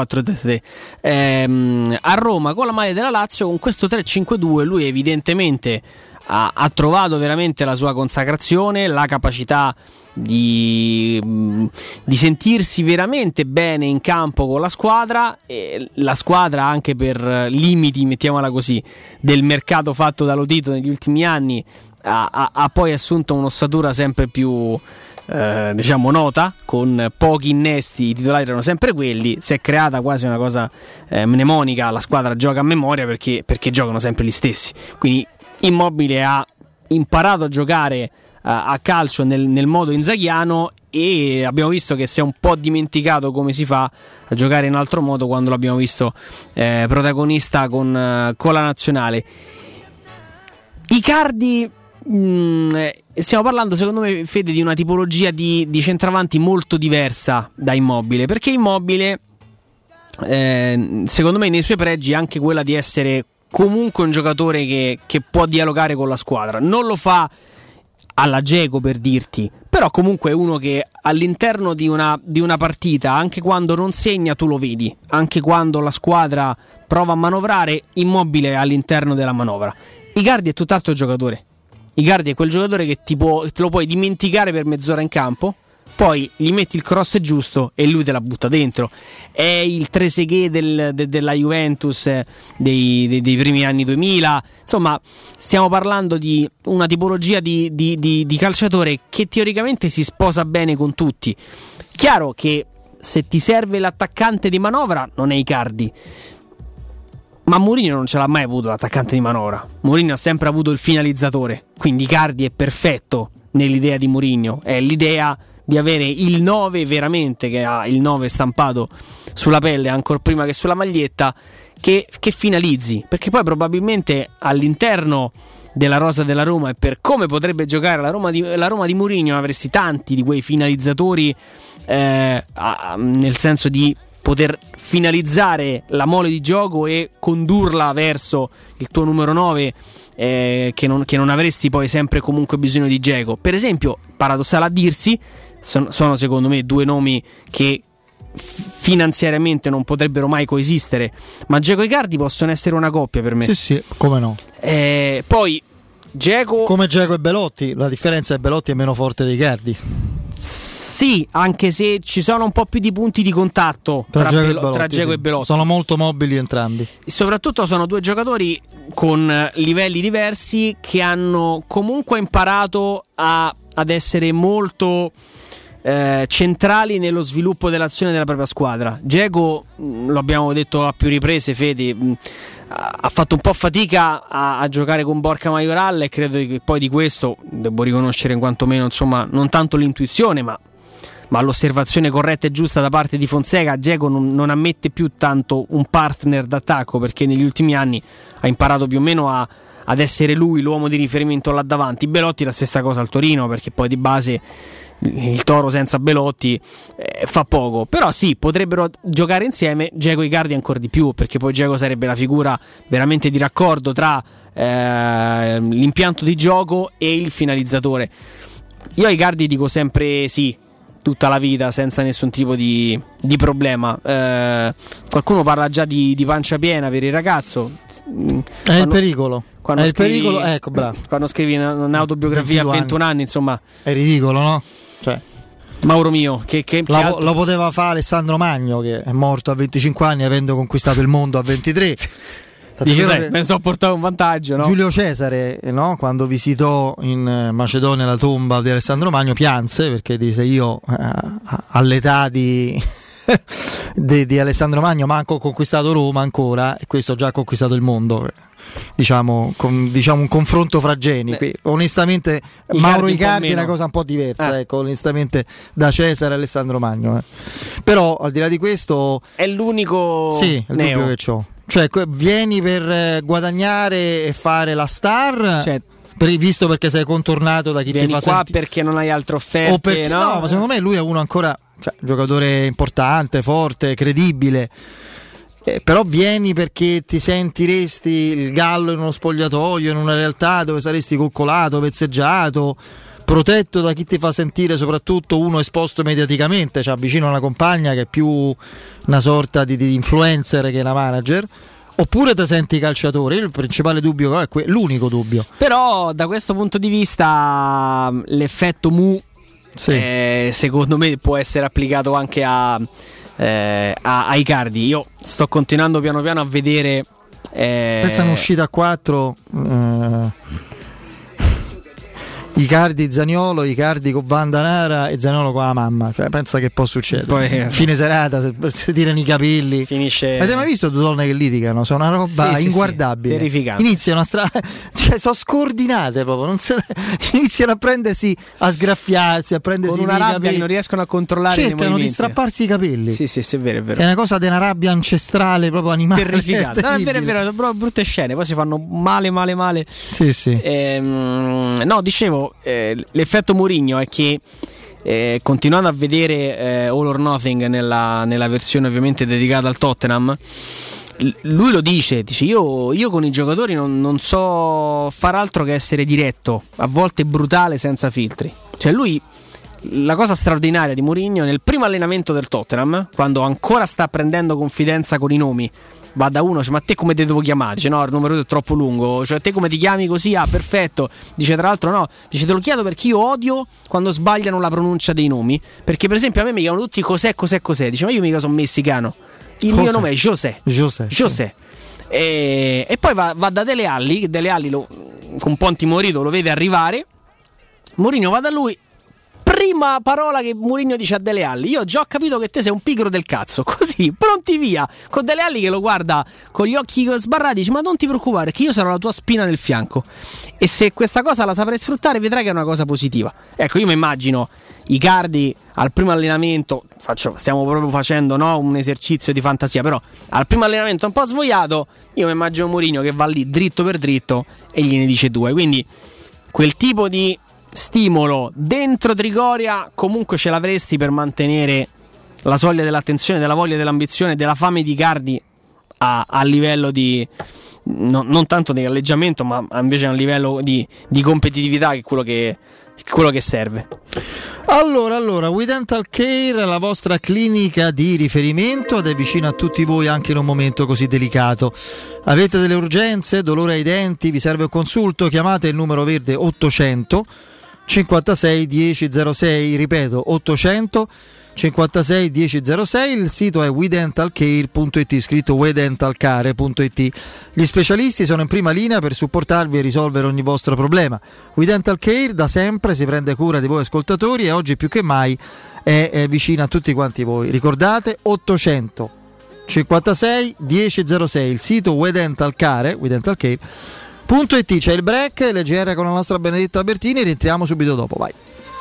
4-3-3. A Roma con la maglia della Lazio, con questo 3-5-2, lui evidentemente ha trovato veramente la sua consacrazione, la capacità di sentirsi veramente bene in campo con la squadra, e la squadra, anche per limiti, mettiamola così, del mercato fatto da Lotito negli ultimi anni, ha poi assunto un'ossatura sempre più diciamo nota, con pochi innesti, i titolari erano sempre quelli, si è creata quasi una cosa mnemonica, la squadra gioca a memoria perché giocano sempre gli stessi, quindi Immobile ha imparato a giocare a calcio nel modo inzaghiano, e abbiamo visto che si è un po' dimenticato come si fa a giocare in altro modo quando l'abbiamo visto protagonista con la nazionale. Icardi, stiamo parlando secondo me, Fede, di una tipologia di centravanti molto diversa da Immobile, perché Immobile secondo me nei suoi pregi è anche quella di essere comunque un giocatore che può dialogare con la squadra, non lo fa alla Dzeko per dirti, però comunque è uno che all'interno di una partita, anche quando non segna tu lo vedi, anche quando la squadra prova a manovrare, Immobile all'interno della manovra. Icardi è tutt'altro giocatore. Icardi è quel giocatore che te lo puoi dimenticare per mezz'ora in campo, poi gli metti il cross giusto e lui te la butta dentro. È il Trezeguet della Juventus dei primi anni 2000. Insomma, stiamo parlando di una tipologia di calciatore che teoricamente si sposa bene con tutti. Chiaro che se ti serve l'attaccante di manovra non è Icardi, ma Mourinho non ce l'ha mai avuto l'attaccante di manovra. Mourinho ha sempre avuto il finalizzatore, quindi Icardi è perfetto nell'idea di Mourinho, è l'idea di avere il 9 veramente, che ha il 9 stampato sulla pelle ancora prima che sulla maglietta, che finalizzi, perché poi probabilmente all'interno della rosa della Roma e per come potrebbe giocare la Roma di Mourinho avresti tanti di quei finalizzatori, nel senso di poter finalizzare la mole di gioco e condurla verso il tuo numero 9, che non avresti poi sempre comunque bisogno di Dzeko. Per esempio, paradossale a dirsi, sono secondo me due nomi che finanziariamente non potrebbero mai coesistere, ma Dzeko e Icardi possono essere una coppia per me. Sì, come no. Poi Dzeko, come Dzeko e Belotti, la differenza è che Belotti è meno forte di Icardi. Sì, anche se ci sono un po' più di punti di contatto tra Dzeko e Belotti. Sono molto mobili entrambi. E soprattutto sono due giocatori con livelli diversi che hanno comunque imparato ad essere molto centrali nello sviluppo dell'azione della propria squadra. Dzeko, lo abbiamo detto a più riprese, Fede, ha fatto un po' fatica a giocare con Borja Majoral, e credo che poi di questo devo riconoscere quantomeno, insomma, non tanto l'intuizione ma l'osservazione corretta e giusta da parte di Fonseca. Dzeko non ammette più tanto un partner d'attacco, perché negli ultimi anni ha imparato più o meno ad essere lui l'uomo di riferimento là davanti. Belotti la stessa cosa al Torino, perché poi di base il Toro senza Belotti fa poco, però sì, potrebbero giocare insieme. Dzeko e Icardi ancora di più, perché poi Dzeko sarebbe la figura veramente di raccordo tra l'impianto di gioco e il finalizzatore. Io a Icardi dico sempre sì, tutta la vita, senza nessun tipo di problema. Qualcuno parla già di pancia piena per il ragazzo. È il pericolo. Il pericolo, ecco, bravo. Quando scrivi un'autobiografia a 21 anni, insomma, è ridicolo, no? Cioè, Mauro mio, lo poteva fare Alessandro Magno, che è morto a 25 anni avendo conquistato il mondo a 23. Me ne sono portato un vantaggio, no? Giulio Cesare, no? Quando visitò in Macedonia la tomba di Alessandro Magno, pianse perché disse: io all'età di Alessandro Magno manco ho conquistato Roma ancora, e questo ha già conquistato il mondo. Diciamo un confronto fra geni. Onestamente Mauro Icardi è una cosa un po' diversa, ecco, onestamente, da Cesare e Alessandro Magno, però al di là di questo è l'unico dubbio che c'ho. Cioè, vieni per guadagnare e fare la star, cioè, visto perché sei contornato da chi ti fa qua perché non hai altre offerte, o perché, no, ma secondo me lui è uno ancora, cioè, un giocatore importante, forte, credibile. Però vieni perché ti sentiresti il gallo in uno spogliatoio, in una realtà dove saresti coccolato, vezzeggiato, protetto da chi ti fa sentire soprattutto uno esposto mediaticamente, cioè vicino a una compagna che è più una sorta di influencer che una manager, oppure ti senti calciatore. Il principale dubbio è l'unico dubbio. Però da questo punto di vista l'effetto Mu secondo me può essere applicato anche a Icardi. Io sto continuando piano piano a vedere questa è un'uscita a 4. Icardi Zaniolo, Icardi con Vandanara e Zaniolo con la mamma, cioè pensa che può succedere. Poi, fine serata si tirano i capelli, finisce. Avete mai visto due donne che litigano? Sono una roba inguardabile, terrificante. Iniziano cioè sono scordinate proprio, iniziano a prendersi, a sgraffiarsi, a prendersi con una rabbia capelli. Che non riescono a controllare, cercano di strapparsi i capelli. Sì, è vero, è vero. È una cosa di una rabbia ancestrale proprio animale, terrificante. No, è vero, sono proprio brutte scene, poi si fanno male. Sì. No, dicevo, l'effetto Mourinho è che continuando a vedere All or Nothing nella versione ovviamente dedicata al Tottenham, lui lo dice io con i giocatori non so far altro che essere diretto, a volte brutale, senza filtri. Cioè lui, la cosa straordinaria di Mourinho nel primo allenamento del Tottenham, quando ancora sta prendendo confidenza con i nomi, va da uno, dice: ma te come ti devo chiamare? Dice: no, il numero è troppo lungo. Cioè, te come ti chiami così? Ah, perfetto. Dice: tra l'altro no, dice: te lo chiedo perché io odio quando sbagliano la pronuncia dei nomi, perché per esempio a me mi chiamano tutti cos'è. Dice: ma io mica sono messicano, il mio nome è José. Sì. E poi va da Dele Alli con po' intimorito lo vede arrivare. Mourinho va da lui. Prima parola che Mourinho dice a Dele Alli: io ho già capito che te sei un pigro del cazzo. Così, pronti via. Con Dele Alli che lo guarda con gli occhi sbarrati, dice: ma non ti preoccupare, che io sarò la tua spina nel fianco. E se questa cosa la saprai sfruttare, vedrai che è una cosa positiva. Ecco, io mi immagino Icardi al primo allenamento, stiamo proprio facendo un esercizio di fantasia, però al primo allenamento un po' svogliato, io mi immagino Mourinho che va lì dritto per dritto e gliene dice due. Quindi quel tipo di stimolo dentro Trigoria comunque ce l'avresti per mantenere la soglia dell'attenzione, della voglia, dell'ambizione, della fame di Icardi a livello di non tanto di galleggiamento, ma invece a un livello di competitività, che è quello che serve. Allora, We Dental Care, la vostra clinica di riferimento, ed è vicina a tutti voi anche in un momento così delicato. Avete delle urgenze, dolore ai denti, vi serve un consulto? Chiamate il numero verde 800 56 1006, ripeto 800 56 1006, il sito è wedentalcare.it, scritto wedentalcare.it. Gli specialisti sono in prima linea per supportarvi e risolvere ogni vostro problema. We Dental Care da sempre si prende cura di voi ascoltatori e oggi più che mai è vicina a tutti quanti voi. Ricordate 800 56 1006, il sito wedentalcare.it. C'è il break, le GR con la nostra Benedetta Bertini, rientriamo subito dopo, vai.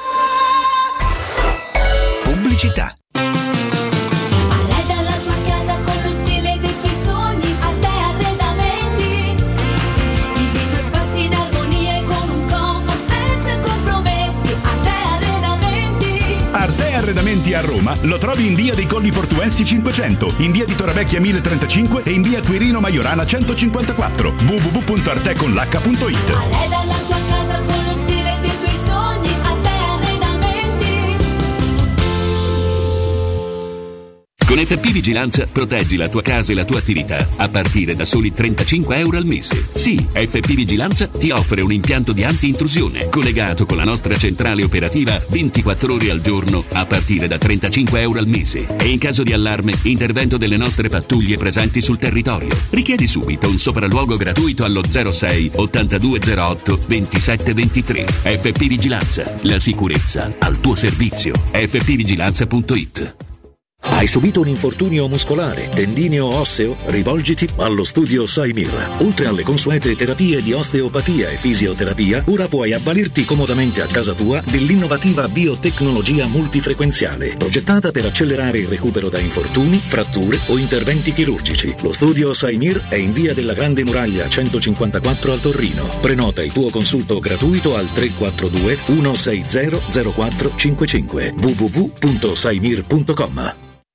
Pubblicità. Arreda la tua casa con lo stile dei tuoi sogni. Arte Arredamenti. Vivi i tuoi spazi in armonia e con un comfort senza compromessi. Arte Arredamenti. Arte Arredamenti a Roma lo trovi in via dei Colli Portuensi 500, in via di Torrevecchia 1035 e in via Quirino Maiorana 154. www.arteconlh.it. Arreda la tua casa con lo stile dei tuoi sogni. Con FP Vigilanza proteggi la tua casa e la tua attività a partire da soli €35 al mese. Sì, FP Vigilanza ti offre un impianto di anti-intrusione collegato con la nostra centrale operativa 24 ore al giorno a partire da €35 al mese. E in caso di allarme, intervento delle nostre pattuglie presenti sul territorio. Richiedi subito un sopralluogo gratuito allo 06 8208 2723. FP Vigilanza, la sicurezza al tuo servizio. fpvigilanza.it. Hai subito un infortunio muscolare, tendineo o osseo? Rivolgiti allo studio Saimir. Oltre alle consuete terapie di osteopatia e fisioterapia, ora puoi avvalerti comodamente a casa tua dell'innovativa biotecnologia multifrequenziale, progettata per accelerare il recupero da infortuni, fratture o interventi chirurgici. Lo studio Saimir è in via della Grande Muraglia 154 al Torrino. Prenota il tuo consulto gratuito al 342 160 0455 www.saimir.com.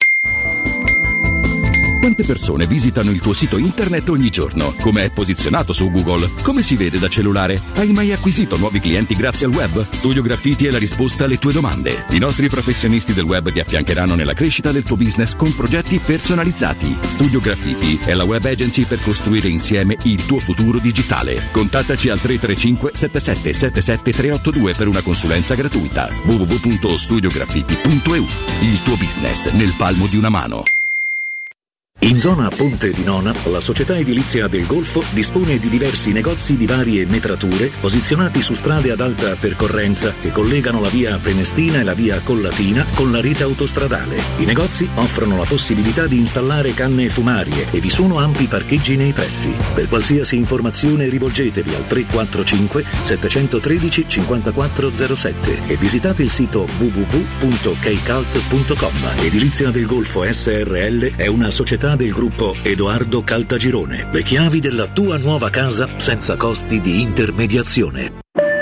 Quante persone visitano il tuo sito internet ogni giorno? Come è posizionato su Google? Come si vede da cellulare? Hai mai acquisito nuovi clienti grazie al web? Studio Graffiti è la risposta alle tue domande. I nostri professionisti del web ti affiancheranno nella crescita del tuo business con progetti personalizzati. Studio Graffiti è la web agency per costruire insieme il tuo futuro digitale. Contattaci al 335 77 77 382 per una consulenza gratuita. www.studiograffiti.eu. Il tuo business nel palmo di una mano. In zona Ponte di Nona, la società edilizia del Golfo dispone di diversi negozi di varie metrature posizionati su strade ad alta percorrenza che collegano la via Prenestina e la via Collatina con la rete autostradale. I negozi offrono la possibilità di installare canne fumarie e vi sono ampi parcheggi nei pressi. Per qualsiasi informazione rivolgetevi al 345 713 5407 e visitate il sito www.keicalt.com. Edilizia del Golfo SRL è una società del gruppo Edoardo Caltagirone. Le chiavi della tua nuova casa senza costi di intermediazione.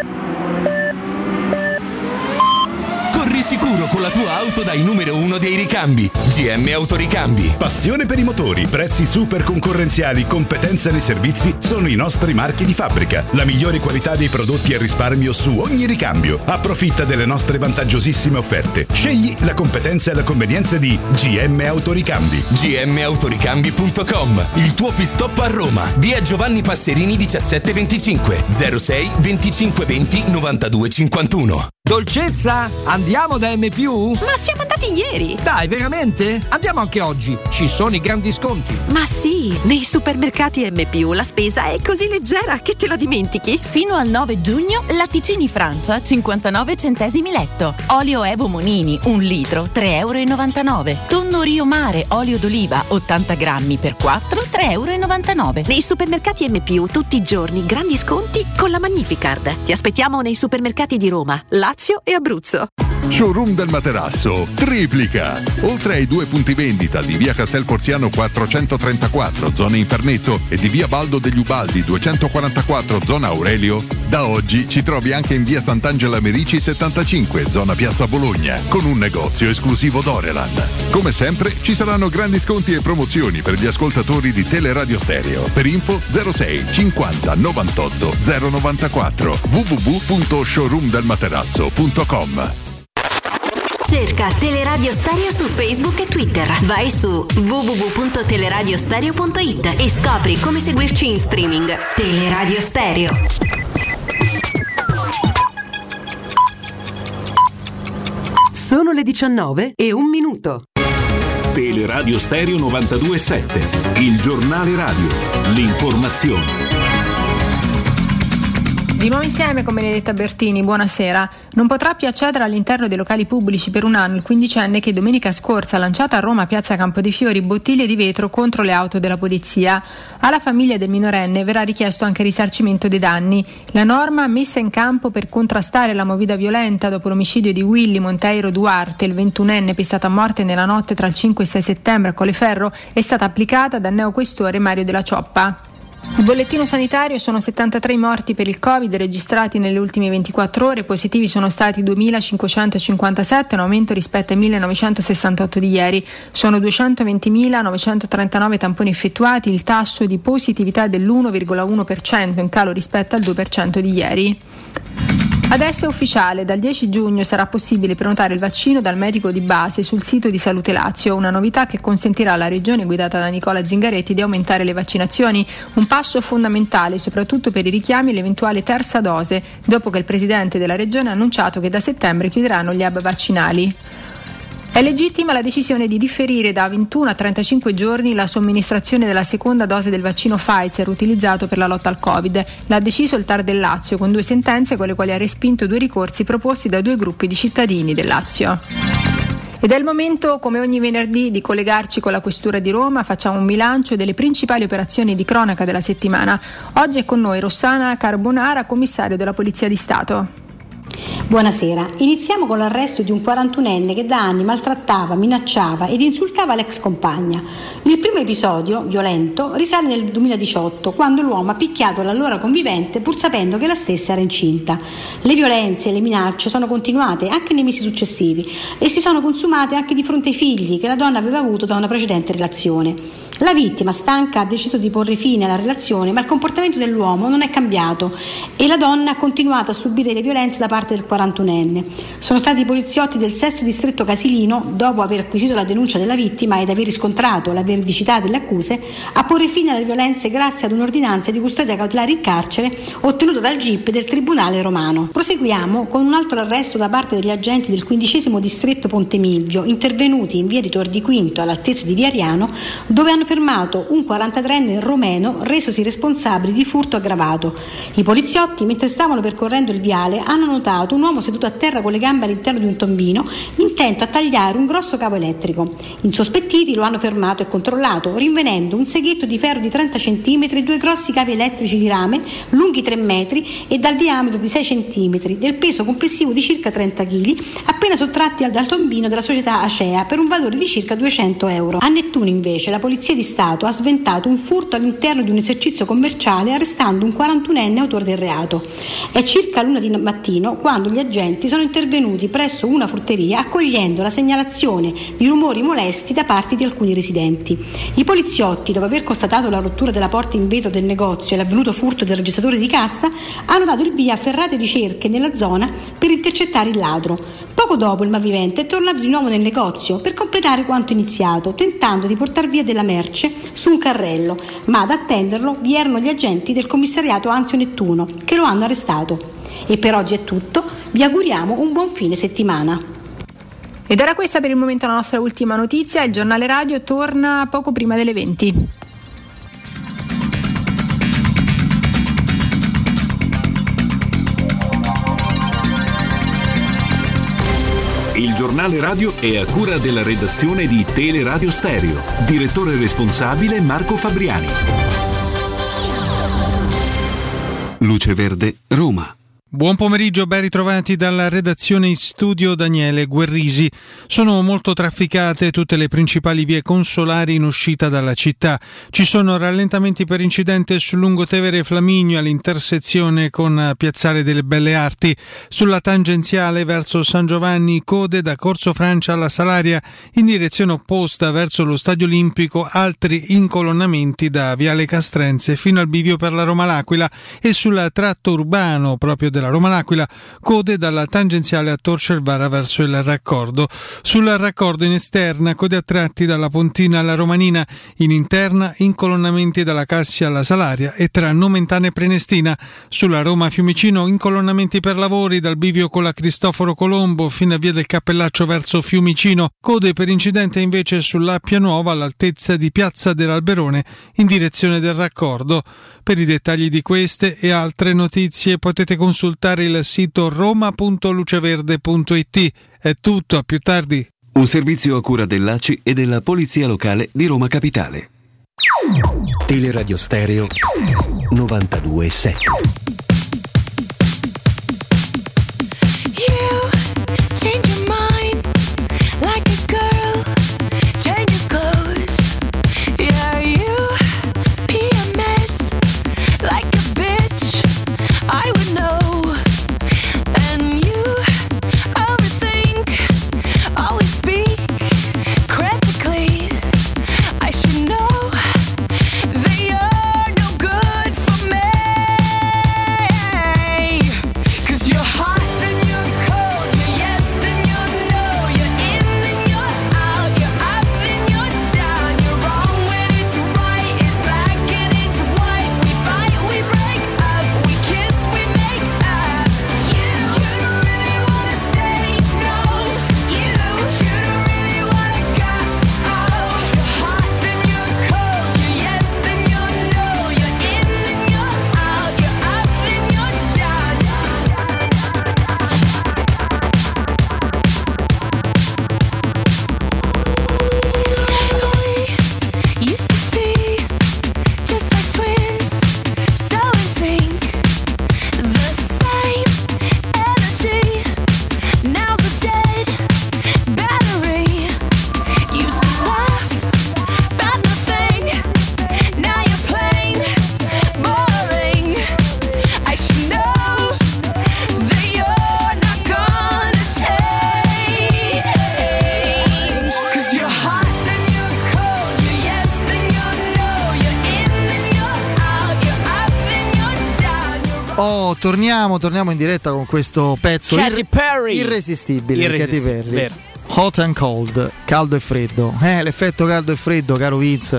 Corri sicuro con la tua auto dai numero 1 dei ricambi. GM Autoricambi. Passione per i motori, prezzi super concorrenziali, competenza nei servizi sono i nostri marchi di fabbrica. La migliore qualità dei prodotti e risparmio su ogni ricambio. Approfitta delle nostre vantaggiosissime offerte. Scegli la competenza e la convenienza di GM Autoricambi. gmautoricambi.com. Il tuo pit-stop a Roma. Via Giovanni Passerini 1725 06 25 20 92 51. Dolcezza, andiamo da M+? Ma siamo andati ieri! Dai, veramente? Andiamo anche oggi, ci sono i grandi sconti. Ma sì, nei supermercati M+, la spesa è così leggera che te la dimentichi. Fino al 9 giugno, latticini Francia 59 centesimi letto. Olio Evo Monini 1 litro 3,99 €. Tonno Rio Mare olio d'oliva 80 grammi per 4 3,99 €. Nei supermercati M+, tutti i giorni grandi sconti con la Magnificard. Ti aspettiamo nei supermercati di Roma, Lazio e Abruzzo. Showroom del Materasso triplica. Oltre ai 2 punti vendita di via Castel Porziano 434 zona Infernetto e di via Baldo degli Ubaldi 244 zona Aurelio, da oggi ci trovi anche in via Sant'Angela Merici 75 zona Piazza Bologna con un negozio esclusivo Dorelan. Come sempre ci saranno grandi sconti e promozioni per gli ascoltatori di Teleradio Stereo. Per info 06 50 98 094 www.showroomdelmaterasso.com. Cerca Teleradio Stereo su Facebook e Twitter. Vai su www.teleradiostereo.it e scopri come seguirci in streaming. Teleradio Stereo. Sono le 19:01. Teleradio Stereo 92.7, il giornale radio, l'informazione. Di nuovo insieme con Benedetta Bertini, buonasera. Non potrà più accedere all'interno dei locali pubblici per un anno il quindicenne che domenica scorsa ha lanciato a Roma, piazza Campo dei Fiori, bottiglie di vetro contro le auto della polizia. Alla famiglia del minorenne verrà richiesto anche risarcimento dei danni. La norma messa in campo per contrastare la movida violenta dopo l'omicidio di Willy Monteiro Duarte, il 21enne pestato a morte nella notte tra il 5 e 6 settembre a Colleferro, è stata applicata dal neoquestore Mario Della Cioppa. Il bollettino sanitario: sono 73 morti per il Covid registrati nelle ultime 24 ore, positivi sono stati 2.557, un aumento rispetto ai 1.968 di ieri. Sono 220.939 tamponi effettuati, il tasso di positività dell'1,1%, in calo rispetto al 2% di ieri. Adesso è ufficiale, dal 10 giugno sarà possibile prenotare il vaccino dal medico di base sul sito di Salute Lazio, una novità che consentirà alla regione guidata da Nicola Zingaretti di aumentare le vaccinazioni, un passo fondamentale soprattutto per i richiami all'eventuale terza dose, dopo che il presidente della regione ha annunciato che da settembre chiuderanno gli hub vaccinali. È legittima la decisione di differire da 21 a 35 giorni la somministrazione della seconda dose del vaccino Pfizer utilizzato per la lotta al Covid. L'ha deciso il TAR del Lazio con 2 sentenze con le quali ha respinto 2 ricorsi proposti da 2 gruppi di cittadini del Lazio. Ed è il momento, come ogni venerdì, di collegarci con la Questura di Roma. Facciamo un bilancio delle principali operazioni di cronaca della settimana. Oggi è con noi Rossana Carbonara, commissario della Polizia di Stato. Buonasera, iniziamo con l'arresto di un 41enne che da anni maltrattava, minacciava ed insultava l'ex compagna. Il primo episodio, violento, risale nel 2018, quando l'uomo ha picchiato l'allora convivente pur sapendo che la stessa era incinta. Le violenze e le minacce sono continuate anche nei mesi successivi e si sono consumate anche di fronte ai figli che la donna aveva avuto da una precedente relazione. La vittima, stanca, ha deciso di porre fine alla relazione, ma il comportamento dell'uomo non è cambiato e la donna ha continuato a subire le violenze da parte del 41enne. Sono stati i poliziotti del sesto distretto Casilino, dopo aver acquisito la denuncia della vittima ed aver riscontrato la veridicità delle accuse, a porre fine alle violenze grazie ad un'ordinanza di custodia cautelare in carcere ottenuta dal GIP del Tribunale Romano. Proseguiamo con un altro arresto da parte degli agenti del 15° distretto Ponte Milvio, intervenuti in via di Tor di Quinto all'altezza di via Ariano, dove hanno hanno fermato un 43enne romeno resosi responsabile di furto aggravato. I poliziotti, mentre stavano percorrendo il viale, hanno notato un uomo seduto a terra con le gambe all'interno di un tombino, intento a tagliare un grosso cavo elettrico. Insospettiti lo hanno fermato e controllato, rinvenendo un seghetto di ferro di 30 cm e 2 grossi cavi elettrici di rame lunghi 3 metri e dal diametro di 6 cm, del peso complessivo di circa 30 kg, appena sottratti dal tombino della società Acea per un valore di circa 200 euro. A Nettuno invece la Polizia di Stato ha sventato un furto all'interno di un esercizio commerciale arrestando un 41enne autore del reato. È circa l'1 di mattino quando gli agenti sono intervenuti presso una frutteria accogliendo la segnalazione di rumori molesti da parte di alcuni residenti. I poliziotti, dopo aver constatato la rottura della porta in vetro del negozio e l'avvenuto furto del registratore di cassa, hanno dato il via a ferrate ricerche nella zona per intercettare il ladro. Poco dopo il malvivente è tornato di nuovo nel negozio per completare quanto iniziato, tentando di portar via della merce su un carrello, ma ad attenderlo vi erano gli agenti del commissariato Anzio Nettuno che lo hanno arrestato. E per oggi è tutto, vi auguriamo un buon fine settimana. Ed era questa per il momento la nostra ultima notizia. Il giornale radio torna poco prima delle 20. Il giornale radio è a cura della redazione di Teleradio Stereo. Direttore responsabile Marco Fabriani. Luce Verde, Roma. Buon pomeriggio, ben ritrovati dalla redazione in studio Daniele Guerrisi. Sono molto trafficate tutte le principali vie consolari in uscita dalla città. Ci sono rallentamenti per incidente sul lungotevere Flaminio all'intersezione con Piazzale delle Belle Arti. Sulla tangenziale verso San Giovanni, code da Corso Francia alla Salaria in direzione opposta verso lo Stadio Olimpico, altri incolonnamenti da Viale Castrense fino al bivio per la Roma-L'Aquila e sul tratto urbano proprio della Roma-L'Aquila, code dalla tangenziale a Tor Cervara verso il raccordo. Sul raccordo in esterna, code a tratti dalla Pontina alla Romanina, in interna incolonnamenti dalla Cassia alla Salaria e tra Nomentana e Prenestina. Sulla Roma-Fiumicino incolonnamenti per lavori dal bivio con la Cristoforo Colombo fino a via del Cappellaccio verso Fiumicino, code per incidente invece sull'Appia Nuova all'altezza di Piazza dell'Alberone in direzione del raccordo. Per i dettagli di queste e altre notizie potete consultare il sito roma.luceverde.it. È tutto, a più tardi. Un servizio a cura dell'ACI e della Polizia Locale di Roma Capitale. Teleradio Stereo 92.7. Torniamo in diretta con questo pezzo irresistibile, Katy Perry. Hot and cold, caldo e freddo. L'effetto caldo e freddo, caro Vince,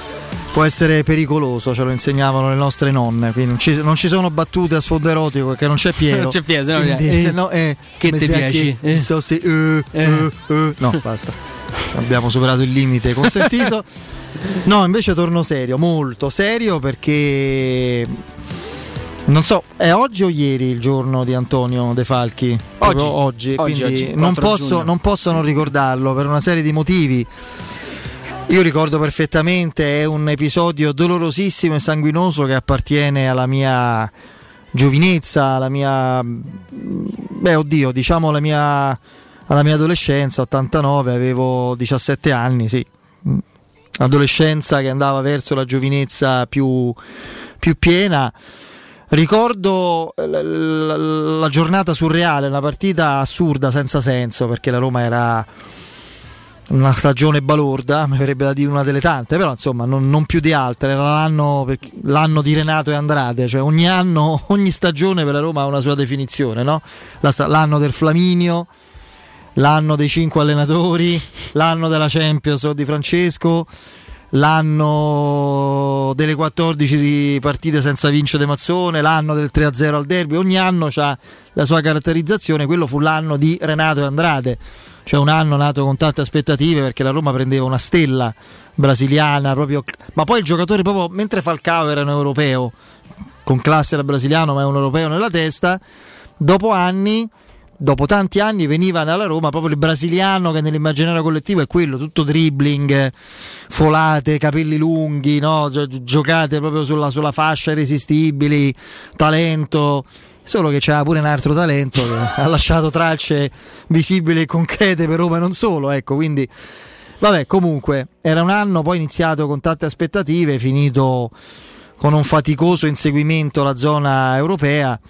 può essere pericoloso, ce lo insegnavano le nostre nonne. Quindi non ci sono battute a sfondo erotico perché non c'è Piero. Non c'è Piero, se no che ti piace? No, basta. Abbiamo superato il limite consentito. No, invece torno serio, molto serio, perché non so, è oggi o ieri il giorno di Antonio De Falchi? Oggi, quindi non posso non ricordarlo per una serie di motivi. Io ricordo perfettamente, è un episodio dolorosissimo e sanguinoso che appartiene alla mia giovinezza, alla mia alla mia adolescenza, 89, avevo 17 anni, sì. Adolescenza che andava verso la giovinezza più piena. Ricordo la giornata surreale, una partita assurda senza senso, perché la Roma era una stagione balorda, mi verrebbe da dire una delle tante, però insomma non più di altre. Era l'anno di Renato e Andrade, cioè ogni stagione per la Roma ha una sua definizione, no? L'anno del Flaminio, l'anno dei 5 allenatori, l'anno della Champions di Francesco, l'anno delle 14 partite senza vincere Mazzone, l'anno del 3-0 al derby. Ogni anno ha la sua caratterizzazione. Quello fu l'anno di Renato e Andrade, cioè un anno nato con tante aspettative, perché la Roma prendeva una stella brasiliana proprio, ma poi il giocatore proprio mentre Falcao era un europeo con classe da brasiliano, ma è un europeo nella testa. Dopo tanti anni veniva nella Roma proprio il brasiliano che nell'immaginario collettivo è quello, tutto dribbling, folate, capelli lunghi, no? Giocate proprio sulla fascia, irresistibili, talento. Solo che c'era pure un altro talento che ha lasciato tracce visibili e concrete per Roma e non solo, ecco. Quindi vabbè, comunque era un anno poi iniziato con tante aspettative, finito con un faticoso inseguimento alla zona europea.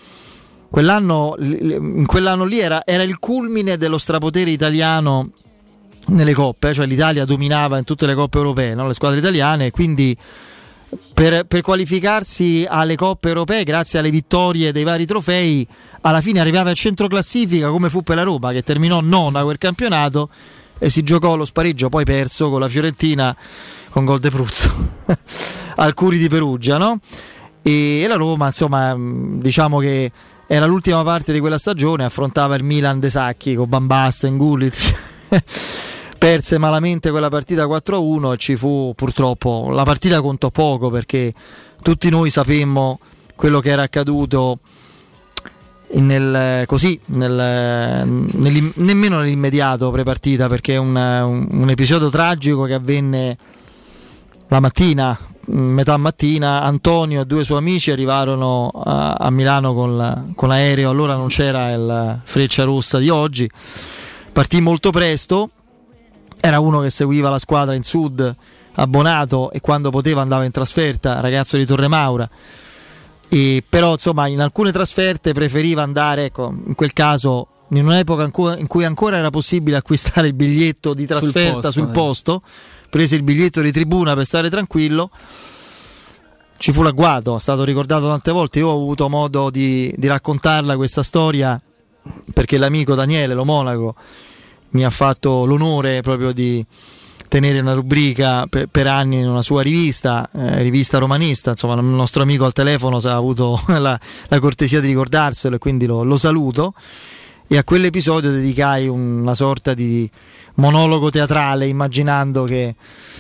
In quell'anno lì era il culmine dello strapotere italiano nelle coppe, cioè l'Italia dominava in tutte le coppe europee, no? Le squadre italiane, e quindi per qualificarsi alle coppe europee, grazie alle vittorie dei vari trofei, alla fine arrivava al centro classifica, come fu per la Roma, che terminò nona quel campionato e si giocò lo spareggio poi perso con la Fiorentina con gol de Pruzzo al Curi di Perugia, no? E la Roma, insomma, diciamo che era l'ultima parte di quella stagione, affrontava il Milan De Sacchi con Bambasta, Gullit, perse malamente quella partita 4-1 e ci fu, purtroppo, la partita contò poco, perché tutti noi sapemmo quello che era accaduto nemmeno nell'immediato pre-partita, perché è un episodio tragico che avvenne la mattina, metà mattina. Antonio e due suoi amici arrivarono a Milano con l'aereo, allora non c'era il Freccia Rossa di oggi, partì molto presto, era uno che seguiva la squadra in sud, abbonato, e quando poteva andava in trasferta, ragazzo di Torremaura, e però insomma in alcune trasferte preferiva andare, ecco, in quel caso in un'epoca in cui ancora era possibile acquistare il biglietto di trasferta sul posto, prese il biglietto di tribuna per stare tranquillo. Ci fu l'agguato, è stato ricordato tante volte. Io ho avuto modo di raccontarla questa storia, perché l'amico Daniele Lo Monaco mi ha fatto l'onore proprio di tenere una rubrica per anni in una sua rivista romanista. Insomma, il nostro amico al telefono ha avuto la cortesia di ricordarselo, e quindi lo saluto. E a quell'episodio dedicai una sorta di monologo teatrale, immaginando che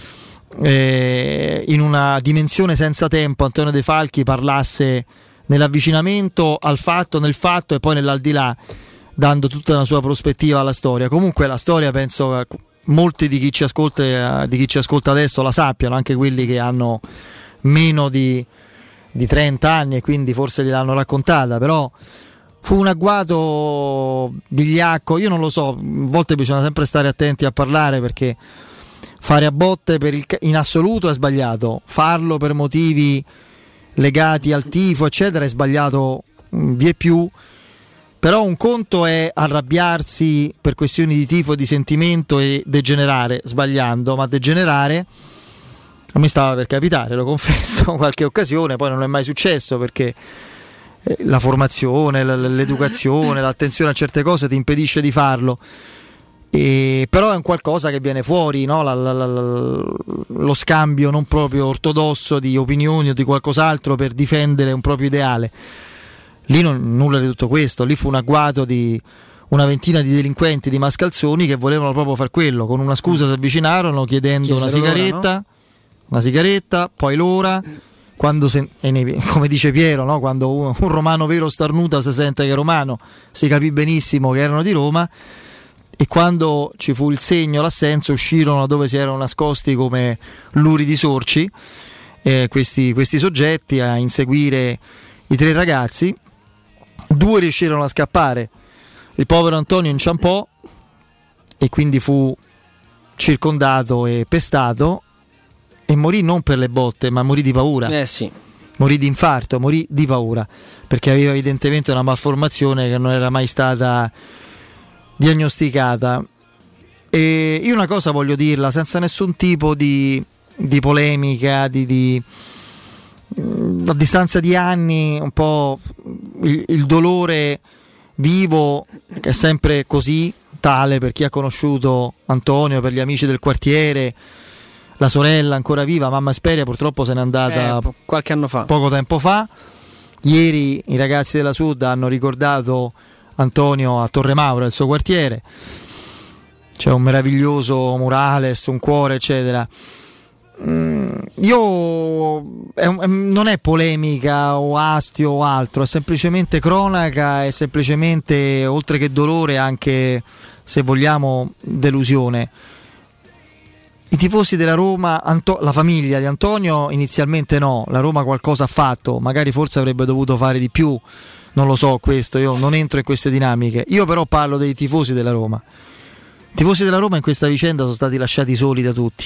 in una dimensione senza tempo Antonio De Falchi parlasse nell'avvicinamento al fatto, nel fatto e poi nell'aldilà, dando tutta la sua prospettiva alla storia. Comunque la storia, penso molti di chi ci ascolta adesso la sappiano, anche quelli che hanno meno di 30 anni e quindi forse gliel'hanno raccontata, però fu un agguato vigliacco. Io non lo so, a volte bisogna sempre stare attenti a parlare, perché fare a botte in assoluto è sbagliato, farlo per motivi legati al tifo eccetera è sbagliato vie più. Però un conto è arrabbiarsi per questioni di tifo e di sentimento e degenerare sbagliando, ma degenerare a me stava per capitare, lo confesso, qualche occasione, poi non è mai successo, perché la formazione, l'educazione, l'attenzione a certe cose ti impedisce di farlo. Però è un qualcosa che viene fuori, no? Lo scambio non proprio ortodosso di opinioni o di qualcos'altro per difendere un proprio ideale. Lì nulla di tutto questo, lì fu un agguato di una ventina di delinquenti, di mascalzoni, che volevano proprio far quello. Con una scusa si avvicinarono chiedendo una sigaretta, no? una sigaretta, poi l'ora, quando come dice Piero, no? Quando un romano vero starnuta si sente che è romano, si capì benissimo che erano di Roma, e quando ci fu il segno, l'assenso, uscirono dove si erano nascosti come luridi sorci questi soggetti a inseguire i 3 ragazzi. 2 riuscirono a scappare, il povero Antonio inciampò e quindi fu circondato e pestato e morì non per le botte, ma morì di paura. Sì. Morì di infarto, morì di paura, perché aveva evidentemente una malformazione che non era mai stata diagnosticata. E io una cosa voglio dirla senza nessun tipo di polemica, a distanza di anni, un po' il dolore vivo, che è sempre così tale per chi ha conosciuto Antonio, per gli amici del quartiere, la sorella ancora viva, mamma Esperia purtroppo se n'è andata qualche anno fa, poco tempo fa. Ieri i ragazzi della Sud hanno ricordato Antonio a Torre Maura, il suo quartiere, c'è un meraviglioso murales, un cuore eccetera. Non è polemica o astio o altro, è semplicemente cronaca, è semplicemente, oltre che dolore, anche, se vogliamo, delusione. I tifosi della Roma, la famiglia di Antonio inizialmente no, la Roma qualcosa ha fatto, magari forse avrebbe dovuto fare di più, non lo so, questo io non entro in queste dinamiche. Io però parlo dei tifosi della Roma. I tifosi della Roma in questa vicenda sono stati lasciati soli da tutti,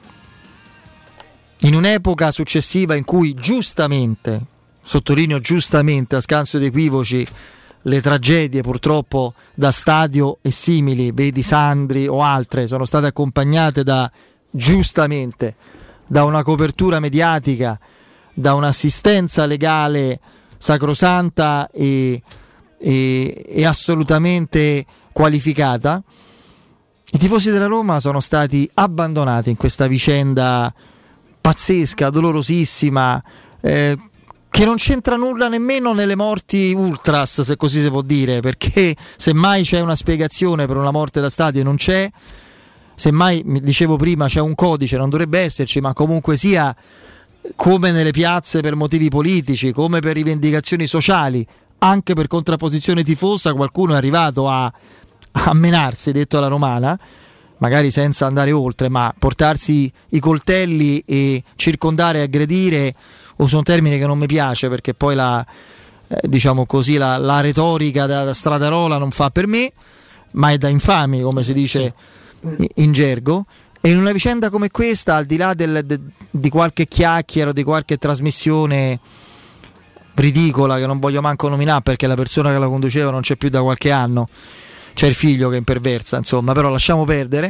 in un'epoca successiva in cui giustamente, sottolineo giustamente, a scanso di equivoci, le tragedie purtroppo da stadio e simili, vedi Sandri o altre, sono state accompagnate giustamente da una copertura mediatica, da un'assistenza legale sacrosanta e assolutamente qualificata. I tifosi della Roma sono stati abbandonati in questa vicenda pazzesca, dolorosissima, che non c'entra nulla nemmeno nelle morti ultras, se così si può dire, perché semmai c'è una spiegazione per una morte da stadio, non c'è, semmai, mi dicevo prima, c'è un codice, non dovrebbe esserci, ma comunque sia, come nelle piazze per motivi politici, come per rivendicazioni sociali, anche per contrapposizione tifosa, qualcuno è arrivato a menarsi, detto alla romana, magari senza andare oltre, ma portarsi i coltelli e circondare e aggredire, uso un termine che non mi piace perché poi diciamo così, la retorica da stradarola non fa per me, ma è da infami, come si dice in gergo. E in una vicenda come questa, al di là di qualche chiacchiera, di qualche trasmissione ridicola che non voglio manco nominare perché la persona che la conduceva non c'è più da qualche anno, c'è il figlio che imperversa, insomma, però lasciamo perdere.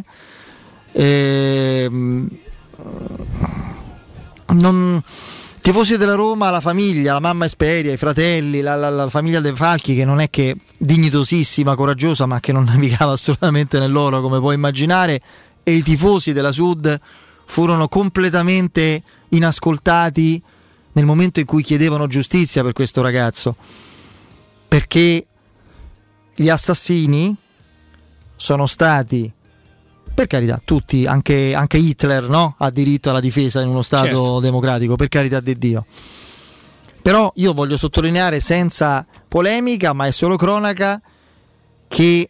Tifosi della Roma, la famiglia, la mamma Esperia, i fratelli, la famiglia dei Falchi, che non è che dignitosissima, coraggiosa, ma che non navigava assolutamente nell'oro, come puoi immaginare, e i tifosi della Sud furono completamente inascoltati nel momento in cui chiedevano giustizia per questo ragazzo, perché gli assassini sono stati, per carità, tutti, anche Hitler, no? Ha diritto alla difesa in uno Stato democratico, per carità di Dio. Però io voglio sottolineare senza polemica, ma è solo cronaca, che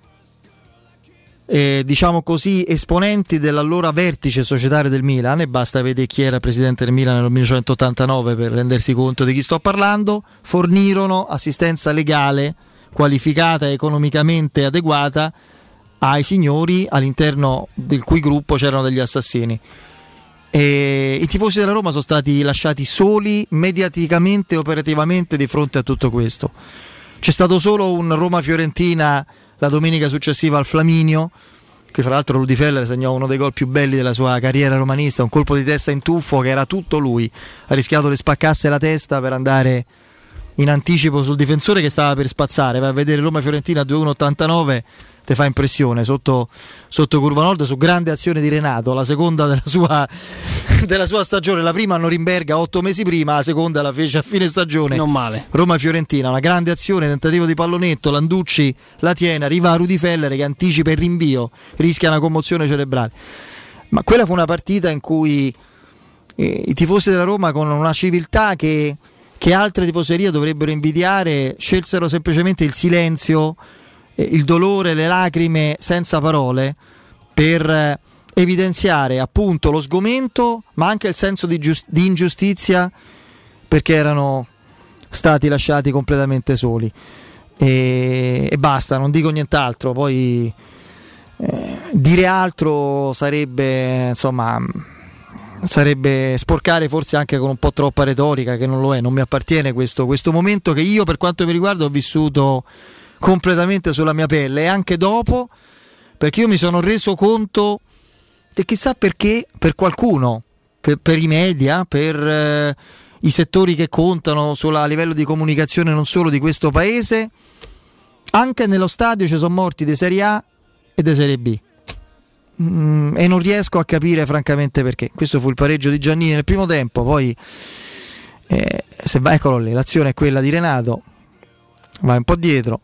diciamo così, esponenti dell'allora vertice societario del Milan, e basta vedere chi era presidente del Milan nel 1989 per rendersi conto di chi sto parlando, fornirono assistenza legale qualificata e economicamente adeguata ai signori all'interno del cui gruppo c'erano degli assassini. E i tifosi della Roma sono stati lasciati soli mediaticamente e operativamente di fronte a tutto questo. C'è stato solo un Roma-Fiorentina la domenica successiva al Flaminio, che fra l'altro Rudi Feller segnò uno dei gol più belli della sua carriera romanista, un colpo di testa in tuffo che era tutto lui, ha rischiato di spaccarsi la testa per andare in anticipo sul difensore che stava per spazzare. Vai a vedere Roma-Fiorentina 2-1-89, te fa impressione, sotto curva nord, su grande azione di Renato, la seconda della sua stagione, la prima a Norimberga 8 mesi prima, la seconda la fece a fine stagione, non male. Roma-Fiorentina, una grande azione, tentativo di pallonetto, Landucci la tiene, arriva a Rudi Feller che anticipa il rinvio, rischia una commozione cerebrale. Ma quella fu una partita in cui i tifosi della Roma, con una civiltà che altre tifoserie dovrebbero invidiare, scelsero semplicemente il silenzio, il dolore, le lacrime senza parole per evidenziare appunto lo sgomento, ma anche il senso di ingiustizia, perché erano stati lasciati completamente soli. E basta, non dico nient'altro. Poi dire altro sarebbe sporcare forse anche con un po' troppa retorica, che non lo è. Non mi appartiene questo momento, che io, per quanto mi riguarda, ho vissuto completamente sulla mia pelle, e anche dopo, perché io mi sono reso conto che chissà perché per qualcuno, per i media, per i settori che contano a livello di comunicazione non solo di questo paese, anche nello stadio ci sono morti di Serie A e di Serie B, e non riesco a capire francamente perché. Questo fu il pareggio di Giannini nel primo tempo. Poi eccolo lì, l'azione è quella di Renato, vai un po' dietro,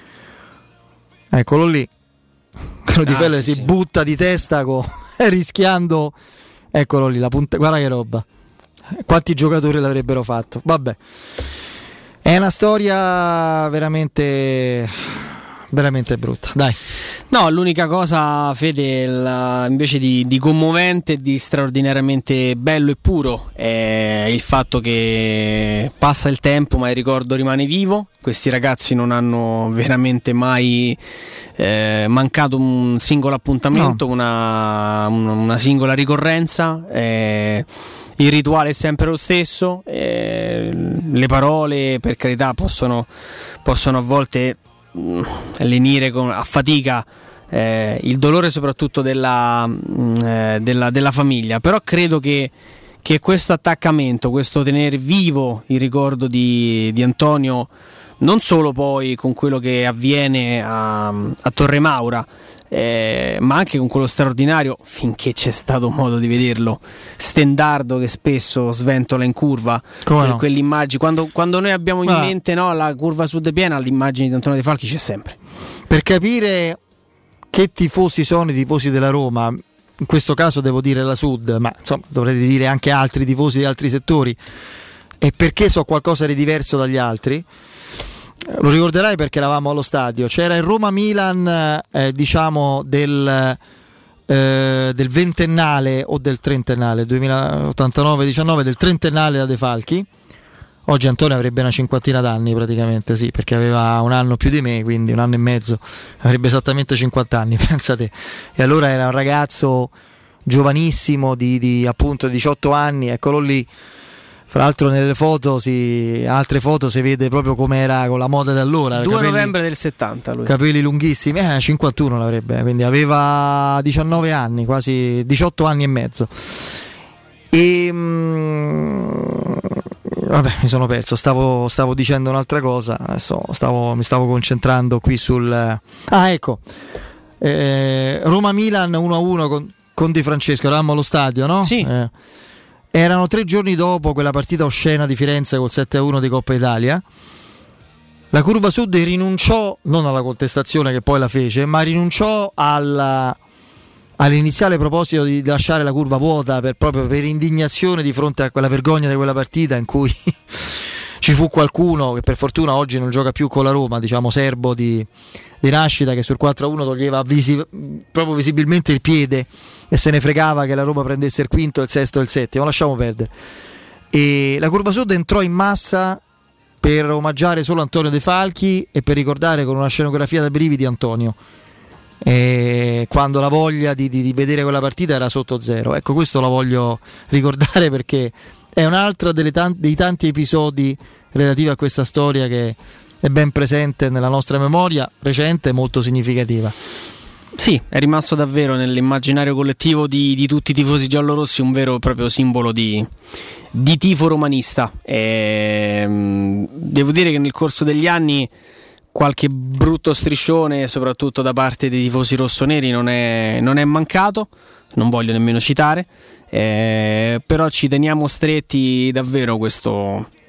eccolo lì, quello di Pelle si butta di testa rischiando, eccolo lì la punta, guarda che roba, quanti giocatori l'avrebbero fatto. Vabbè, è una storia veramente brutta, dai. No, l'unica cosa, Fede, invece di commovente e di straordinariamente bello e puro, è il fatto che passa il tempo ma il ricordo rimane vivo. Questi ragazzi non hanno veramente mai mancato un singolo appuntamento, no. una singola ricorrenza. Il rituale è sempre lo stesso, le parole, per carità, possono a volte lenire a fatica il dolore soprattutto della famiglia, però credo che questo attaccamento, questo tenere vivo il ricordo di Antonio, non solo poi con quello che avviene a Torre Maura, ma anche con quello straordinario, finché c'è stato modo di vederlo, stendardo che spesso sventola in curva, per quell'immagine, quando noi abbiamo in mente, no, la curva sud piena, l'immagine di Antonio De Falchi c'è sempre. Per capire che tifosi sono i tifosi della Roma, in questo caso devo dire la Sud, ma insomma dovrete dire anche altri tifosi di altri settori, e perché so qualcosa di diverso dagli altri. Lo ricorderai perché eravamo allo stadio, c'era il Roma-Milan del ventennale o del trentennale, 2089-19, del trentennale da De Falchi. Oggi Antonio avrebbe una cinquantina d'anni praticamente, sì, perché aveva un anno più di me, quindi un anno e mezzo, avrebbe esattamente 50 anni, pensate. E allora era un ragazzo giovanissimo di appunto 18 anni, eccolo lì. Fra l'altro nelle foto, altre foto si vede proprio come era con la moda da allora. 2 novembre del 70 lui. Capelli lunghissimi, 51 l'avrebbe, quindi aveva 19 anni, quasi 18 anni e mezzo. E vabbè, mi sono perso, stavo dicendo un'altra cosa, adesso mi stavo concentrando qui sul ecco, Roma-Milan 1-1 con Di Francesco, eravamo allo stadio, no? Sì. Erano 3 giorni dopo quella partita oscena di Firenze col 7-1 di Coppa Italia. La Curva Sud rinunciò non alla contestazione, che poi la fece, ma rinunciò all'iniziale proposito di lasciare la curva vuota proprio per indignazione di fronte a quella vergogna di quella partita in cui ci fu qualcuno che per fortuna oggi non gioca più con la Roma, diciamo serbo di nascita, che sul 4-1 toglieva proprio visibilmente il piede e se ne fregava che la Roma prendesse il quinto, il sesto e il settimo. Lasciamo perdere. E la Curva Sud entrò in massa per omaggiare solo Antonio De Falchi e per ricordare con una scenografia da brividi Antonio, quando la voglia di vedere quella partita era sotto zero. Ecco, questo la voglio ricordare perché è un altro dei tanti episodi relativi a questa storia che è ben presente nella nostra memoria recente e molto significativa. Sì, è rimasto davvero nell'immaginario collettivo di tutti i tifosi giallorossi un vero e proprio simbolo di tifo romanista. Devo dire che nel corso degli anni qualche brutto striscione, soprattutto da parte dei tifosi rossoneri, non è mancato, non voglio nemmeno citare, però ci teniamo stretti davvero questo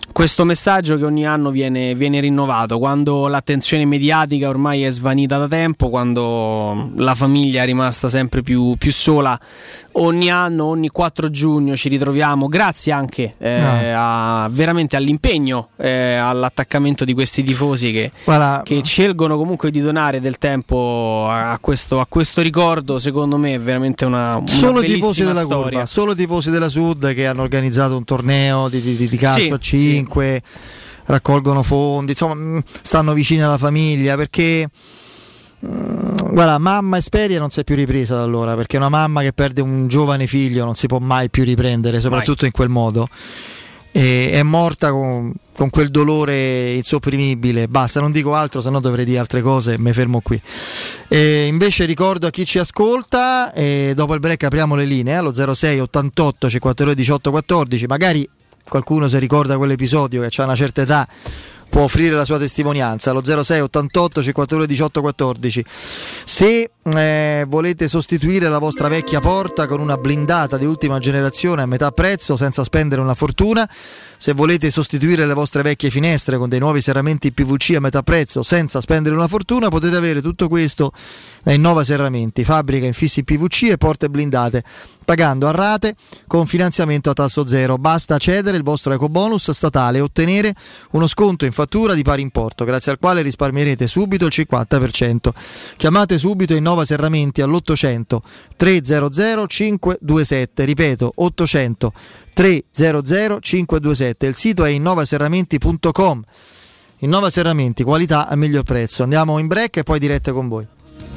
questo messaggio che ogni anno viene rinnovato, quando l'attenzione mediatica ormai è svanita da tempo, quando la famiglia è rimasta sempre più sola. Ogni anno, ogni 4 giugno ci ritroviamo, grazie anche veramente all'impegno, all'attaccamento di questi tifosi che scelgono comunque di donare del tempo a questo ricordo. Secondo me è veramente una solo bellissima tifosi della storia. Curva, solo tifosi della Sud che hanno organizzato un torneo di calcio a 5, raccolgono fondi, insomma stanno vicini alla famiglia, perché guarda, mamma Esperia non si è più ripresa da allora, perché una mamma che perde un giovane figlio non si può mai più riprendere, soprattutto in quel modo, e è morta con quel dolore insopprimibile. Basta, non dico altro, se no dovrei dire altre cose, mi fermo qui. E invece ricordo a chi ci ascolta, dopo il break apriamo le linee allo 06 88 52 18 14, magari qualcuno se ricorda quell'episodio, che ha una certa età, può offrire la sua testimonianza allo 06 88 52 18 14. Se volete sostituire la vostra vecchia porta con una blindata di ultima generazione a metà prezzo senza spendere una fortuna, se volete sostituire le vostre vecchie finestre con dei nuovi serramenti PVC a metà prezzo senza spendere una fortuna, potete avere tutto questo da Innova Serramenti, fabbrica infissi PVC e porte blindate, pagando a rate con finanziamento a tasso zero. Basta cedere il vostro ecobonus statale e ottenere uno sconto in fattura di pari importo, grazie al quale risparmierete subito il 50%. Chiamate subito Innova Serramenti all'800 300 527, ripeto 800 300 527. Il sito è innovaserramenti.com. Innova Serramenti, qualità a miglior prezzo. Andiamo in break e poi dirette con voi.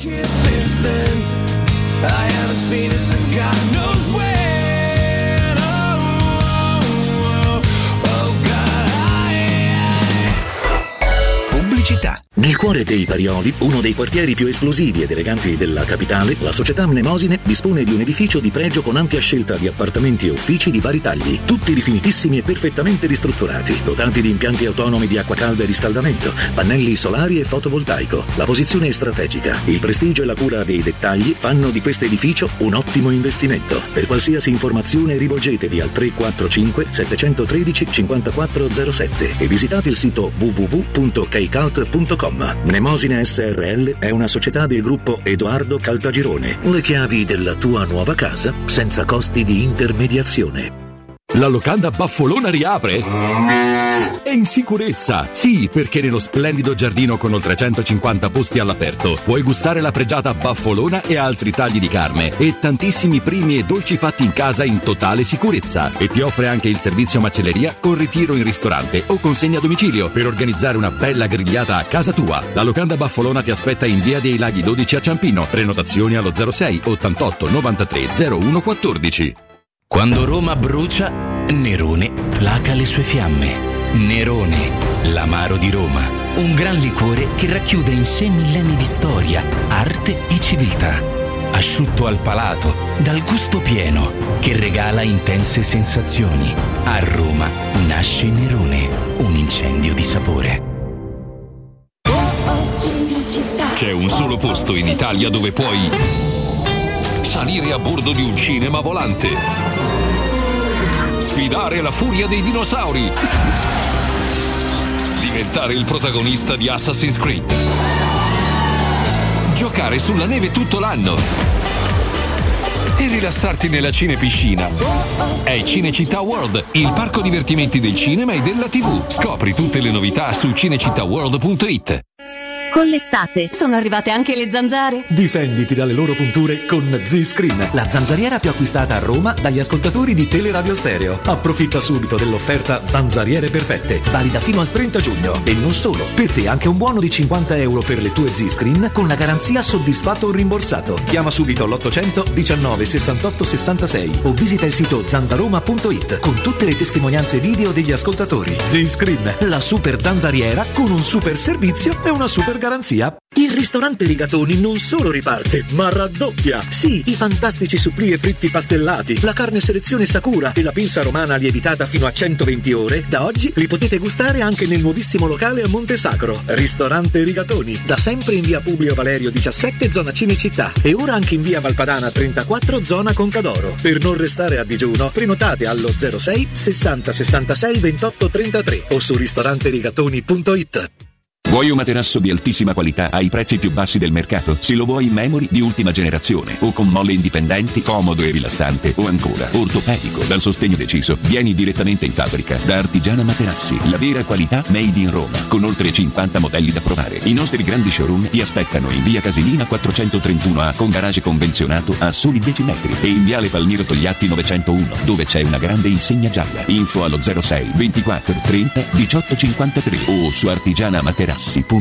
Pubblicità. Nel cuore dei Parioli, uno dei quartieri più esclusivi ed eleganti della capitale, la società Mnemosine dispone di un edificio di pregio con ampia scelta di appartamenti e uffici di vari tagli, tutti rifinitissimi e perfettamente ristrutturati, dotati di impianti autonomi di acqua calda e riscaldamento, pannelli solari e fotovoltaico. La posizione è strategica, il prestigio e la cura dei dettagli fanno di questo edificio un ottimo investimento. Per qualsiasi informazione rivolgetevi al 345 713 5407 e visitate il sito www.kcult.com. Mnemosine SRL è una società del gruppo Edoardo Caltagirone. Le chiavi della tua nuova casa senza costi di intermediazione. La locanda Baffolona riapre? È in sicurezza! Sì, perché nello splendido giardino con oltre 150 posti all'aperto puoi gustare la pregiata Baffolona e altri tagli di carne e tantissimi primi e dolci fatti in casa in totale sicurezza. E ti offre anche il servizio macelleria con ritiro in ristorante o consegna a domicilio per organizzare una bella grigliata a casa tua. La locanda Baffolona ti aspetta in via dei Laghi 12 a Ciampino. Prenotazioni allo 06 88 93 01 14. Quando Roma brucia, Nerone placa le sue fiamme. Nerone, l'amaro di Roma. Un gran liquore che racchiude in sé millenni di storia, arte e civiltà. Asciutto al palato, dal gusto pieno, che regala intense sensazioni. A Roma nasce Nerone, un incendio di sapore. C'è un solo posto in Italia dove puoi salire a bordo di un cinema volante, sfidare la furia dei dinosauri, diventare il protagonista di Assassin's Creed, giocare sulla neve tutto l'anno e rilassarti nella cinepiscina. È Cinecittà World, il parco divertimenti del cinema e della TV. Scopri tutte le novità su cinecittàworld.it. Con l'estate sono arrivate anche le zanzare. Difenditi dalle loro punture con Z-Screen, la zanzariera più acquistata a Roma dagli ascoltatori di Teleradio Stereo. Approfitta subito dell'offerta Zanzariere Perfette, valida fino al 30 giugno. E non solo, per te anche un buono di 50 euro per le tue Z-Screen con la garanzia soddisfatto o rimborsato. Chiama subito l'800 19 68 66 o visita il sito zanzaroma.it con tutte le testimonianze video degli ascoltatori. Z-Screen, la super zanzariera con un super servizio e una super garanzia. garanzia? Il ristorante Rigatoni non solo riparte, ma raddoppia. Sì, i fantastici supplì e fritti pastellati, la carne selezione Sakura e la pinza romana lievitata fino a 120 ore, da oggi li potete gustare anche nel nuovissimo locale a Monte Sacro. Ristorante Rigatoni, da sempre in via Publio Valerio 17, zona Cinecittà, e ora anche in via Valpadana 34, zona Concadoro. Per non restare a digiuno, prenotate allo 06 60 66 28 33 o su ristoranterigatoni.it. Vuoi un materasso di altissima qualità ai prezzi più bassi del mercato? Se lo vuoi in memory di ultima generazione o con molle indipendenti, comodo e rilassante, o ancora ortopedico dal sostegno deciso, vieni direttamente in fabbrica da Artigiana Materassi, la vera qualità made in Roma, con oltre 50 modelli da provare. I nostri grandi showroom ti aspettano in via Casilina 431A con garage convenzionato a soli 10 metri e in viale Palmiro Togliatti 901, dove c'è una grande insegna gialla. Info allo 06 24 30 18 53 o su artigianamaterassi.com.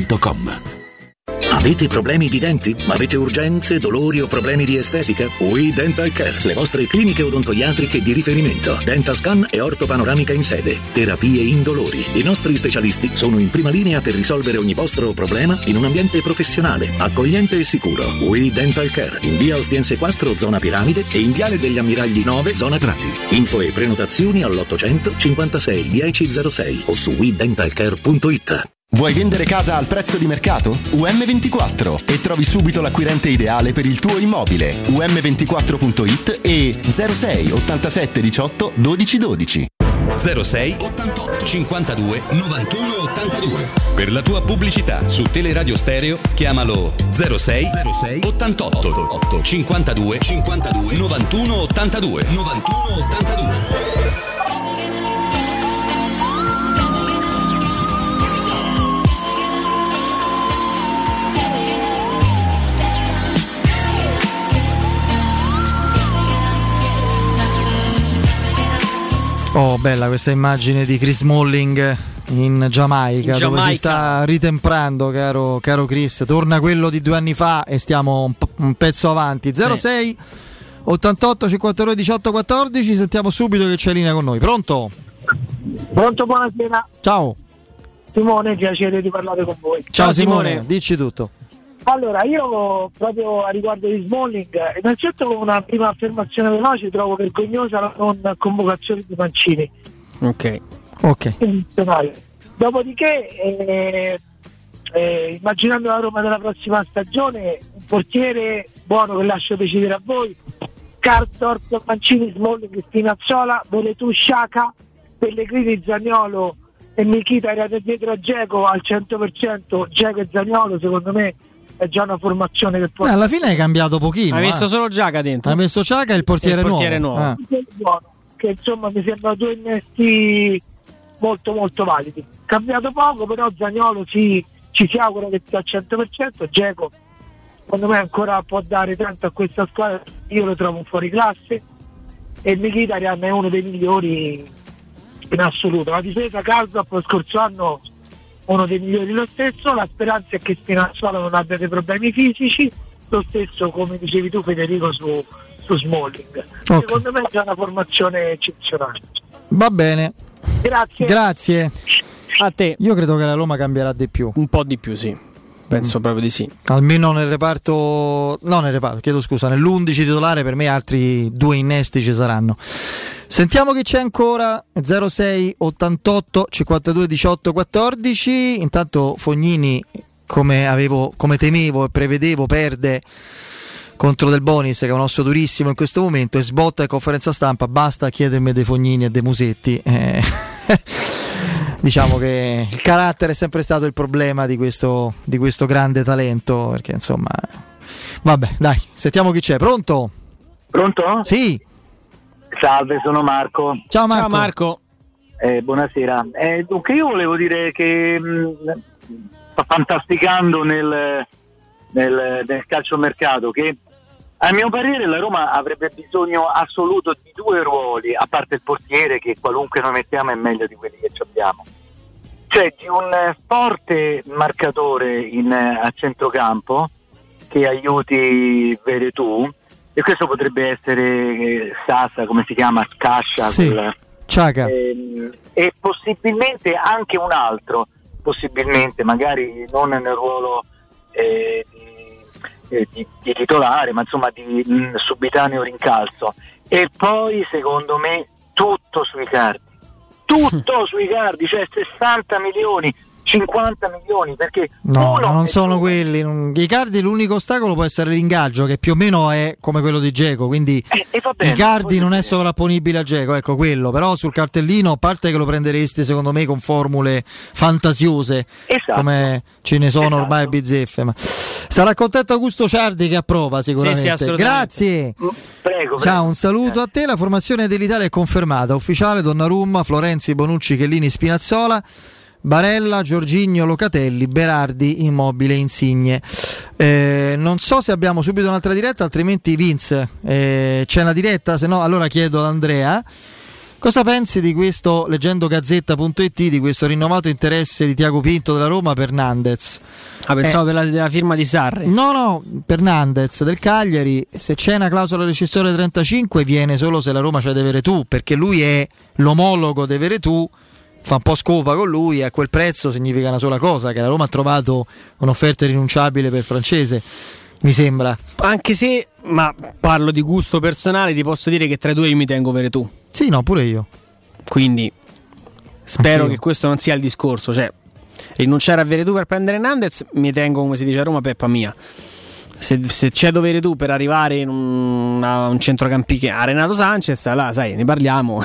Avete problemi di denti? Avete urgenze, dolori o problemi di estetica? We Dental Care, le vostre cliniche odontoiatriche di riferimento. Dentascan e ortopanoramica in sede. Terapie indolori. I nostri specialisti sono in prima linea per risolvere ogni vostro problema in un ambiente professionale, accogliente e sicuro. We Dental Care, in via Ostiense 4, zona Piramide, e in viale degli Ammiragli 9, zona Prati. Info e prenotazioni all'800 56 1006 o su wedentalcare.it. Vuoi vendere casa al prezzo di mercato? UM24 e trovi subito l'acquirente ideale per il tuo immobile. UM24.it e 06 87 18 12 12. 06 88 52 91 82. Per la tua pubblicità su Teleradio Stereo chiamalo 06 88 52 91 82. Oh, bella questa immagine di Chris Smalling in Giamaica, dove si sta ritemprando, caro Chris. Torna quello di 2 anni fa e stiamo un pezzo avanti. 06 88 52 18 14. Sentiamo subito che c'è linea con noi. Pronto? Pronto, buonasera. Ciao Simone, piacere di parlare con voi. Ciao Simone, dici tutto. Allora, io proprio a riguardo di Smalling, innanzitutto una prima affermazione veloce, trovo vergognosa la non convocazione di Mancini. Ok. Dopodiché, immaginando la Roma della prossima stagione, un portiere buono che lascio decidere a voi, Karsdorp, Mancini, Smalling, Spinazzola, Veretù, Sciacca, Pellegrini, Zaniolo e Nikita era dietro a Dzeko al 100%. Dzeko e Zaniolo secondo me è già una formazione che può. Alla fine hai cambiato pochino. Hai messo solo Giaca dentro. Hai messo Giaca e il portiere nuovo. Che insomma mi sembrano 2 innesti molto molto validi. Cambiato poco, però Zaniolo ci si augura che sia al 100%. Dzeko secondo me ancora può dare tanto a questa squadra, io lo trovo un fuoriclasse, e Mkhitaryan è uno dei migliori in assoluto. La difesa Karsdorp lo scorso anno uno dei migliori lo stesso, la speranza è che Spinazzola non abbia dei problemi fisici, lo stesso come dicevi tu Federico su Smalling. Okay. Secondo me è già una formazione eccezionale. Va bene, grazie a te. Io credo che la Roma cambierà di più, un po' di più, sì, penso proprio di sì, almeno nell'11 titolare. Per me altri 2 innesti ci saranno. Sentiamo chi c'è ancora. 06 88 52 18 14. Intanto Fognini, come temevo e prevedevo, perde contro Del Bonis, che è un osso durissimo in questo momento, e sbotta in conferenza stampa: basta chiedermi dei Fognini e dei Musetti. Diciamo che il carattere è sempre stato il problema di questo grande talento, perché insomma vabbè, dai, sentiamo chi c'è. Pronto? Sì. Salve, sono Marco. Ciao Marco. Ciao Marco. Buonasera. Dunque io volevo dire che fantasticando nel calciomercato, che a mio parere la Roma avrebbe bisogno assoluto di 2 ruoli, a parte il portiere, che qualunque noi mettiamo è meglio di quelli che abbiamo, cioè di un forte marcatore a centrocampo che aiuti Veretù, e questo potrebbe essere Sasa, come si chiama, Scascia, sì, Ciaca, e possibilmente anche un altro, possibilmente magari non nel ruolo di titolare, ma insomma di subitaneo rincalzo. E poi secondo me tutto sui Cardi, cioè 60 milioni, 50 milioni, perché no, non sono quelli. I Cardi, l'unico ostacolo può essere l'ingaggio, che più o meno è come quello di Dzeko, quindi i Cardi non è sovrapponibile a Dzeko, ecco quello. Però sul cartellino, a parte che lo prenderesti secondo me con formule fantasiose, come ce ne sono ormai bizzeffe, ma sarà contento Augusto Ciardi che approva sicuramente. Sì, grazie. Prego. Ciao, un saluto a te. La formazione dell'Italia è confermata, ufficiale: Donnarumma, Florenzi, Bonucci, Chiellini, Spinazzola, Barella, Jorginho, Locatelli, Berardi, Immobile, Insigne. Non so se abbiamo subito un'altra diretta, altrimenti Vince, c'è una diretta? Se no allora chiedo ad Andrea cosa pensi di questo, leggendo Gazzetta.it, di questo rinnovato interesse di Tiago Pinto della Roma per Nandez. Pensavo per la firma di Sarri. No, per Nandez del Cagliari. Se c'è una clausola rescissoria 35 viene solo se la Roma c'è De Veretù, perché lui è l'omologo De Veretù, fa un po' scopa con lui, e a quel prezzo significa una sola cosa, che la Roma ha trovato un'offerta irrinunciabile per il francese, mi sembra. Anche se, ma parlo di gusto personale, ti posso dire che tra i due io mi tengo Veretù. Sì, no, pure io. Quindi spero che questo non sia il discorso, cioè rinunciare a Veretù per prendere Nandez, mi tengo, come si dice a Roma, Peppa mia. Se c'è dovere tu per arrivare a un centrocampista, a Renato Sanchez, là sai, ne parliamo,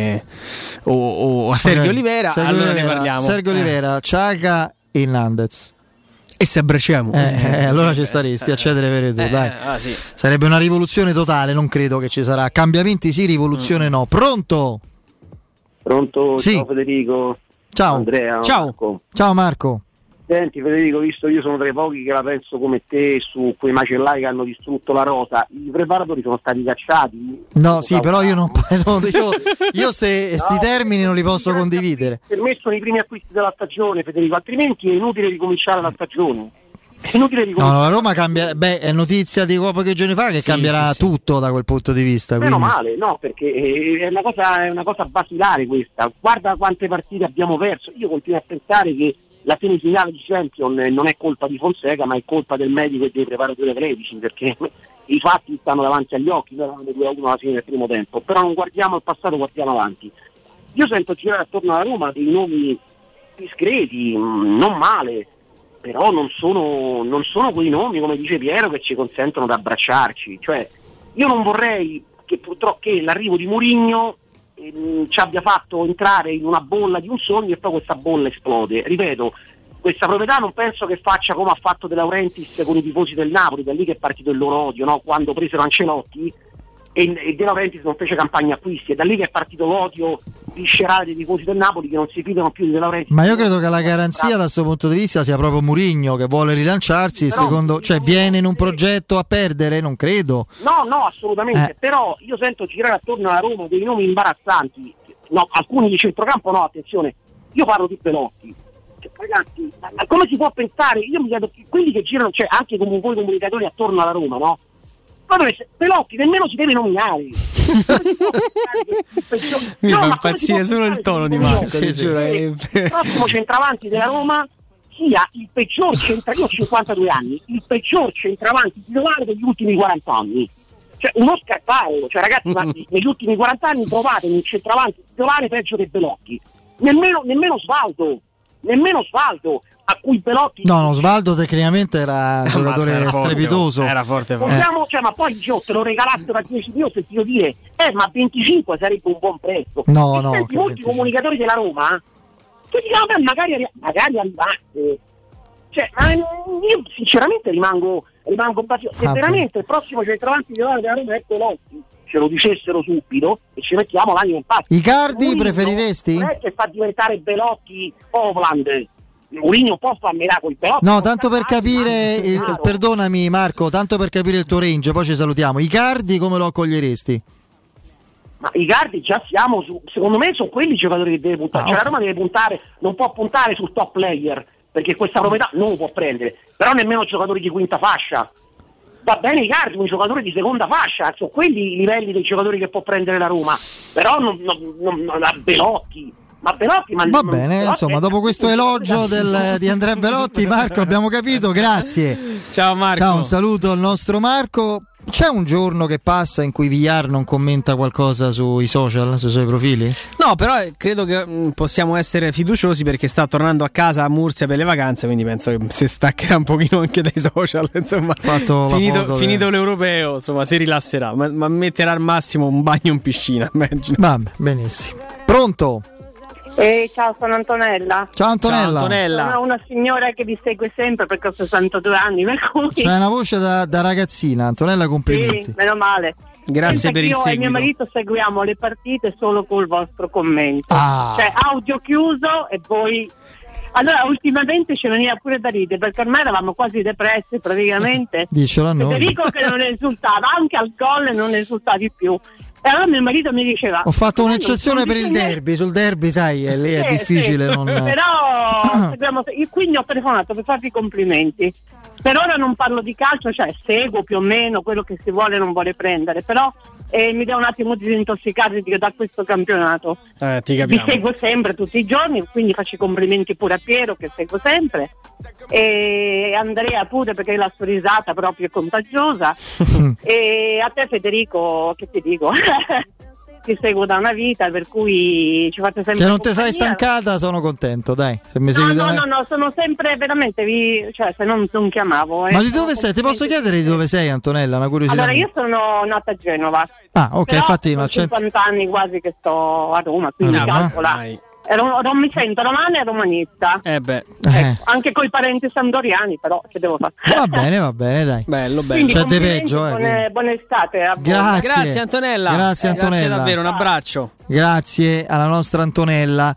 o a Sergio Oliveira, allora ne parliamo. Sergio Oliveira, Ciaga e Nandez. E se abbracciamo, allora ci staresti a cedere Veretù, dai. Sì. Sarebbe una rivoluzione totale, non credo che ci sarà. Cambiamenti sì, rivoluzione no. Pronto? Sì. Ciao Federico. Ciao Andrea. Ciao Marco. Ciao Marco. Senti Federico, visto io sono tra i pochi che la penso come te su quei macellai che hanno distrutto la rosa, i preparatori sono stati cacciati? No, sì, però io non io sti termini non li posso condividere. Per me sono i primi acquisti della stagione, Federico, altrimenti è inutile ricominciare la stagione. No, la Roma cambia. È notizia di pochi giorni fa che cambierà tutto da quel punto di vista. Meno quindi. male, no, perché è una cosa basilare questa. Guarda quante partite abbiamo perso. Io continuo a pensare che la semifinale di Champions non è colpa di Fonseca, ma è colpa del medico e dei preparatori atletici, perché i fatti stanno davanti agli occhi. Noi eravamo 2-1 alla fine del primo tempo, però non guardiamo il passato, guardiamo avanti. Io sento girare attorno alla Roma dei nomi discreti, non male, però non sono quei nomi, come dice Piero, che ci consentono di abbracciarci. Cioè, io non vorrei che purtroppo che l'arrivo di Mourinho ci abbia fatto entrare in una bolla di un sogno e poi questa bolla esplode. Ripeto, questa proprietà non penso che faccia come ha fatto De Laurentiis con i tifosi del Napoli, da lì che è partito il loro odio, no? Quando presero Ancelotti e De Laurentiis non fece campagna acquisti, e da lì che è partito l'odio viscerale dei tifosi del Napoli che non si fidano più di De Laurentiis. Ma io credo che la garanzia da questo punto di vista sia proprio Mourinho, che vuole rilanciarsi, cioè viene in un progetto a perdere, non credo. No, assolutamente, però io sento girare attorno alla Roma dei nomi imbarazzanti, no, alcuni di centrocampo no, attenzione, io parlo di Belotti. Ragazzi, ma come si può pensare? Io mi chiedo, quelli che girano, cioè anche come voi comunicatori attorno alla Roma, no? Ma Belotti nemmeno si deve nominare. Mi fa impazzire solo il tono di Marco, ti giuro. Il prossimo centravanti della Roma sia il peggior centravanti, io ho 52 anni, il peggior centravanti titolare degli ultimi 40 anni. Cioè uno scarparo, cioè ragazzi, ma negli ultimi 40 anni trovate un centravanti titolare peggio che Belotti. Nemmeno Svaldo, a cui Belotti. No, Svaldo tecnicamente era un giocatore strepitoso. Era forte. Ma poi te lo regalaste per 10 minuti, ho sentito dire ma 25 sarebbe un buon prezzo. No, senti molti comunicatori della Roma che dicono magari arrivasse. Cioè, ma io sinceramente rimango basito. Se veramente il prossimo centravanti della Roma è Belotti, ce lo dicessero subito e ci mettiamo l'animo in pace. Icardi preferiresti? Non è che fa diventare Belotti Hovland. Mourinho può fare miracoli, però no, tanto per capire perdonami Marco, tanto per capire il tuo range, poi ci salutiamo. Icardi come lo accoglieresti? Ma Icardi già siamo su, secondo me sono quelli i giocatori che deve puntare. La Roma deve puntare, non può puntare sul top player, perché questa proprietà non lo può prendere, però nemmeno giocatori di quinta fascia. Va bene Icardi, un giocatore di seconda fascia, sono quelli i livelli dei giocatori che può prendere la Roma, però non Belotti. Ma Belotti, va bene, insomma, dopo questo elogio di Andrea Belotti, Marco, abbiamo capito, grazie. Ciao Marco. Ciao, un saluto al nostro Marco. C'è un giorno che passa in cui Villar non commenta qualcosa sui social, sui suoi profili? No, però credo che possiamo essere fiduciosi perché sta tornando a casa a Murcia per le vacanze, quindi penso che si staccherà un pochino anche dai social, insomma. Finito l'europeo, insomma, si rilasserà, ma metterà al massimo un bagno in piscina, immagino. Vabbè, benissimo. Pronto? Ciao, sono Antonella. Ciao Antonella. Sono una signora che vi segue sempre perché ho 62 anni, per cui... C'è una voce da ragazzina, Antonella, complimenti. Sì, meno male. Grazie per il seguito. Io e mio marito seguiamo le partite solo col vostro commento. Cioè, audio chiuso e poi... Allora, ultimamente ci veniva pure da ridere perché ormai eravamo quasi depressi praticamente. Dicelo a noi. Federico che non esultava, anche al gol non esultavi più. E allora mio marito mi diceva: ho fatto un'eccezione per il derby, sul derby sai, lì è difficile non... Però io quindi ho telefonato per farvi i complimenti. Per ora non parlo di calcio, cioè seguo più o meno quello che si vuole e non vuole prendere, però mi devo un attimo disintossicare da questo campionato. Ti capiamo. Vi seguo sempre tutti i giorni, quindi faccio i complimenti pure a Piero che seguo sempre, e Andrea pure perché la sua risata proprio è contagiosa e a te Federico, che ti dico, ti seguo da una vita, per cui ci fate sempre. Se non ti sei stancata sono contento, dai. Se mi segui no, sono sempre veramente cioè se non chiamavo. Ma di dove sei? Ti posso chiedere di dove sei, Antonella? Una curiosità. Allora io sono nata a Genova. Ah, ok, però infatti sono 50 anni quasi che sto a Roma, quindi calcola. Non mi sento romana e romanista. Anche coi parenti sampdoriani, però che devo fare? Va bene, dai. Bello. C'è di peggio, buona estate a voi. Grazie Antonella. Grazie Antonella. Grazie davvero, un abbraccio. Grazie alla nostra Antonella.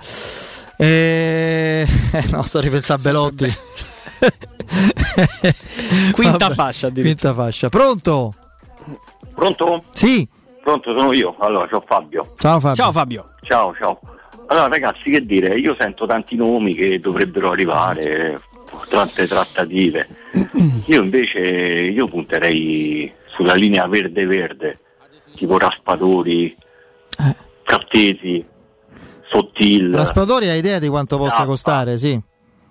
No, sto ripensando a Belotti. Quinta fascia. Pronto? Sì. Pronto, sono io. Allora, ciao Fabio. Ciao Fabio. Ciao. Allora ragazzi, che dire, io sento tanti nomi che dovrebbero arrivare, tante trattative. Io invece punterei sulla linea verde, tipo Raspadori, Frattesi, Sottil. Raspadori, hai idea di quanto possa costare? Sì,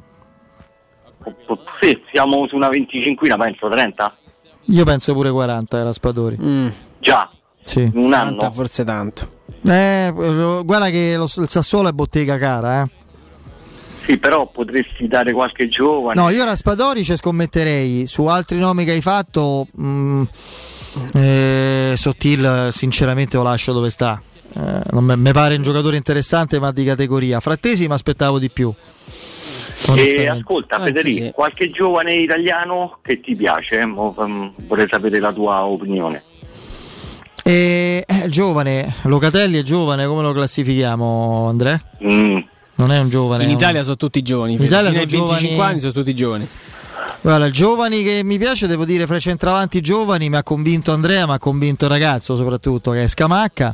siamo su una 25, penso 30. Io penso pure 40 Raspadori. Già? Sì. Un anno? 40 forse tanto. Guarda che il Sassuolo è bottega cara, Sì, però potresti dare qualche giovane. No, io Raspadori ci scommetterei. Su altri nomi che hai fatto, Sottil sinceramente lo lascio dove sta. Mi pare un giocatore interessante, ma di categoria. Frattesi mi aspettavo di più. Ascolta Federico, qualche giovane italiano che ti piace? Vorrei sapere la tua opinione. Giovane, Locatelli è giovane, come lo classifichiamo, Andrea? Non è un giovane. In Italia sono tutti giovani. In Italia sono 25 anni sono tutti giovani. Guarda, giovani che mi piace, devo dire, fra i centravanti giovani mi ha convinto Andrea, mi ha convinto il ragazzo soprattutto che è Scamacca.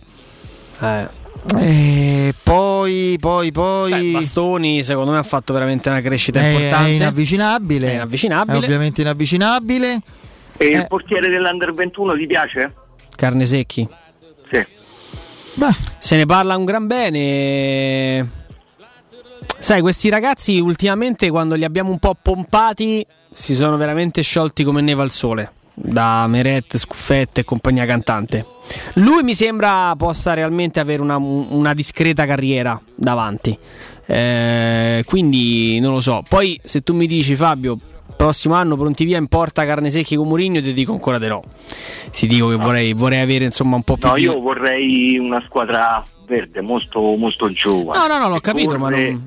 E poi Bastoni secondo me ha fatto veramente una crescita importante. È inavvicinabile. È ovviamente inavvicinabile. E il portiere dell'Under 21 ti piace? Carnesecchi. Sì. Se ne parla un gran bene. Sai, questi ragazzi ultimamente quando li abbiamo un po' pompati si sono veramente sciolti come neve al sole, da Meret, Scuffette e compagnia cantante. Lui mi sembra possa realmente avere una discreta carriera davanti, quindi non lo so. Poi se tu mi dici Fabio prossimo anno pronti via in porta Carnesecchi con Mourinho, ti dico ancora di no. Ti dico che vorrei avere insomma un po' più io vorrei una squadra verde molto molto giovane. No, l'ho capito, ma non...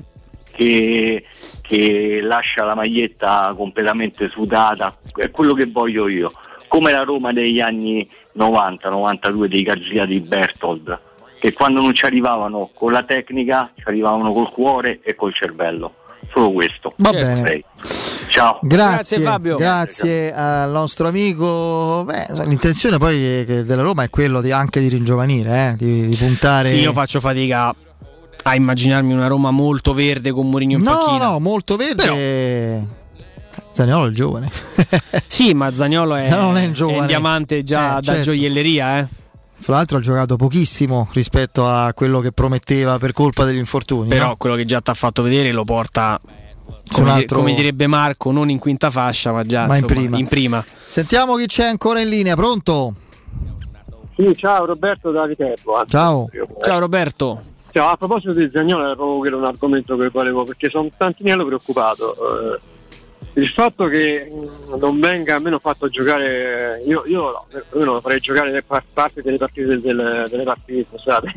che lascia la maglietta completamente sudata, è quello che voglio io, come la Roma degli anni 90-92 dei Garzia di Bertold, che quando non ci arrivavano con la tecnica ci arrivavano col cuore e col cervello, solo questo. Va bene. Ciao. Grazie Fabio. Grazie al nostro amico. L'intenzione poi della Roma è quello anche di ringiovanire, di puntare. Sì, io faccio fatica a immaginarmi una Roma molto verde con Mourinho in panchina. No, molto verde. Però... Zaniolo è giovane. Sì, ma Zaniolo è un diamante già da gioielleria, fra l'altro ha giocato pochissimo rispetto a quello che prometteva per colpa degli infortuni. Però no? quello che già ti ha fatto vedere lo porta, come direbbe Marco, non in quinta fascia, ma già in prima. Sentiamo chi c'è ancora in linea. Pronto? Sì, ciao Roberto da Viterbo. Ciao Roberto. Ciao, a proposito di Zaniolo era proprio un argomento che volevo, perché sono tantinello preoccupato. Il fatto che non venga almeno fatto giocare, io lo farei giocare parte delle partite delle partite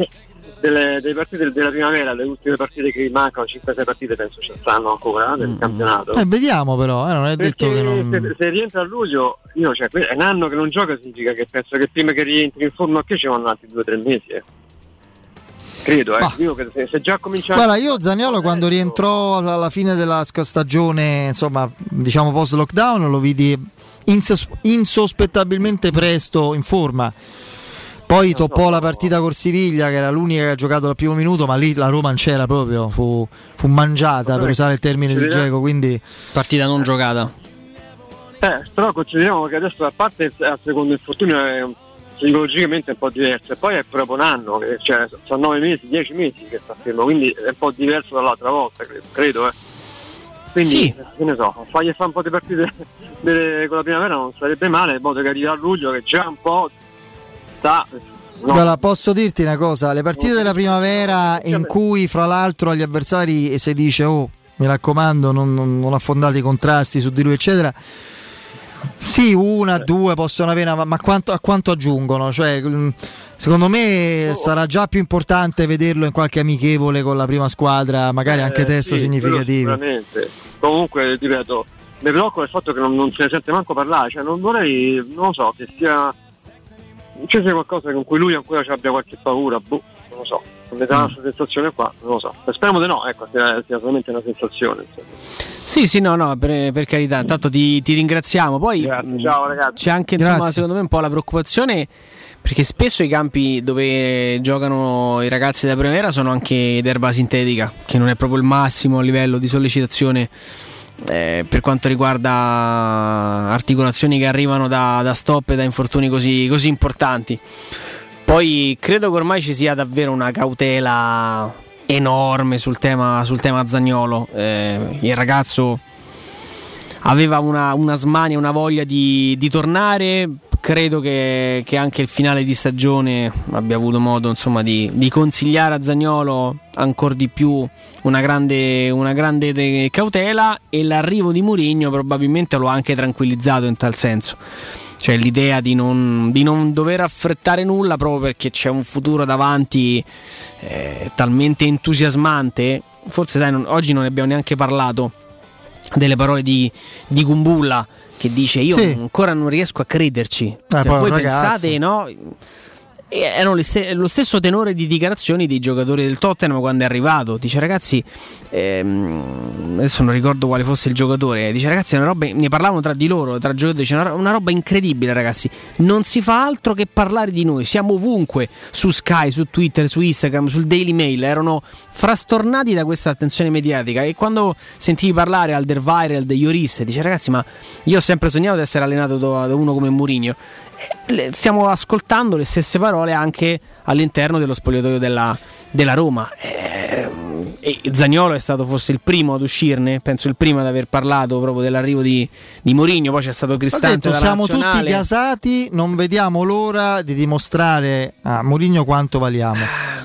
della primavera, le ultime partite che mancano, 5-6 partite penso ci stanno ancora del campionato. Vediamo però, non è perché detto che non... se rientra a luglio, è un anno che non gioca, significa che penso che prima che rientri in forma qui ci vanno altri 2-3 mesi. Credo, io che se già cominciato. Guarda, io Zaniolo quando rientrò alla fine della stagione, insomma, diciamo post lockdown, lo vidi insospettabilmente presto in forma. Poi toppò la partita con Siviglia, che era l'unica che ha giocato dal primo minuto, ma lì la Roma non c'era proprio, fu mangiata, per usare il termine di Dzeko, quindi partita non giocata. Però consideriamo che adesso, a parte al secondo infortunio, è psicologicamente un po' diverso, e poi è proprio un anno, cioè sono 9 mesi, 10 mesi che sta fermo, quindi è un po' diverso dall'altra volta, credo. Quindi, sì. Che ne so, fagli fare un po' di partite con la primavera non sarebbe male, in modo che arriva a luglio che già un po' sta... No. Guarda, posso dirti una cosa, le partite della primavera in cui fra l'altro agli avversari si dice mi raccomando non affondate i contrasti su di lui eccetera, sì, 1-2 possono avere, ma a quanto aggiungono? Cioè, secondo me sarà già più importante vederlo in qualche amichevole con la prima squadra, magari anche test significativi. Sicuramente. Comunque, ripeto, mi preoccupa il fatto che non se ne sente manco parlare, cioè non vorrei, non lo so, che sia c'è qualcosa con cui lui ancora ci abbia qualche paura, non lo so, mi dà questa sensazione qua, non lo so. Speriamo di no, ecco, sia solamente una sensazione. Sì, no, per carità, intanto ti ringraziamo. Poi ciao ragazzi. C'è anche secondo me un po' la preoccupazione, perché spesso i campi dove giocano i ragazzi della primavera sono anche d'erba sintetica, che non è proprio il massimo livello di sollecitazione per quanto riguarda articolazioni che arrivano da stop e da infortuni così importanti. Poi credo che ormai ci sia davvero una cautela enorme sul tema Zaniolo. Il ragazzo aveva una smania, una voglia di tornare. Credo che anche il finale di stagione abbia avuto modo, insomma, di consigliare a Zaniolo ancora di più una grande cautela, e l'arrivo di Mourinho probabilmente lo ha anche tranquillizzato in tal senso. Cioè l'idea di non dover affrettare nulla, proprio perché c'è un futuro davanti talmente entusiasmante. Forse oggi non ne abbiamo neanche parlato delle parole di Kumbulla, che dice io ancora non riesco a crederci. Voi pensate, no? Erano lo stesso tenore di dichiarazioni dei giocatori del Tottenham quando è arrivato. Dice ragazzi, adesso non ricordo quale fosse il giocatore, dice ragazzi è una roba, ne parlavano tra di loro, tra giocatori, dice una roba incredibile ragazzi, non si fa altro che parlare di noi, siamo ovunque, su Sky, su Twitter, su Instagram, sul Daily Mail, erano frastornati da questa attenzione mediatica. E quando sentivi parlare Alderweireld, Lloris, dice ragazzi ma io ho sempre sognato di essere allenato da uno come Mourinho. Stiamo ascoltando le stesse parole anche all'interno dello spogliatoio della Roma, e Zaniolo è stato forse il primo ad uscirne, penso il primo ad aver parlato proprio dell'arrivo di Mourinho. Poi c'è stato Cristante dalla siamo nazionale. Tutti gasati, non vediamo l'ora di dimostrare a Mourinho quanto valiamo.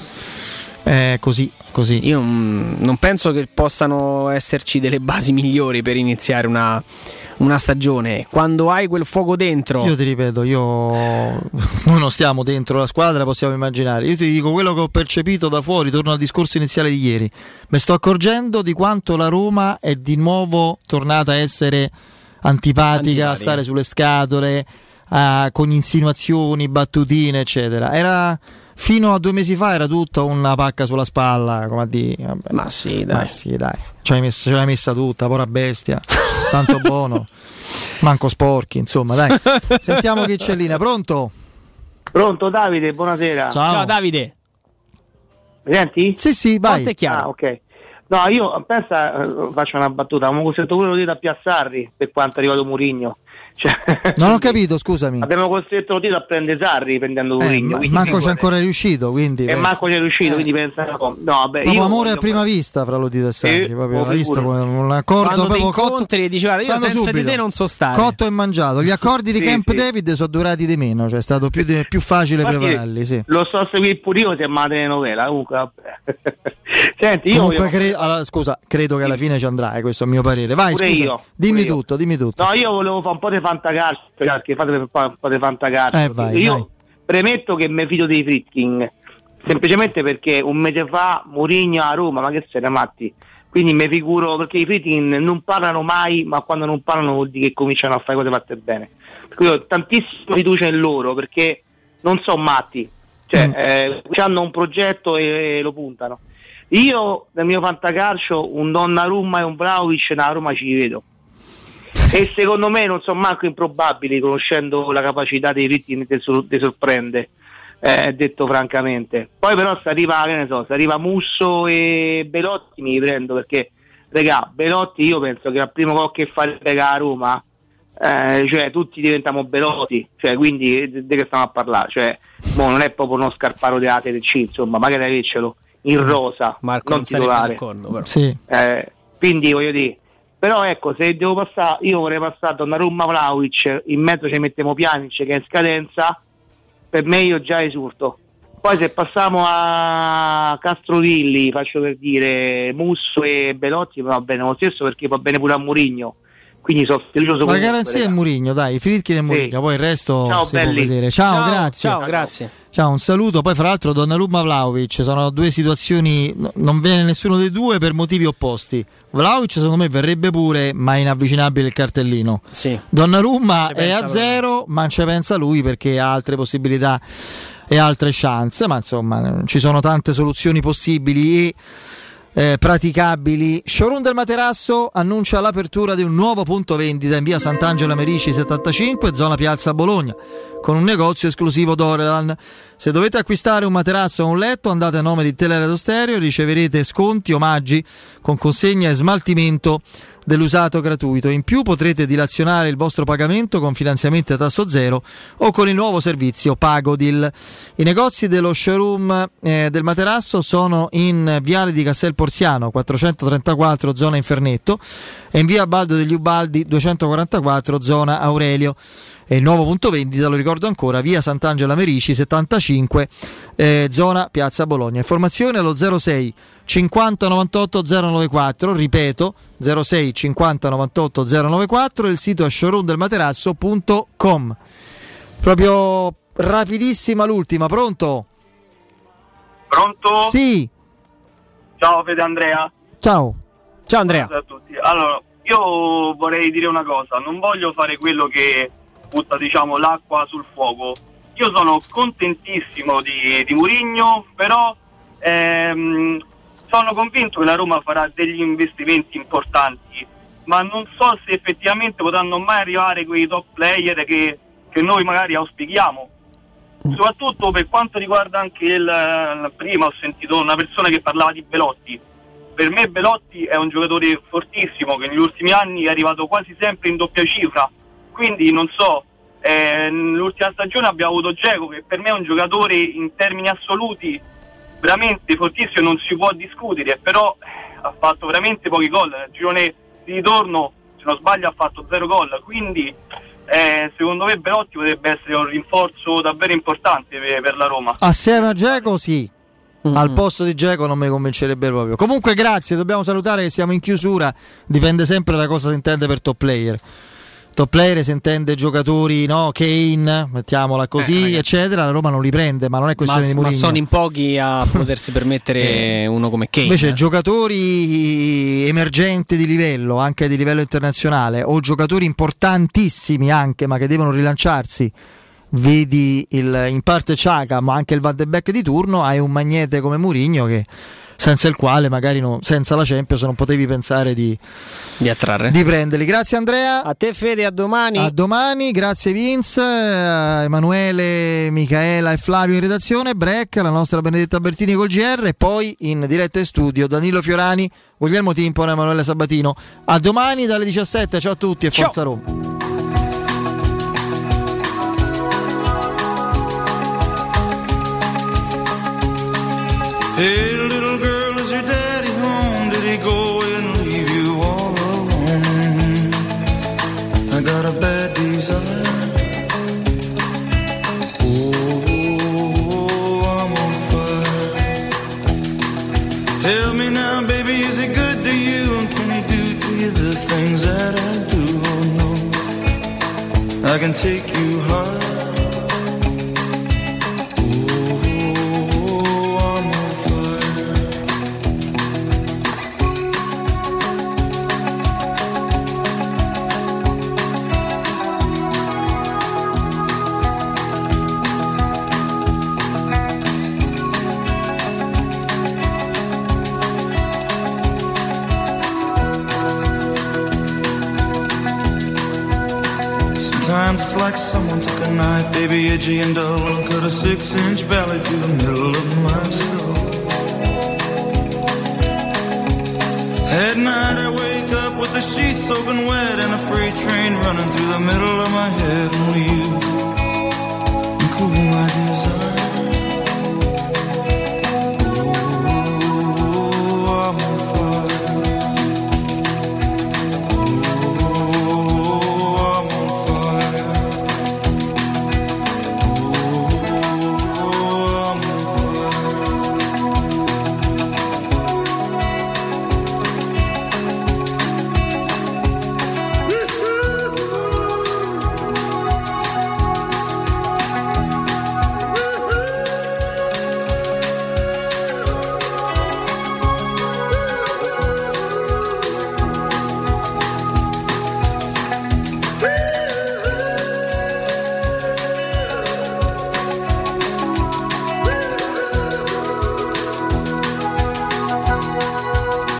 Così. Io non penso che possano esserci delle basi migliori per iniziare una stagione quando hai quel fuoco dentro. Io ti ripeto, noi non stiamo dentro la squadra, possiamo immaginare. Io ti dico quello che ho percepito da fuori, torno al discorso iniziale di ieri. Mi sto accorgendo di quanto la Roma è di nuovo tornata a essere antipatica. A stare sulle scatole, con insinuazioni, battutine eccetera. Era fino a 2 mesi fa era tutta una pacca sulla spalla, come a dire, vabbè. Ma sì, dai. Ce l'hai messa tutta, pora bestia. Tanto buono, manco sporchi, insomma, dai. Sentiamo chi c'è in linea. Pronto, Davide, buonasera. Ciao Davide. Mi senti? Sì, vai. Forte e chiaro. Ok. No, io pensa, faccio una battuta, abbiamo costretto pure lo dito a Piazzarri per quanto è arrivato Mourinho. Cioè, non ho capito, scusami. Abbiamo costretto lo dito a prendere Sarri prendendo Mourinho. Manco c'è ancora riuscito, quindi. E manco c'è riuscito, quindi pensa. No, vabbè, proprio io amore a prima vista fra Lotito e Sarri, proprio, hai visto un accordo proprio cotto e dici guarda, io senza subito, di te non so stare. Cotto e mangiato. Gli accordi di Camp David sono durati di meno, cioè è stato più facile prepararli, sì. Lo so seguire pure io, se ma telenovela, comunque vabbè. Senti, io comunque allora, scusa, credo che alla fine ci andrà, questo è il mio parere. Vai, pure scusa. Io, dimmi pure tutto, dimmi tutto. No, io volevo fare un po' di fantacalcio, perché fate un po' di fantacalcio. Vai, io premetto che mi fido dei Friedkin, semplicemente perché un mese fa Mourinho a Roma, ma che siete matti? Quindi mi figuro, perché i Friedkin non parlano mai, ma quando non parlano vuol dire che cominciano a fare cose fatte bene. Per cui ho tantissima fiducia in loro, perché non sono matti, cioè hanno un progetto e lo puntano. Io nel mio fantacalcio un Donnarumma e un Vlahovic nella Roma ci vedo, e secondo me non sono manco improbabili, conoscendo la capacità dei Friedkin di sorprende, detto francamente. Poi però se arriva Musso e Belotti mi prendo, perché regà, Belotti io penso che al primo gol che fa a Roma, cioè tutti diventiamo Belotti, cioè quindi di che stiamo a parlare, cioè non è proprio uno Scarparo della TDC, insomma, magari avercelo in rosa, Marco non titolare. Sì. Quindi voglio dire, però ecco, se devo passare, io vorrei passare Donnarumma Vlahovic, in mezzo ci mettiamo Pjanic che è in scadenza, per me io già esulto. Poi se passiamo a Castrovilli, faccio per dire Musso e Belotti, va bene lo stesso, perché va bene pure a Mourinho. Quindi sono fiducioso. La garanzia è Mourinho, dai, Friedkin e Mourinho, poi il resto ciao, si può vedere. Ciao, grazie. Ciao, grazie. Ciao, un saluto. Poi fra l'altro Donnarumma Vlahovic sono due situazioni, non viene nessuno dei due per motivi opposti. Vlahovic secondo me verrebbe pure, ma è inavvicinabile il cartellino. Sì. Donnarumma è a zero, ma non ci pensa lui perché ha altre possibilità e altre chance, ma insomma ci sono tante soluzioni possibili e praticabili. Showroom del Materasso annuncia l'apertura di un nuovo punto vendita in via Sant'Angela Merici 75, zona Piazza Bologna, con un negozio esclusivo Dorelan. Se dovete acquistare un materasso o un letto, andate a nome di Teleradio Stereo e riceverete sconti, omaggi con consegna e smaltimento dell'usato gratuito. In più potrete dilazionare il vostro pagamento con finanziamenti a tasso zero o con il nuovo servizio Pagodil. I negozi dello showroom del Materasso sono in Viale di Castel Porziano 434 zona Infernetto e in via Baldo degli Ubaldi 244 zona Aurelio. E il nuovo punto vendita, lo ricordo ancora, via Sant'Angela Merici 75 zona Piazza Bologna. Informazioni allo 06 50 98 094, ripeto 06 50 98 094, il sito è showroomdelmaterasso.com. Proprio rapidissima l'ultima. Pronto? Sì. Ciao Fede Andrea. Ciao Andrea. Ciao a tutti. Allora, io vorrei dire una cosa, non voglio fare quello che butta l'acqua sul fuoco. Io sono contentissimo di Mourinho, però sono convinto che la Roma farà degli investimenti importanti, ma non so se effettivamente potranno mai arrivare quei top player che noi magari auspichiamo. Soprattutto per quanto riguarda anche prima ho sentito una persona che parlava di Belotti. Per me Belotti è un giocatore fortissimo che negli ultimi anni è arrivato quasi sempre in doppia cifra, quindi non so, nell'ultima stagione abbiamo avuto Dzeko che per me è un giocatore in termini assoluti veramente fortissimo, non si può discutere, però ha fatto veramente pochi gol. Nel girone di ritorno, se non sbaglio, ha fatto 0 gol, quindi secondo me Belotti potrebbe essere un rinforzo davvero importante per la Roma. Assieme a Dzeko sì. Al posto di Dzeko non mi convincerebbe proprio. Comunque grazie, dobbiamo salutare che siamo in chiusura, dipende sempre da cosa si intende per top player. Top player si intende giocatori, no? Kane, mettiamola così, eccetera. La Roma non li prende, ma non è questione di Mourinho. Ma sono in pochi a potersi permettere uno come Kane. Invece giocatori emergenti di livello, anche di livello internazionale, o giocatori importantissimi anche, ma che devono rilanciarsi. Vedi in parte Xhaka, ma anche il Van de Beek di turno. Hai un magnete come Mourinho che senza il quale magari senza la Champions non potevi pensare di attrarre, di prenderli. Grazie Andrea. A te Fede, a domani. A domani, grazie Vince, a Emanuele, Micaela e Flavio in redazione, break, la nostra Benedetta Bertini col GR e poi in diretta in studio Danilo Fiorani, Guglielmo Timpone e Emanuele Sabatino. A domani dalle 17, ciao a tutti e Forza Roma. Hey little girl, is your daddy home? Did he go and leave you all alone? I got a bad desire. Oh, I'm on fire. Tell me now, baby, is he good to you? And can he do to you the things that I do? Oh no, I can take you high. Sometimes it's like someone took a knife, baby, edgy and dull, and cut a 6-inch valley through the middle of my skull. At night I wake up with the sheets soaking wet and a freight train running through the middle of my head. Only you can cool my desire.